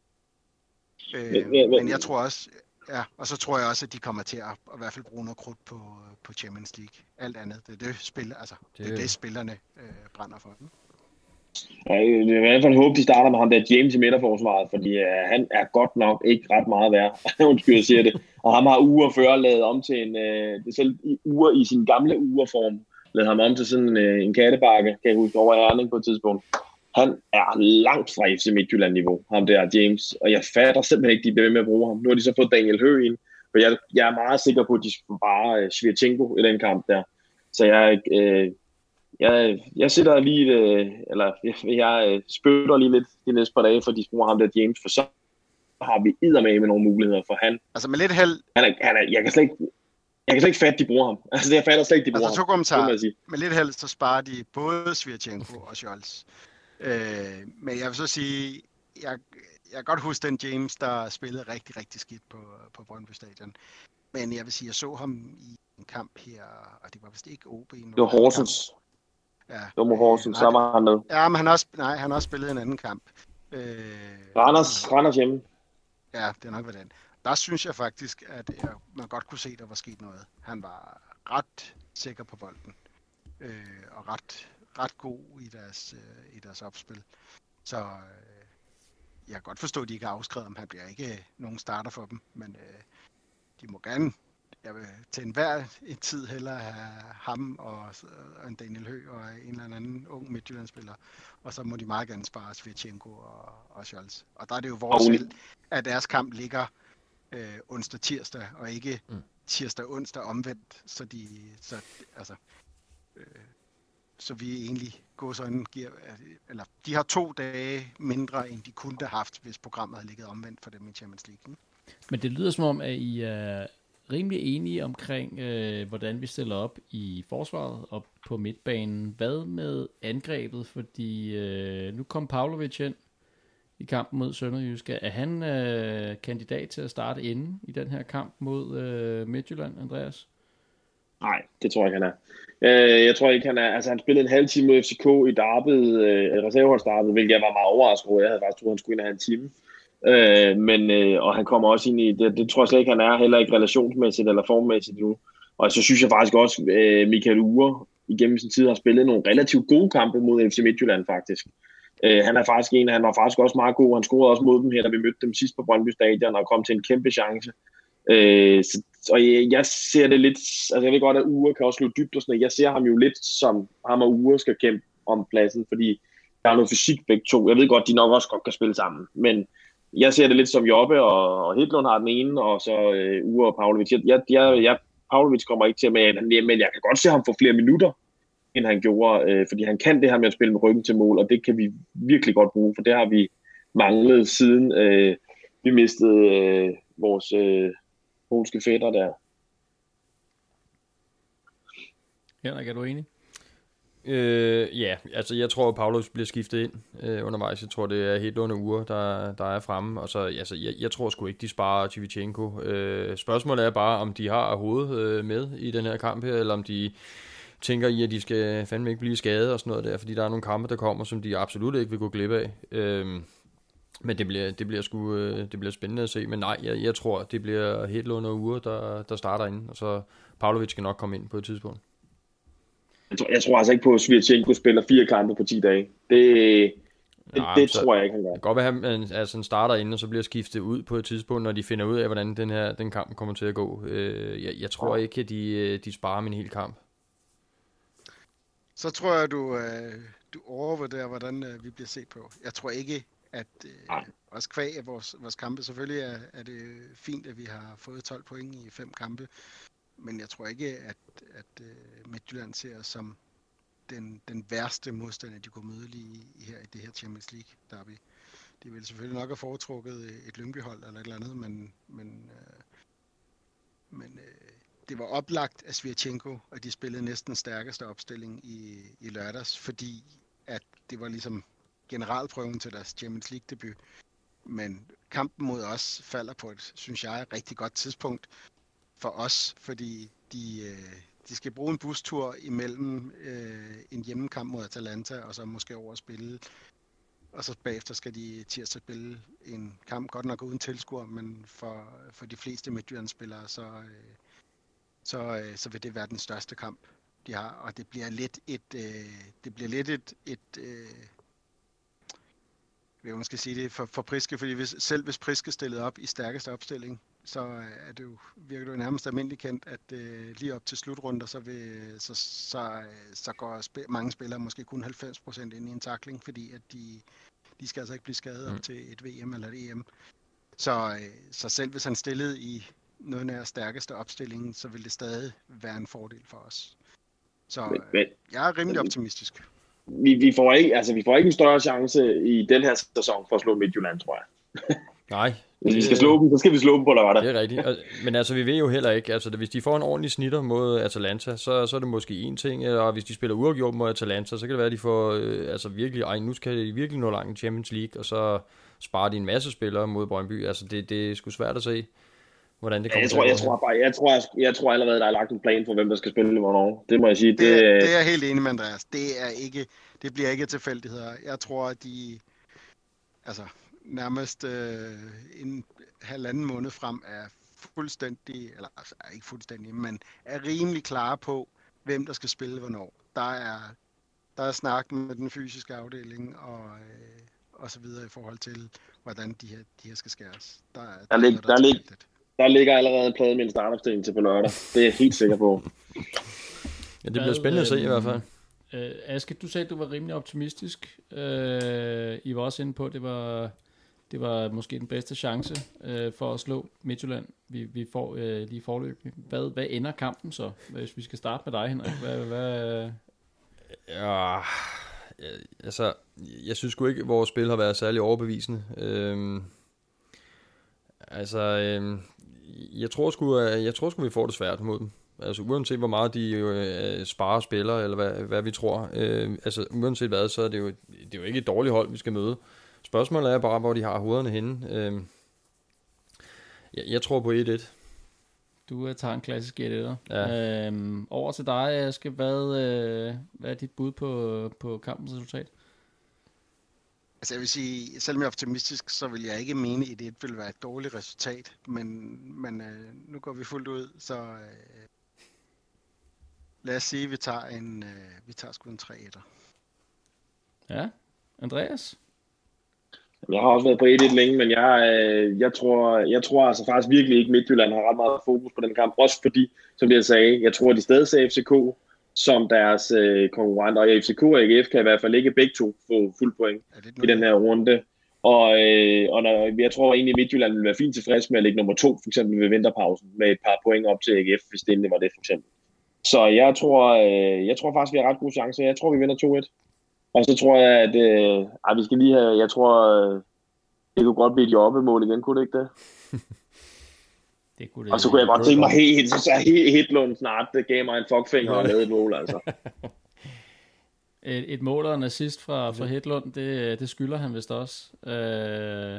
Øh, men jeg tror også, ja, og så tror jeg også, at de kommer til at, at i hvert fald bruge noget krudt på, på Champions League. Alt andet, det er det, spil, altså, det, det, er det spillerne øh, brænder for dem. Ja, jeg vil i hvert fald håbe, de starter med ham der James i midterforsvaret, fordi uh, han er godt nok ikke ret meget værd. Undskyld, jeg siger det. Og ham har uger før lavet om til en, uh, det selv i uger i sin gamle ugerform, lavet ham om til sådan uh, en kattebakke, kan jeg huske, over Herning på et tidspunkt. Han er langt fra F C Midtjylland-niveau, ham der James, og jeg fatter simpelthen ikke, de bliver ved med at bruge ham. Nu har de så fået Daniel Høgh ind, for jeg, jeg er meget sikker på, at de skal bare uh, Svirchenko i den kamp der. Så jeg, uh, jeg, jeg sidder lige, uh, eller jeg, jeg spytter lige lidt de næste par dage, for de bruger ham der James, for så har vi eddermame med nogle muligheder for han. Altså med lidt held... Han er, han er, jeg kan slet ikke... Jeg kan slet ikke fatte, de bruger ham. Altså, det jeg fatter slet ikke, de bruger altså, to ham. Kommentarer. Med lidt held, så sparer de både Svirchenko og Scholz. Øh, men jeg vil så sige, jeg, jeg kan godt huske den James, der spillede rigtig, rigtig skidt på, på Brøndby Stadion. Men jeg vil sige, jeg så ham i en kamp her, og det var vist ikke O B. Det var Horsens. Ja. Det var mod Horsens, så var han med. Ja, men han har også, nej, han har også spillet en anden kamp. Øh, Randers, Randers hjemme. Ja, det er nok ved den. Der synes jeg faktisk, at jeg, man godt kunne se, at der var sket noget. Han var ret sikker på bolden, øh, og ret, ret god i deres, øh, i deres opspil. Så øh, jeg kan godt forstå, at de ikke har afskrevet, om han bliver ikke nogen starter for dem, men øh, de må gerne, jeg vil til enhver en tid hellere have ham og, og en Daniel Høgh og en eller anden ung Midtjyllandsspiller, og så må de meget gerne spare Svirchenko og, og Scholz. Og der er det jo vores held, at deres kamp ligger øh, onsdag-tirsdag, og ikke Mm. tirsdag-onsdag omvendt, så de, så, altså, øh, så vi egentlig går sådan giver, eller de har to dage mindre, end de kunne have haft, hvis programmet havde ligget omvendt for dem i Champions League. Ikke? Men det lyder som om, at I er rimelig enige omkring, øh, hvordan vi stiller op i forsvaret og på midtbanen. Hvad med angrebet? Fordi øh, nu kom Pavlovic ind i kampen mod Sønderjyske. Er han øh, kandidat til at starte inde i den her kamp mod øh, Midtjylland, Andreas? Nej, det tror jeg ikke, han er. Øh, jeg tror ikke, han er. Altså, han spillede en halv time mod F C K i derbyet, øh, reserveholdsderbyet, hvilket jeg var meget overrasket over. Jeg havde faktisk troet, han skulle ind og have en time. Øh, men, øh, og han kommer også ind i, det, det tror jeg slet ikke, han er, heller ikke relationsmæssigt eller formmæssigt nu. Og så synes jeg faktisk også, øh, Michael Uhre igennem sin tid har spillet nogle relativt gode kampe mod F C Midtjylland faktisk. Øh, han er faktisk en, han var faktisk også meget god. Han scorede også mod dem her, da vi mødte dem sidst på Brøndby Stadion og kom til en kæmpe chance. Øh, så, og jeg, jeg ser det lidt, altså jeg ved godt, at Uhre kan også slå dybt og sådan noget. Jeg ser ham jo lidt som ham og Uhre skal kæmpe om pladsen, fordi der er noget fysik begge to. Jeg ved godt, de nok også godt kan spille sammen, men jeg ser det lidt som Jobbe, og, og Hedlund har den ene, og så øh, Uhre og Pavlovic. Jeg, jeg, jeg, jeg, Pavlovic kommer ikke til med, men jeg kan godt se ham få flere minutter, end han gjorde, øh, fordi han kan det her med at spille med ryggen til mål, og det kan vi virkelig godt bruge, for det har vi manglet siden øh, vi mistede øh, vores øh, polske fætter der. Henrik, er du enig? Øh, ja, altså jeg tror, at Pavlovic bliver skiftet ind øh, undervejs. Jeg tror, det er helt under uger, der, der er fremme. Og så, altså, jeg, jeg tror sgu ikke, de sparer Shevchenko. Øh, spørgsmålet er bare, om de har hovedet øh, med i den her kamp her, eller om de tænker i, at de skal fandme ikke blive skadet og sådan noget der, fordi der er nogle kampe, der kommer, som de absolut ikke vil gå glip af. Øh, men det bliver, det bliver sgu øh, det bliver spændende at se. Men nej, jeg, jeg tror, det bliver helt under uger, der, der starter inden. Og så Pavlovic skal nok komme ind på et tidspunkt. Jeg tror, jeg tror altså ikke på, at Shevchenko spiller fire kampe på ti dage. Det, det, Nej, det så, tror jeg ikke, han gør. Det kan godt være, at han altså, starter inden, og så bliver skiftet ud på et tidspunkt, når de finder ud af, hvordan den her den kamp kommer til at gå. Øh, jeg, jeg tror ikke, at de, de sparer min hel kamp. Så tror jeg, du, øh, du overvurderer, hvordan øh, vi bliver set på. Jeg tror ikke, at øh, også kvæg af vores, vores kampe, selvfølgelig er, er det fint, at vi har fået tolv point i fem kampe, men jeg tror ikke, at, at uh, Midtjylland ser os som den, den værste modstander, de kunne møde lige her i det her Champions League derby. De ville selvfølgelig nok have foretrukket et Lyngby-hold eller et eller andet, men, men, uh, men uh, det var oplagt af Shevchenko, og de spillede næsten den stærkeste opstilling i, i lørdags, fordi at det var ligesom generalprøven til deres Champions League-debut. Men kampen mod os falder på et, synes jeg, rigtig godt tidspunkt for os, fordi de, øh, de skal bruge en bustur imellem øh, en hjemmekamp mod Atalanta, og så måske over at spille. Og så bagefter skal de tirsdag spille en kamp, godt nok uden tilskuer, men for, for de fleste Midtjylland-spillere, så, øh, så, øh, så vil det være den største kamp, de har. Og det bliver lidt et, øh, det bliver lidt et, et øh, jeg måske sige det for, for Priske, fordi hvis, selv hvis Priske stillede op i stærkeste opstilling, så er det jo, virker det jo nærmest almindeligt kendt, at øh, lige op til slutrunder, så, vil, så, så, så går sp- mange spillere måske kun halvfems procent ind i en tackling, fordi at de, de skal altså ikke blive skadet op til et V M eller et E M. Så, øh, så selv hvis han stillede i noget nær stærkeste opstilling, så vil det stadig være en fordel for os. Så Men, men, øh, jeg er rimelig optimistisk. Vi, vi, får ikke, altså, vi får ikke en større chance i den her sæson for at slå Midtjylland, tror jeg. Nej. Hvis vi skal slå dem, så skal vi slå dem på lørdag. Det er rigtigt. Men altså, vi ved jo heller ikke, altså hvis de får en ordentlig snitter mod Atalanta, så, så er det måske en ting, og hvis de spiller uafgjort mod Atalanta, så kan det være, at de får, øh, altså virkelig, ej, nu skal de virkelig nå langt i Champions League, og så sparer de en masse spillere mod Brøndby. Altså, det, det er sgu svært at se, hvordan det kommer jeg tror, til jeg at tror, bare, jeg, tror, jeg, jeg tror allerede, der er lagt en plan for, hvem der skal spille hvornår. Det må jeg sige. Det, det, det er jeg helt enig med, Andreas. Det, er ikke, det bliver ikke tilfældigheder. Jeg tror, at de altså, nærmest øh, en halvanden måned frem er fuldstændig, eller altså, er ikke fuldstændig, men er rimelig klare på, hvem der skal spille hvornår. Der er, der er snak med den fysiske afdeling og, øh, og så videre i forhold til, hvordan de her, de her skal skæres. Der, er, der, lig, der, lig, der ligger allerede en plade med en startopstilling til på lørdag. Det er jeg helt sikker på. Ja, det bliver spændende at se i hvert fald. Øh, Aske, du sagde, at du var rimelig optimistisk. Øh, I var også inde på, at det var Det var måske den bedste chance øh, for at slå Midtjylland. Vi, vi får øh, lige forløb. Hvad, hvad ender kampen så, hvis vi skal starte med dig, Henrik? Hvad, hvad... Ja, altså, jeg synes sgu ikke, at vores spil har været særlig overbevisende. Øhm, altså, øhm, jeg tror sgu, jeg tror sgu, vi får det svært mod dem. Altså, uanset hvor meget de øh, sparer spillere, eller hvad, hvad vi tror. Øh, altså, uanset hvad, så er det jo, det er jo ikke et dårligt hold, vi skal møde. Spørgsmålet er bare, hvor de har hovederne henne. Øh, jeg, jeg tror på et et. Du uh, tager en klassisk et etter. Ja. Øhm, over til dig, Aske. Hvad, øh, hvad er dit bud på, på kampens resultat? Altså jeg vil sige, selvom jeg er optimistisk, så vil jeg ikke mene, at et et vil være et dårligt resultat. Men, men øh, nu går vi fuldt ud, så øh, lad os sige, at vi tager, en, øh, vi tager sgu en tre etter. Ja, Andreas? Jeg har også været på et et længe, men jeg, øh, jeg, tror, jeg tror altså faktisk virkelig ikke, Midtjylland har ret meget fokus på den kamp. Også fordi, som jeg sagde, jeg tror, de stadig ser F C K som deres øh, konkurrent. Og F C K og A G F kan i hvert fald ikke begge to få fuld point i den her runde. Og, øh, og når, jeg tror egentlig, at Midtjylland vil være fint tilfreds med at ligge nummer to, for eksempel ved vinterpausen, med et par point op til A G F, hvis det endelig var det, for eksempel. Så jeg tror, øh, jeg tror faktisk, vi har ret gode chancer. Jeg tror, vi vinder to et. Og så tror jeg, at øh, ej, vi skal lige have, jeg tror, øh, det kunne godt blive et jobbemål igen, kunne det ikke det? Det kunne det. Og så kunne jeg godt tænke mig, helt, så sagde Hedlund snart, det gav mig en fuckfinger og lavede et mål, altså. Et, et mål og en assist fra, fra Hedlund, det, det skylder han vist også. Øh,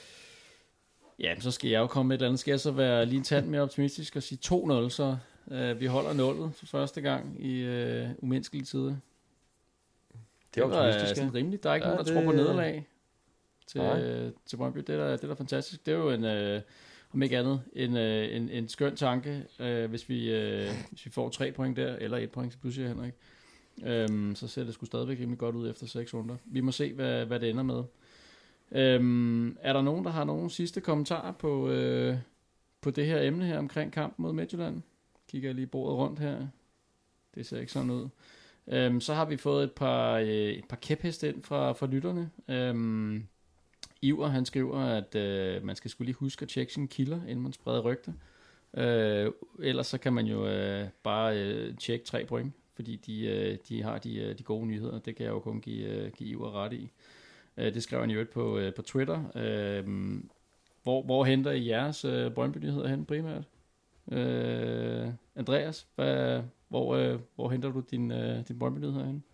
ja, så skal jeg jo komme med et eller andet. Skal jeg så være lige en tand mere optimistisk og sige to nul, så øh, vi holder nullet for første gang i øh, umenneskelige tider. Det, det var sådan rimeligt. Der er ikke ja, nogen, der det... tror på nederlag til, til Brøndby. Det er da, det er da fantastisk. Det er jo en, øh, om ikke andet, en, øh, en, en skøn tanke, øh, hvis, vi, øh, hvis vi får tre point der, eller et point til pludselig, Henrik. Øhm, så ser det sgu stadigvæk rimelig godt ud efter seks runder. Vi må se, hvad, hvad det ender med. Øhm, er der nogen, der har nogen sidste kommentarer på, øh, på det her emne her omkring kampen mod Midtjylland? Kigger jeg lige bordet rundt her. Det ser ikke sådan ud. Øhm, så har vi fået et par, øh, et par kæpheste ind fra, fra lytterne. Øhm, Iver, han skriver, at øh, man skal skulle lige huske at tjekke sine kilder, inden man spreder rygter. Øh, ellers så kan man jo øh, bare øh, tjekke tre point, fordi de, øh, de har de, øh, de gode nyheder. Det kan jeg jo kun give, øh, give Iver ret i. Øh, det skrev han jo på, øh, på Twitter. Øh, hvor, hvor henter I jeres øh, Brøndby-nyheder hen primært? Øh, Andreas, hvad... Hvor, øh, hvor henter du din, øh, din Brøndby-nyheder hen?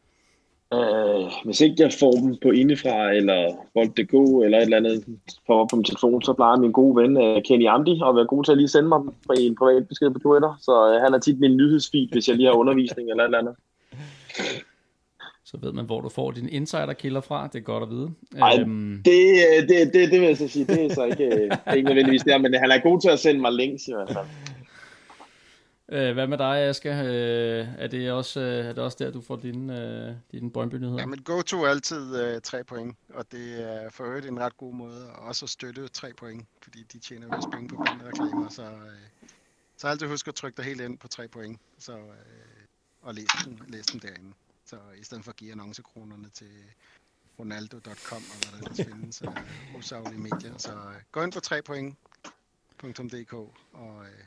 Uh, hvis ikke jeg får dem på indefra, eller bold punktum d k, eller et eller andet, får på min telefon, så plejer min gode ven, uh, Kenny Amdi, at være god til at lige sende mig dem på en privat besked på Twitter. Så uh, han er tit min nyhedsfeed, hvis jeg lige har undervisning eller et eller andet. Så ved man, hvor du får dine insiderkilder fra. Det er godt at vide. Ej, um... det, det, det, det vil jeg så sige. Det er så ikke, det er ikke nødvendigvis der, men han er god til at sende mig links i hvert fald. Øh, hvad med dig, Asger? Øh, er, det også, øh, er det også der, du får dine, øh, dine Brøndby-nyheder? Ja, men go-to er altid øh, tre point, og det er for øvrigt en ret god måde at også støtte tre point, fordi de tjener jo penge på bandreklamer, så, øh, så altid husk at trykke dig helt ind på tre point, så, øh, og læs dem, læs dem derinde. Så i stedet for at give annoncekronerne til ronaldo punktum com og hvad der ellers findes, øh, usaglige medier, så øh, gå ind på tre point punktum d k og øh,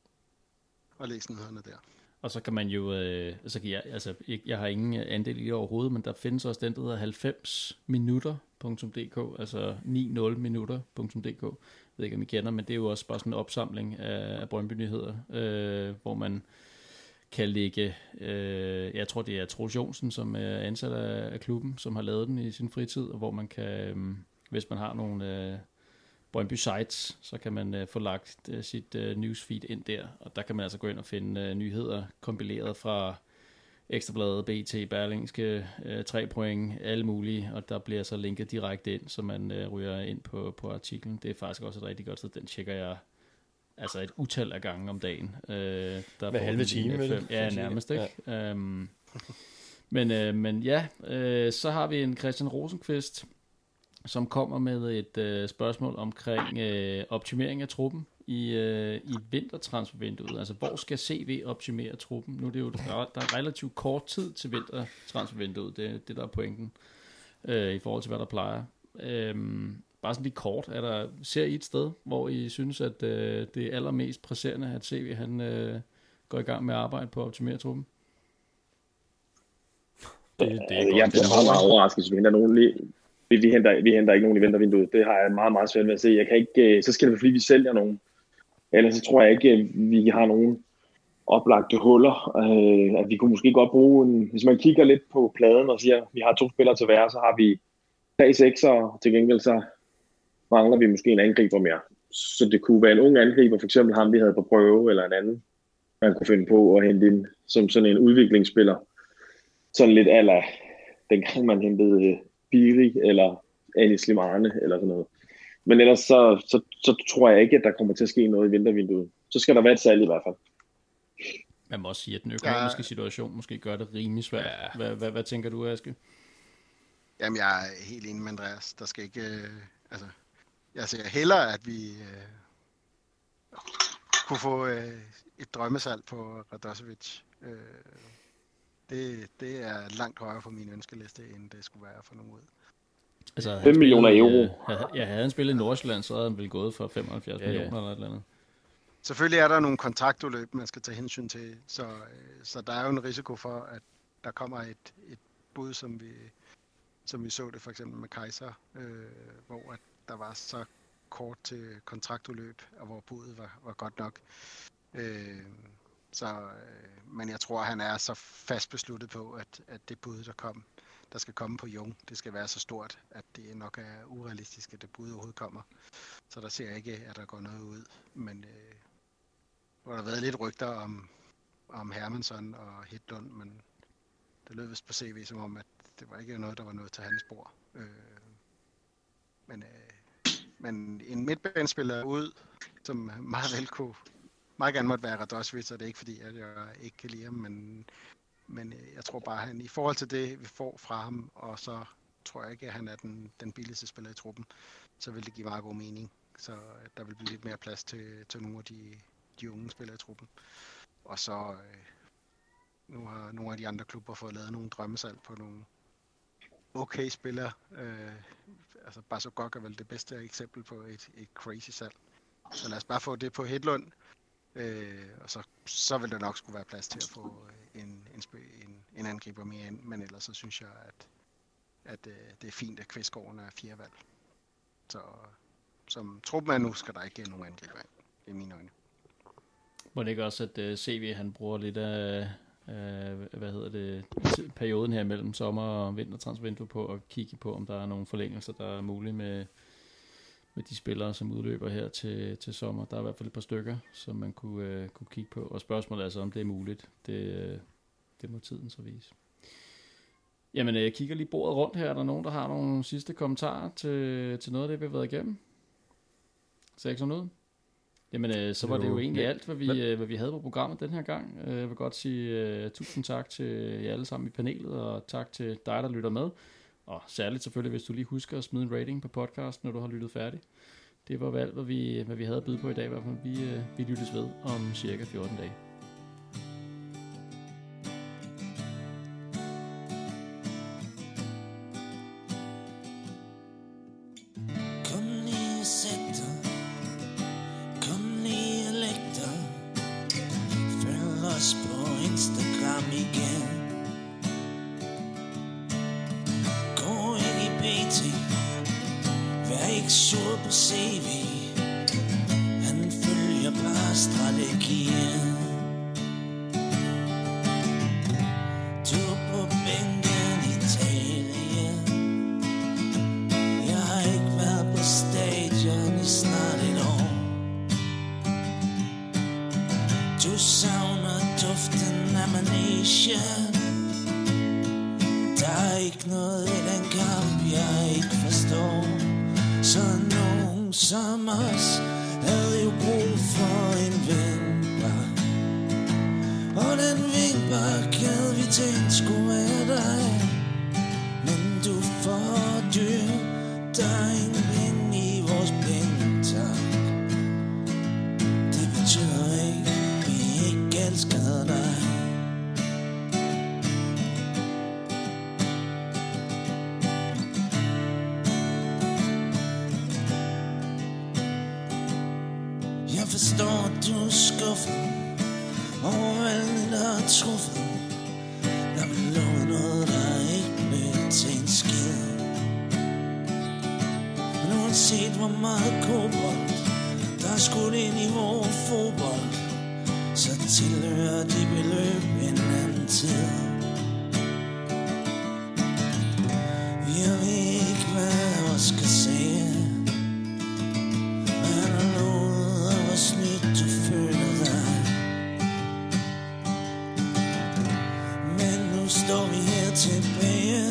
og læse nyhederne der. Og så kan man jo, øh, altså, jeg, altså jeg, jeg har ingen andel i det overhovedet, men der findes også den, der hedder halvfems minutter punktum d k, altså halvfems minutter punktum d k. Jeg ved ikke, om I kender, men det er jo også bare sådan en opsamling af, af Brøndby-nyheder, øh, hvor man kan lægge, øh, jeg tror det er Troels Jonsen, som er ansat af, af klubben, som har lavet den i sin fritid, og hvor man kan, øh, hvis man har nogle... Øh, Brøndby Sites, så kan man uh, få lagt uh, sit uh, newsfeed ind der, og der kan man altså gå ind og finde uh, nyheder kompileret fra Ekstrabladet, B T, Berlingske, uh, tre point, alle mulige, og der bliver så linket direkte ind, så man uh, ryger ind på, på artiklen. Det er faktisk også et rigtig godt sted. Den tjekker jeg altså et utal af gange om dagen. Uh, der Med halve time, vel? Ja, nærmest, ikke? Ja. Um, men, uh, men ja, uh, så har vi en Christian Rosenqvist, som kommer med et øh, spørgsmål omkring øh, optimering af truppen i, øh, i vintertransfervinduet. Altså, hvor skal C V optimere truppen? Nu er det jo, der er relativt kort tid til vintertransfervinduet, det er det, der er pointen, øh, i forhold til, hvad der plejer. Øhm, bare sådan lige kort, er der, ser I et sted, hvor I synes, at øh, det er allermest presserende, at C V han øh, går i gang med at arbejde på at optimere truppen? Det, det er altså, godt. jeg bliver meget, meget overrasket, hvis vi henter nogen lige. Vi, vi, henter, vi henter ikke nogen i vintervinduet. Det har jeg meget, meget svært ved at se. Jeg kan ikke, så skal det være, fordi vi sælger nogen. Ellers så tror jeg ikke, vi har nogen oplagte huller. Øh, at vi kunne måske godt bruge en, hvis man kigger lidt på pladen og siger, at vi har to spillere til hver, så har vi tre sekser. Til gengæld så mangler vi måske en angriber mere. Så det kunne være en ung angriber, for eksempel ham, vi havde på prøve, eller en anden, man kunne finde på at hente ind som sådan en udviklingsspiller. Sådan lidt ala dengang man hentede Biri eller Anis Slimane eller sådan noget. Men ellers så, så, så tror jeg ikke, at der kommer til at ske noget i vintervinduet. Så skal der være et salg i hvert fald. Man må også sige, at den økonomiske ja. situation måske gør det rimelig svært. Ja. Hvad, hvad, hvad tænker du, Aske? Jamen, jeg er helt enig med Andreas. Der skal ikke... Øh, altså, jeg ser hellere, at vi øh, kunne få øh, et drømmesalg på Radosevic. Øh, det, det er langt højere på min ønskeliste, end det skulle være for nogen ud. Altså, fem millioner euro. Øh, ja, havde han spillet i Nordsjælland, så havde han vel gået for femoghalvfjerds ja, ja. millioner eller et eller andet. Selvfølgelig er der nogle kontraktudløb, man skal tage hensyn til, så, så der er jo en risiko for, at der kommer et, et bud, som vi, som vi så det for eksempel med Kaiser, øh, hvor at der var så kort til kontraktudløb, og hvor budet var, var godt nok. Øh, så, øh, men jeg tror, han er så fast besluttet på, at, at det bud, der kom, der skal komme på Jung, det skal være så stort, at det nok er urealistisk, at det bud overhovedet kommer. Så der ser jeg ikke, at der går noget ud. Men øh, hvor der har været lidt rygter om, om Hermansson og Hedlund, men det lød vist på C V som om, at det var ikke noget, der var noget til hans bord. Øh, men, øh, men en midtbanespiller ud, som meget vel kunne, meget gerne måtte være Radosevic, og det er ikke fordi, at jeg ikke kan lide ham, men, men jeg tror bare, at han i forhold til det, vi får fra ham, og så tror jeg ikke, at han er den, den billigste spiller i truppen, så vil det give meget god mening. Så der vil blive lidt mere plads til, til nogle af de, de unge spillere i truppen. Og så øh, nu har nogle af de andre klubber fået lavet nogle drømmesalg på nogle okay spillere. Øh, altså Basogok er vel det bedste eksempel på et, et crazy salg. Så lad os bare få det på Hedlund. Øh, og så, så vil der nok skulle være plads til at få en, en, en, en angriber mere ind. Men ellers så synes jeg, at, at øh, det er fint, at Kvistgården er fire valg. Så som truppen er nu, skal der ikke nogen angriber ind. Det er mine øjne. Må det ikke også, at uh, C V han bruger lidt af uh, hvad hedder det, perioden her mellem sommer- og vintertransfervindue på at kigge på, om der er nogle forlængelser, der er mulige med, med de spillere, som udløber her til, til sommer. Der er i hvert fald et par stykker, som man kunne, uh, kunne kigge på. Og spørgsmålet er så, om det er muligt. Det, uh, det må tiden så vise. Jamen, jeg kigger lige bordet rundt her. Er der nogen, der har nogle sidste kommentarer til, til noget af det, vi har været igennem? Ser ikke sådan ud? Jamen, øh, så var jo, det jo egentlig ja. alt, hvad vi, øh, hvad vi havde på programmet den her gang. Øh, jeg vil godt sige øh, tusind tak til jer alle sammen i panelet, og tak til dig, der lytter med. Og særligt selvfølgelig, hvis du lige husker at smide en rating på podcasten, når du har lyttet færdigt. Det var alt, hvad vi, hvad vi havde at byde på i dag. I hvert fald. Vi, øh, vi lyttes ved om cirka fjorten dage. Jeg forstår, at du er skuffet over alle, der er truffet. Der vil love noget, der ikke blev til en skid. Men uanset hvor meget kobold der er skudt ind i vores fodbold, så tilhører de beløb en anden tid. Jeg ved ikke, hvad jeg skal sige, men jeg lovede, hvor snydt du føler dig. Men nu står vi her tilbage,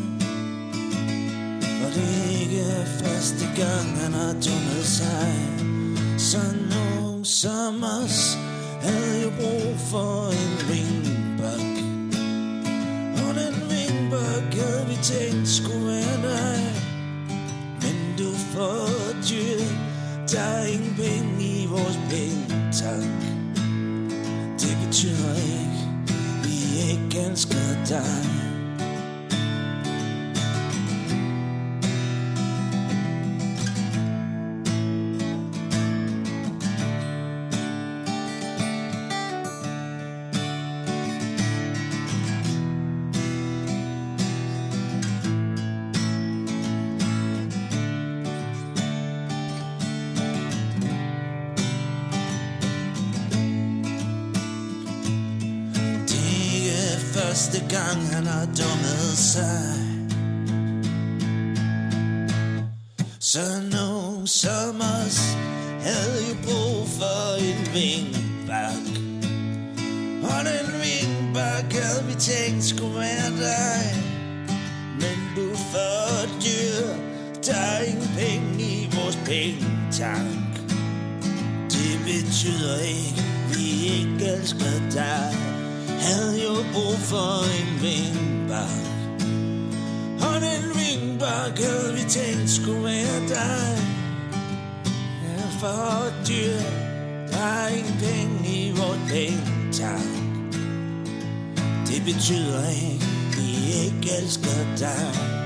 og det er ikke første gang, han har dummet sig. Så nogen som os havde jo brug for en vingbak, og den vingbak havde vi tænkt skulle være dig. Men du er for dyr, der er ingen penge i vores pengetank. Det betyder ikke, vi ikke elsker dig. Første gang han har dummet sig, så nogen som os havde jo brug for en vingbak, og den vingbak havde vi tænkt skulle være dig. Men du er for dyr, der er ingen penge i vores pengetank. Det betyder ikke, vi ikke elsker dig. Havde jo brug for en vingbak, og den vingbak havde vi tænkt skulle være dig. Jeg er for dyr, der er ingen penge i vores pengetank. Det betyder ikke, vi ikke elsker dig.